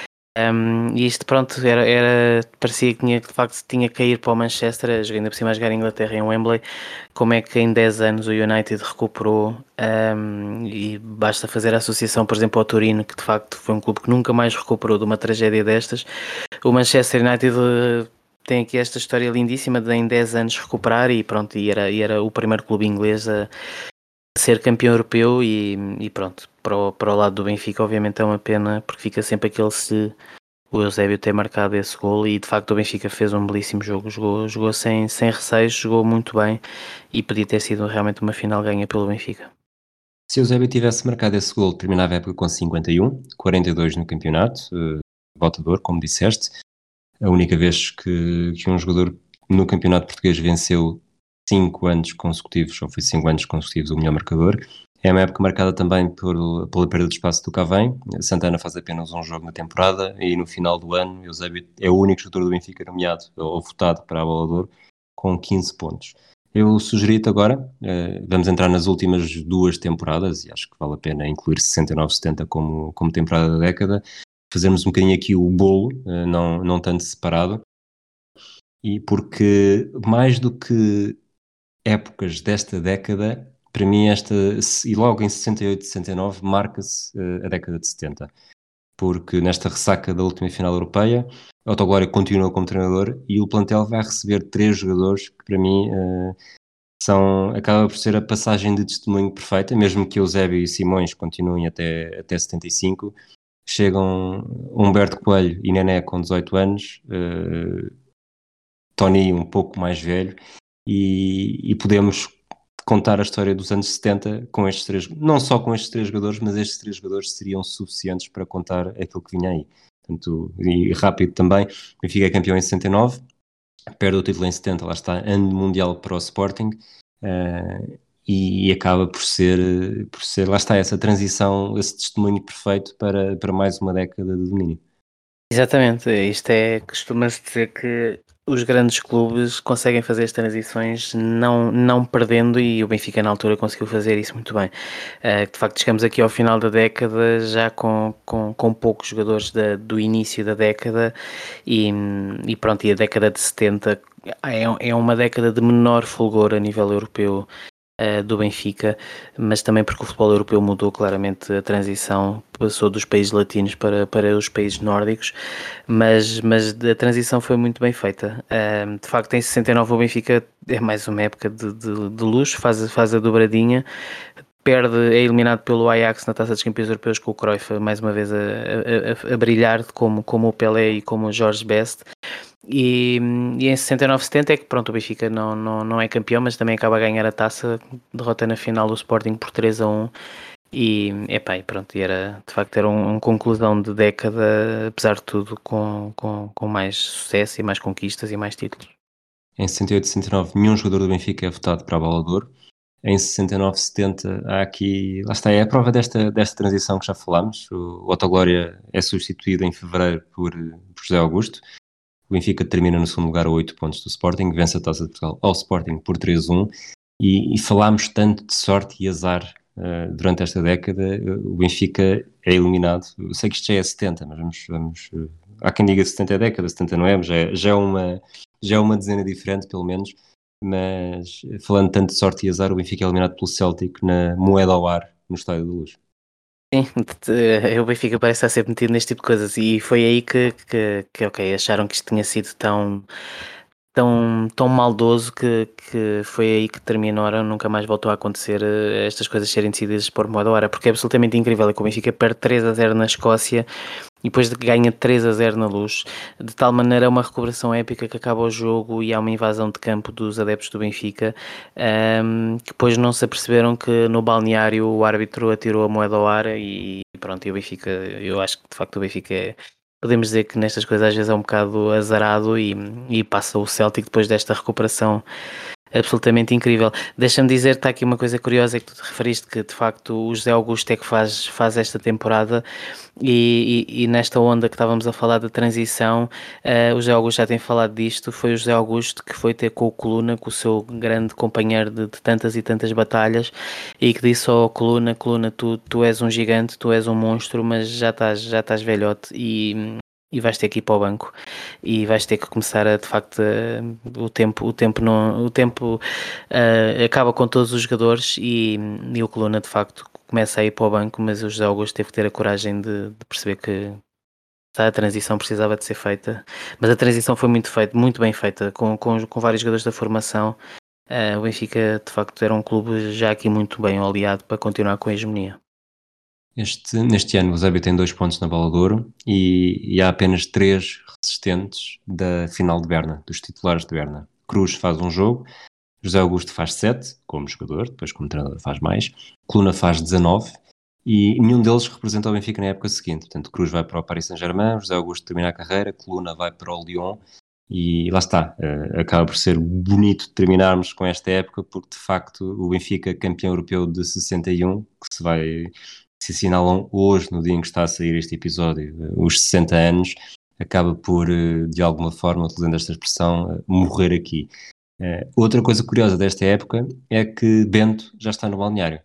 Um, e isto, pronto, era, era, parecia que tinha, de facto tinha que ir para o Manchester, ainda por cima a jogar em Inglaterra em Wembley. Como é que em dez anos o United recuperou, um, e basta fazer a associação, por exemplo, ao Torino, que de facto foi um clube que nunca mais recuperou de uma tragédia destas. O Manchester United uh, tem aqui esta história lindíssima de em dez anos recuperar, e pronto, e era, e era o primeiro clube inglês a ser campeão europeu, e, e pronto, para o, para o lado do Benfica obviamente é uma pena, porque fica sempre aquele se o Eusébio ter marcado esse gol, e de facto o Benfica fez um belíssimo jogo, jogou, jogou sem, sem receios, jogou muito bem, e podia ter sido realmente uma final ganha pelo Benfica. Se o Eusébio tivesse marcado esse gol, terminava a época com cinquenta e um, quarenta e dois no campeonato, uh, votador, como disseste. A única vez que, que um jogador no campeonato português venceu cinco anos consecutivos, ou foi cinco anos consecutivos o melhor marcador. É uma época marcada também por, pela perda de espaço do Cavém. Santana faz apenas um jogo na temporada e no final do ano Eusébio é o único jogador do Benfica nomeado ou votado para a Bola de Ouro com quinze pontos. Eu sugeri-te agora, eh, vamos entrar nas últimas duas temporadas e acho que vale a pena incluir sessenta e nove setenta como, como temporada da década, fazermos um bocadinho aqui o bolo, eh, não, não tanto separado, e porque mais do que épocas desta década, para mim esta, e logo em sessenta e oito, sessenta e nove, marca-se uh, a década de setenta, porque nesta ressaca da última final europeia, o Otto Glória continua como treinador e o plantel vai receber três jogadores que para mim uh, são, acaba por ser a passagem de testemunho perfeita, mesmo que Eusébio e Simões continuem até, até setenta e cinco, chegam Humberto Coelho e Nené com dezoito anos, uh, Tony um pouco mais velho, e, e podemos contar a história dos anos setenta com estes três, não só com estes três jogadores, mas estes três jogadores seriam suficientes para contar aquilo que vinha aí. Portanto, e rápido também, o Benfica é campeão em sessenta e nove, perde o título em setenta, lá está, ano mundial para o Sporting, uh, e, e acaba por ser, por ser, lá está, essa transição, esse testemunho perfeito para, para mais uma década de domínio. Exatamente, isto é, costuma-se dizer que os grandes clubes conseguem fazer as transições não, não perdendo, e o Benfica na altura conseguiu fazer isso muito bem. Uh, de facto, chegamos aqui ao final da década já com, com, com poucos jogadores da, do início da década e, e pronto, e a década de setenta é, é uma década de menor fulgor a nível europeu uh, do Benfica, mas também porque o futebol europeu mudou claramente, a transição passou dos países latinos para, para os países nórdicos, mas, mas a transição foi muito bem feita. Uh, de facto, em sessenta e nove o Benfica é mais uma época de, de, de luxo, faz, faz a dobradinha, perde, é eliminado pelo Ajax na Taça dos Campeões Europeus, com o Cruyff mais uma vez a, a, a, a brilhar como, como o Pelé e como o Jorge Best. E, e em sessenta e nove setenta é que pronto, o Benfica não, não, não é campeão, mas também acaba a ganhar a taça, derrota na final do Sporting por três a um. E, epá, e pronto, e era, de facto era uma um conclusão de década, apesar de tudo, com, com, com mais sucesso e mais conquistas e mais títulos. Em sessenta e oito, sessenta e nove, nenhum jogador do Benfica é votado para a Bola de Ouro. Em sessenta e nove, setenta, há aqui, lá está, é a prova desta, desta transição que já falámos. O Otto Glória é substituído em fevereiro por, por José Augusto. O Benfica termina no segundo lugar a oito pontos do Sporting, vence a Taça de Portugal ao Sporting por três a um, e, e falámos tanto de sorte e azar uh, durante esta década. O Benfica é eliminado. Eu sei que isto já é setenta, mas vamos... vamos uh, há quem diga setenta é década, setenta não é, mas já é, já é, uma, já é uma dezena diferente, pelo menos. Mas falando tanto de sorte e azar, o Benfica é eliminado pelo Celtic na Moeda ao Ar, no Estádio da Luz. Sim, o Benfica parece estar sempre metido neste tipo de coisas, e foi aí que, que, que ok, acharam que isto tinha sido tão, tão, tão maldoso que, que foi aí que terminaram, nunca mais voltou a acontecer estas coisas serem decididas por moeda hora, porque é absolutamente incrível. É que o Benfica perde três a zero na Escócia e depois ganha três a zero na Luz, de tal maneira é uma recuperação épica que acaba o jogo e há uma invasão de campo dos adeptos do Benfica, um, que depois não se aperceberam que no balneário o árbitro atirou a moeda ao ar e pronto, e o Benfica, eu acho que de facto o Benfica é, podemos dizer que nestas coisas às vezes é um bocado azarado, e, e passa o Celtic depois desta recuperação absolutamente incrível. Deixa-me dizer, está aqui uma coisa curiosa, é que tu te referiste que de facto o José Augusto é que faz, faz esta temporada, e, e, e nesta onda que estávamos a falar da transição, uh, o José Augusto já tem falado disto. Foi o José Augusto que foi ter com o Coluna, com o seu grande companheiro de, de tantas e tantas batalhas, e que disse ao Coluna: Coluna, tu, tu és um gigante, tu és um monstro, mas já estás, já estás velhote e e vais ter que ir para o banco e vais ter que começar a, de facto, a, o tempo, o tempo, não, o tempo uh, acaba com todos os jogadores, e, e o Coluna de facto começa a ir para o banco, mas o José Augusto teve que ter a coragem de, de perceber que a transição precisava de ser feita, mas a transição foi muito feita, muito bem feita, com, com, com vários jogadores da formação. Uh, o Benfica de facto era um clube já aqui muito bem oleado para continuar com a hegemonia. Este, neste ano o Eusébio tem dois pontos na Bola de Ouro e, e há apenas três resistentes da final de Berna, dos titulares de Berna. Cruz faz um jogo, José Augusto faz sete, como jogador, depois como treinador faz mais, Coluna faz dezanove, e nenhum deles representa o Benfica na época seguinte. Portanto, Cruz vai para o Paris Saint-Germain, José Augusto termina a carreira, Coluna vai para o Lyon, e lá está, uh, acaba por ser bonito terminarmos com esta época, porque de facto o Benfica, campeão europeu de sessenta e um, que se vai, se assinalam hoje, no dia em que está a sair este episódio, uh, os sessenta anos, acaba por, uh, de alguma forma, utilizando esta expressão, uh, morrer aqui. Uh, outra coisa curiosa desta época é que Bento já está no balneário.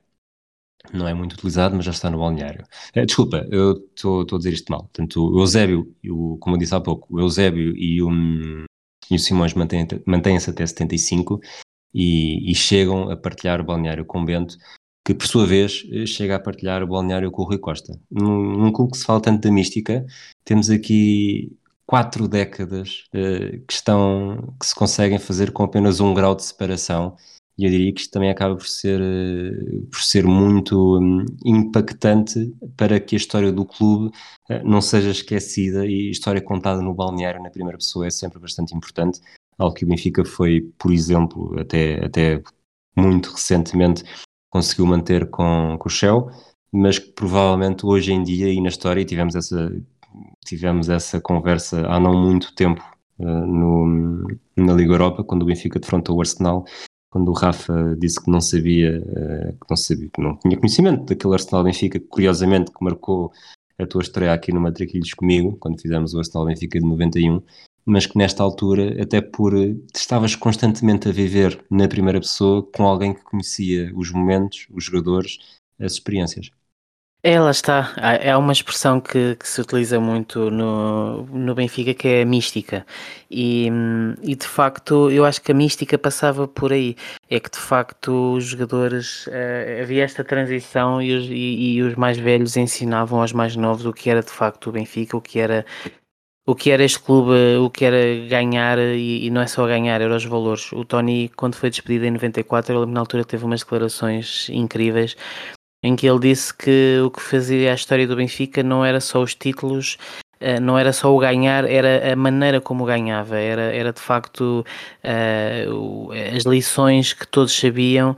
Não é muito utilizado, mas já está no balneário. Uh, desculpa, eu estou a dizer isto mal. Portanto, o Eusébio, o, como eu disse há pouco, o Eusébio e o, e o Simões mantêm, mantêm-se até setenta e cinco e, e chegam a partilhar o balneário com Bento, que por sua vez chega a partilhar o balneário com o Rui Costa. Num, num clube que se fala tanto da mística, temos aqui quatro décadas uh, que, estão, que se conseguem fazer com apenas um grau de separação. E eu diria que isto também acaba por ser, uh, por ser muito um, impactante para que a história do clube uh, não seja esquecida, e a história contada no balneário na primeira pessoa é sempre bastante importante, algo que o Benfica foi, por exemplo, até, até muito recentemente conseguiu manter com, com o Shell, mas que provavelmente hoje em dia e na história, e tivemos essa, tivemos essa conversa há não muito tempo uh, no, na Liga Europa, quando o Benfica defrontou o Arsenal, quando o Rafa disse que não sabia, uh, que não sabia, que não tinha conhecimento daquele Arsenal Benfica, curiosamente, que marcou a tua estreia aqui no Matraquilhos comigo, quando fizemos o Arsenal Benfica de noventa e um, mas que nesta altura, até por estavas constantemente a viver na primeira pessoa com alguém que conhecia os momentos, os jogadores, as experiências. É, lá está. É uma expressão que, que se utiliza muito no, no Benfica, que é a mística. E, e de facto, eu acho que a mística passava por aí. É que de facto os jogadores, uh, havia esta transição e os, e, e os mais velhos ensinavam aos mais novos o que era de facto o Benfica, o que era, o que era este clube, o que era ganhar, e, e não é só ganhar, eram os valores. O Tony, quando foi despedido em noventa e quatro, ele na altura teve umas declarações incríveis, em que ele disse que o que fazia a história do Benfica não era só os títulos, não era só o ganhar, era a maneira como ganhava, era, era de facto uh, as lições que todos sabiam.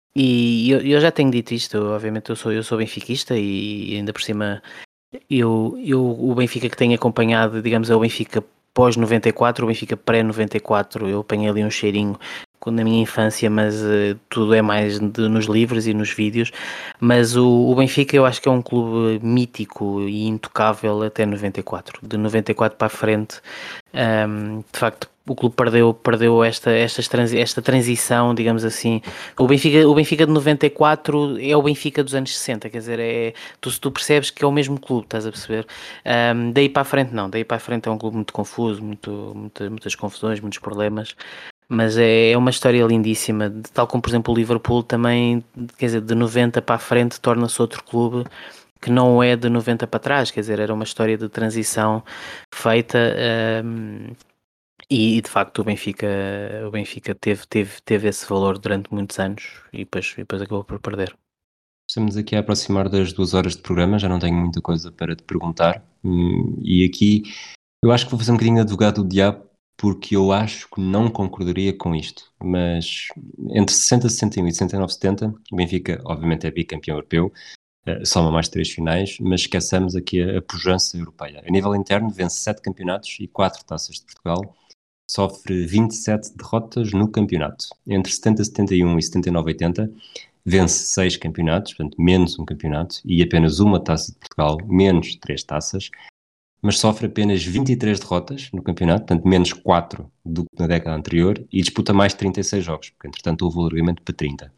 E eu, eu já tenho dito isto, obviamente eu sou, eu sou benfiquista, e ainda por cima eu, eu, o Benfica que tenho acompanhado, digamos, é o Benfica pós noventa e quatro, o Benfica pré noventa e quatro, eu apanhei ali um cheirinho na minha infância, mas uh, tudo é mais de, nos livros e nos vídeos. Mas o, o Benfica eu acho que é um clube mítico e intocável até noventa e quatro. De noventa e quatro para a frente, um, de facto o clube perdeu, perdeu esta, esta, esta transição, digamos assim. O Benfica, o Benfica de noventa e quatro é o Benfica dos anos sessenta, quer dizer, é, tu, tu percebes que é o mesmo clube, estás a perceber? Um, daí para a frente não, daí para a frente é um clube muito confuso, muito, muita, muitas confusões, muitos problemas. Mas é, é uma história lindíssima, tal como por exemplo o Liverpool também, quer dizer, de noventa para a frente torna-se outro clube que não é de noventa para trás, quer dizer, era uma história de transição feita, um, e de facto o Benfica, o Benfica teve, teve, teve esse valor durante muitos anos e depois, e depois acabou por perder. Estamos aqui a aproximar das duas horas de programa, já não tenho muita coisa para te perguntar, e aqui eu acho que vou fazer um bocadinho de advogado do diabo, porque eu acho que não concordaria com isto, mas entre sessenta, sessenta e um e sessenta e nove, setenta, o Benfica obviamente é bicampeão europeu, uh, soma mais três finais, mas esqueçamos aqui a, a pujança europeia. A nível interno vence sete campeonatos e quatro taças de Portugal, sofre vinte e sete derrotas no campeonato. Entre setenta, setenta e um e setenta e nove, oitenta, vence seis campeonatos, portanto menos um campeonato, e apenas uma taça de Portugal, menos três taças, mas sofre apenas vinte e três derrotas no campeonato, portanto menos quatro do que na década anterior, e disputa mais trinta e seis jogos, porque entretanto houve o alargamento para trinta.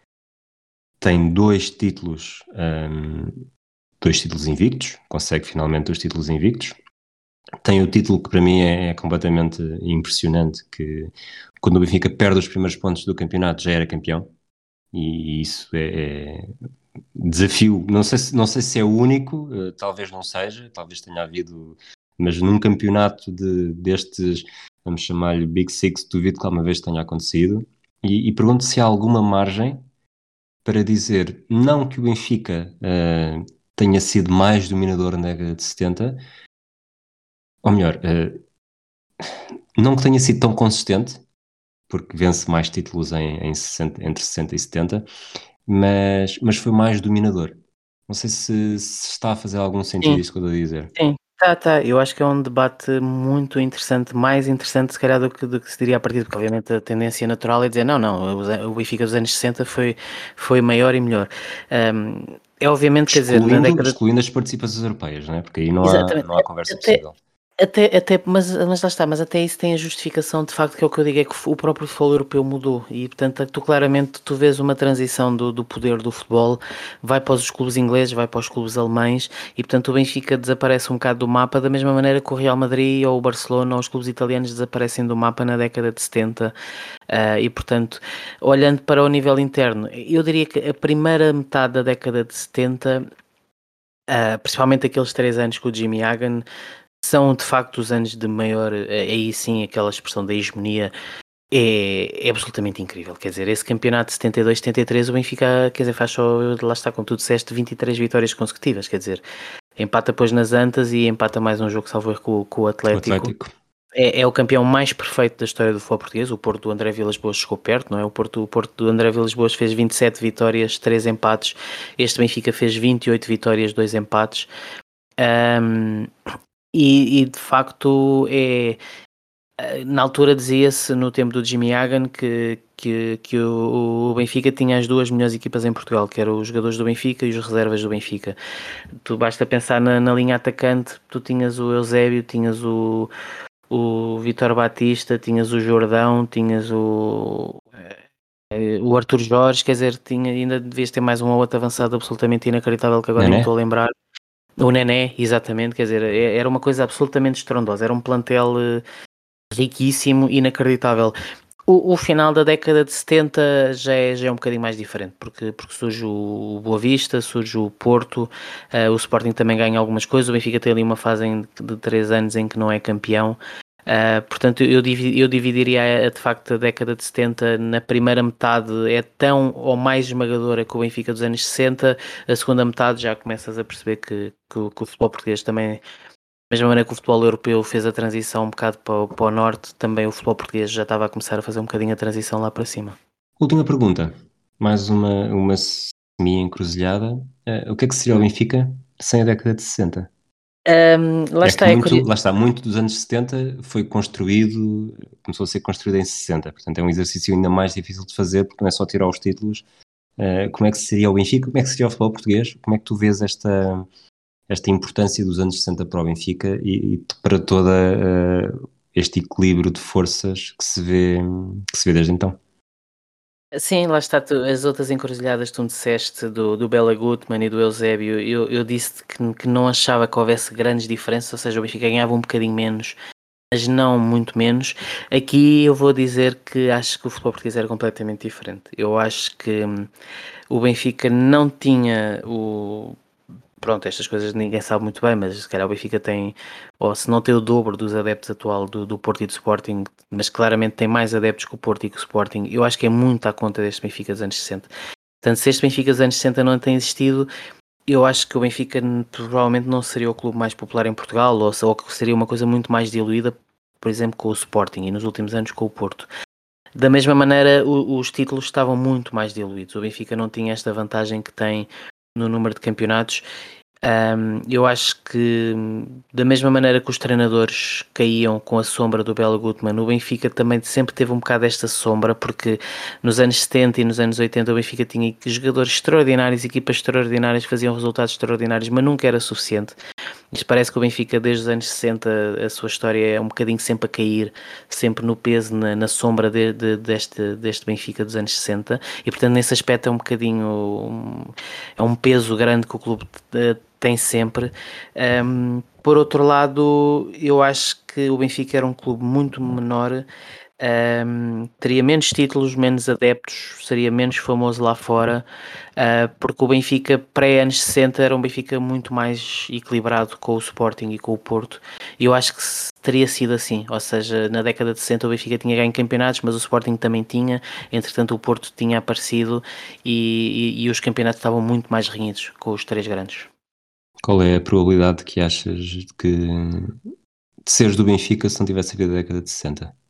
Tem dois títulos, um, dois títulos invictos, consegue finalmente os títulos invictos. Tem o título que para mim é, é completamente impressionante, que quando o Benfica perde os primeiros pontos do campeonato já era campeão, e isso é... é desafio, não sei, se, não sei se é o único, uh, talvez não seja, talvez tenha havido, mas num campeonato de, destes, vamos chamar-lhe Big Six, duvido que alguma vez tenha acontecido, e, e pergunto se há alguma margem para dizer, não que o Benfica uh, tenha sido mais dominador na década de setenta, ou melhor, uh, não que tenha sido tão consistente, porque vence mais títulos em, em sessenta, entre sessenta e setenta, mas, mas foi mais dominador. Não sei se, se está a fazer algum sentido Sim, isto que eu estou a dizer. sim. Tá, tá. Eu acho que é um debate muito interessante, mais interessante se calhar do que, do que se diria a partir, porque obviamente a tendência natural é dizer não, não, o o Benfica dos anos sessenta foi, foi maior e melhor. Um, é obviamente, quer dizer, na Excluindo, década. excluindo as participações europeias, não é? Porque aí não há, Exatamente. não há conversa Até, possível. até, até, mas, mas lá está, mas até isso tem a justificação de facto, que é o que eu digo, é que o próprio futebol europeu mudou e portanto tu claramente tu vês uma transição do, do poder do futebol, vai para os clubes ingleses, vai para os clubes alemães e portanto o Benfica desaparece um bocado do mapa da mesma maneira que o Real Madrid ou o Barcelona ou os clubes italianos desaparecem do mapa na década de setenta. Uh, e portanto, olhando para o nível interno, eu diria que a primeira metade da década de setenta, uh, principalmente aqueles três anos com o Jimmy Hagan, são de facto os anos de maior, aí sim, aquela expressão da hegemonia é, é absolutamente incrível. Quer dizer, esse campeonato de setenta e dois, setenta e três, o Benfica, quer dizer, faz só, lá está, como tu disseste, vinte e três vitórias consecutivas. Quer dizer, empata depois nas Antas e empata mais um jogo, salvo erro, com, com o O Atlético. Atlético. É, é o campeão mais perfeito da história do futebol português. O Porto do André Vilas-Boas chegou perto, não é? O Porto, o Porto do André Vilas-Boas fez vinte e sete vitórias, três empates. Este Benfica fez vinte e oito vitórias, dois empates. Um, e, e de facto é, na altura dizia-se no tempo do Jimmy Hagan que, que, que o, o Benfica tinha as duas melhores equipas em Portugal, que eram os jogadores do Benfica e os reservas do Benfica. Tu basta pensar na, na linha atacante, tu tinhas o Eusébio, tinhas o, o Vítor Batista, tinhas o Jordão, tinhas o, eh, o Arthur Jorge, quer dizer, tinha, ainda devias ter mais um ou outro avançado absolutamente inacreditável que agora nem me estou a Nené? lembrar. O Nené, exatamente, quer dizer, é- era uma coisa absolutamente estrondosa, era um plantel eh, riquíssimo, inacreditável. O, o final da década de setenta já é, já é um bocadinho mais diferente, porque, porque surge o Boa Vista, surge o Porto, eh, o Sporting também ganha algumas coisas, o Benfica tem ali uma fase em- de três anos em que não é campeão. Uh, portanto, eu, divi- eu dividiria eh, de facto a década de setenta na primeira metade é tão ou mais esmagadora que o Benfica dos anos sessenta, a segunda metade já começas a perceber que, que, o que o futebol português também, da mesma maneira que o futebol europeu fez a transição um bocado para, o- para o norte, também o futebol português já estava a começar a fazer um bocadinho a transição lá para cima. Última pergunta. Mais uma, uma semi-encruzilhada. Eh, o que é que seria o Benfica sem a década de sessenta? Um, lá É está, que é muito, curioso. lá está, muito dos anos setenta foi construído, começou a ser construído em sessenta, portanto é um exercício ainda mais difícil de fazer, porque não é só tirar os títulos. Eh, como é que seria o Benfica? Como é que seria o futebol português? Como é que tu vês esta, esta importância dos anos sessenta para o Benfica e, e para todo este equilíbrio de forças que se vê, que se vê desde então? Sim, lá está, tu, as outras encruzilhadas que tu me disseste do, do Bela Gutmann e do Eusébio, eu, eu disse que, que não achava que houvesse grandes diferenças, ou seja, o Benfica ganhava um bocadinho menos, mas não muito menos. Aqui eu vou dizer que acho que o futebol português era completamente diferente. Eu acho que hum, o Benfica não tinha o. Pronto, estas coisas ninguém sabe muito bem, mas se calhar o Benfica tem, ou se não tem o dobro dos adeptos atual do, do Porto e do Sporting, mas claramente tem mais adeptos que o Porto e que o Sporting. Eu acho que é muito à conta deste Benfica dos anos sessenta. Portanto, se este Benfica dos anos sessenta não tem existido, eu acho que o Benfica n- provavelmente não seria o clube mais popular em Portugal, ou, se- ou que seria uma coisa muito mais diluída, por exemplo, com o Sporting e nos últimos anos com o Porto. Da mesma maneira, o- os títulos estavam muito mais diluídos. O Benfica não tinha esta vantagem que tem no número de campeonatos. Um, eu acho que, da mesma maneira que os treinadores caíam com a sombra do Bela Gutmann, o Benfica também sempre teve um bocado esta sombra, porque nos anos setenta e nos anos oitenta o Benfica tinha jogadores extraordinários, equipas extraordinárias que faziam resultados extraordinários, mas nunca era suficiente. Isto parece que o Benfica, desde os anos sessenta, a sua história é um bocadinho sempre a cair, sempre no peso, na, na sombra de, de, deste, deste Benfica dos anos sessenta, e portanto, nesse aspecto, é um bocadinho. Um, é um peso grande que o clube uh, tem sempre. Um, por outro lado, eu acho que o Benfica era um clube muito menor. Um, teria menos títulos, menos adeptos, seria menos famoso lá fora, uh, porque o Benfica pré-anos sessenta era um Benfica muito mais equilibrado com o Sporting e com o Porto, e eu acho que teria sido assim, ou seja, na década de sessenta o Benfica tinha ganho campeonatos, mas o Sporting também tinha, entretanto o Porto tinha aparecido e, e, e os campeonatos estavam muito mais renhidos com os três grandes. Qual é a probabilidade que achas de que de seres do Benfica se não tivesse havido a década de sessenta?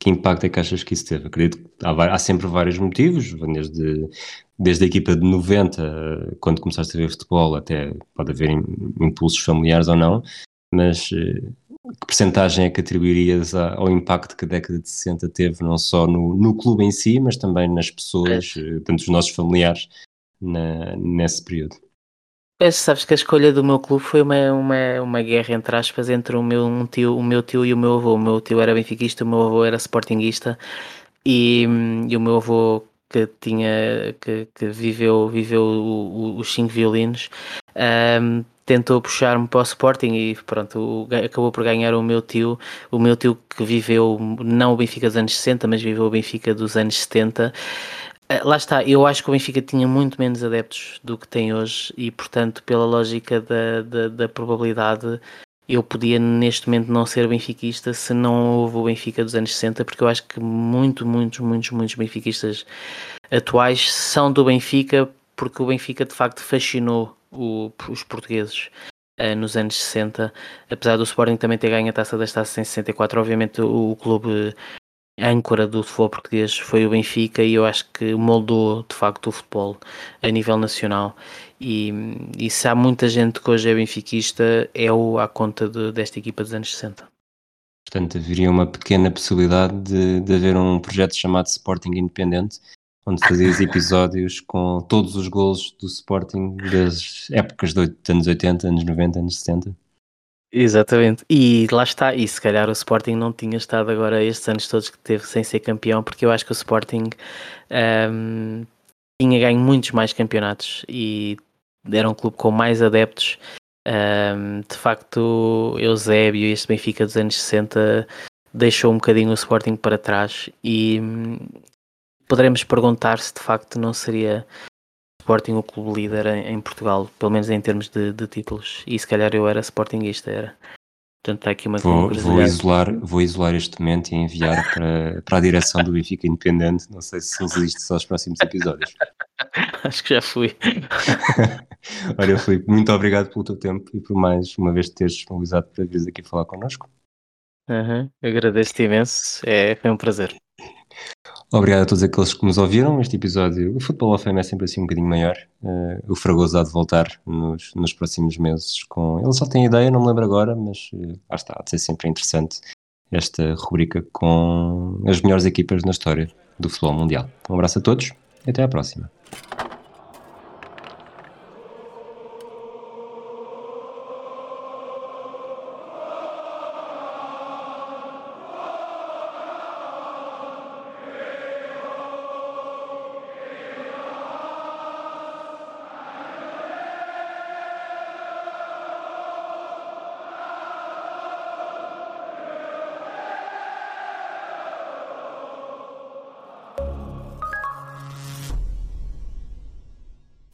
que impacto é que achas que isso teve? Acredito que há, há sempre vários motivos, desde, desde a equipa de noventa, quando começaste a ver futebol, até pode haver impulsos familiares ou não, mas que percentagem é que atribuirias ao impacto que a década de sessenta teve, não só no, no clube em si, mas também nas pessoas, tanto os nossos familiares, na, nesse período? Pois, sabes que a escolha do meu clube foi uma, uma, uma guerra, entre aspas, entre o meu, um tio, o meu tio e o meu avô. O meu tio era benfiquista, o meu avô era sportinguista, e, e o meu avô, que tinha que, que viveu, viveu o, o, os cinco violinos, um, tentou puxar-me para o Sporting e pronto, o, acabou por ganhar o meu tio, o meu tio que viveu não o Benfica dos anos sessenta, mas viveu o Benfica dos anos setenta. Lá está, eu acho que o Benfica tinha muito menos adeptos do que tem hoje e, portanto, pela lógica da, da, da probabilidade, eu podia neste momento não ser benfiquista se não houve o Benfica dos anos sessenta, porque eu acho que muito, muitos, muitos, muitos benfiquistas atuais são do Benfica, porque o Benfica de facto fascinou o, os portugueses uh, nos anos sessenta, apesar do Sporting também ter ganho a Taça das Taças em sessenta e quatro, obviamente o, o clube âncora do futebol português foi o Benfica e eu acho que moldou de facto o futebol a nível nacional e, e se há muita gente que hoje é benfiquista é o à conta de, desta equipa dos anos sessenta. Portanto, haveria uma pequena possibilidade de, de haver um projeto chamado Sporting Independente, onde fazias episódios com todos os golos do Sporting das épocas dos anos oitenta, anos noventa, anos setenta. Exatamente, e lá está, e se calhar o Sporting não tinha estado agora estes anos todos que teve sem ser campeão, porque eu acho que o Sporting um, tinha ganho muitos mais campeonatos e era um clube com mais adeptos. Um, de facto, Eusébio e este Benfica dos anos sessenta deixou um bocadinho o Sporting para trás e hum, poderemos perguntar se de facto não seria Sporting o clube líder em, em Portugal, pelo menos em termos de, de títulos, e se calhar eu era Sportingista, era. Portanto, está aqui uma, uma Vou, vou, curiosidade. isolar, vou isolar este momento e enviar para, para a direção do Benfica Independente. Não sei se resiste aos próximos episódios. Acho que já fui. Olha, Filipe, muito obrigado pelo teu tempo e por mais uma vez te teres disponibilizado para vires aqui falar connosco. Uhum, agradeço-te imenso, é, foi um prazer. Obrigado a todos aqueles que nos ouviram. Este episódio, o Futebol of Fame é sempre assim um bocadinho maior. Uh, o Fragoso há de voltar nos, nos próximos meses com... Ele só tem ideia, não me lembro agora, mas uh, lá está, há de ser sempre interessante esta rubrica com as melhores equipas na história do futebol mundial. Um abraço a todos e até à próxima.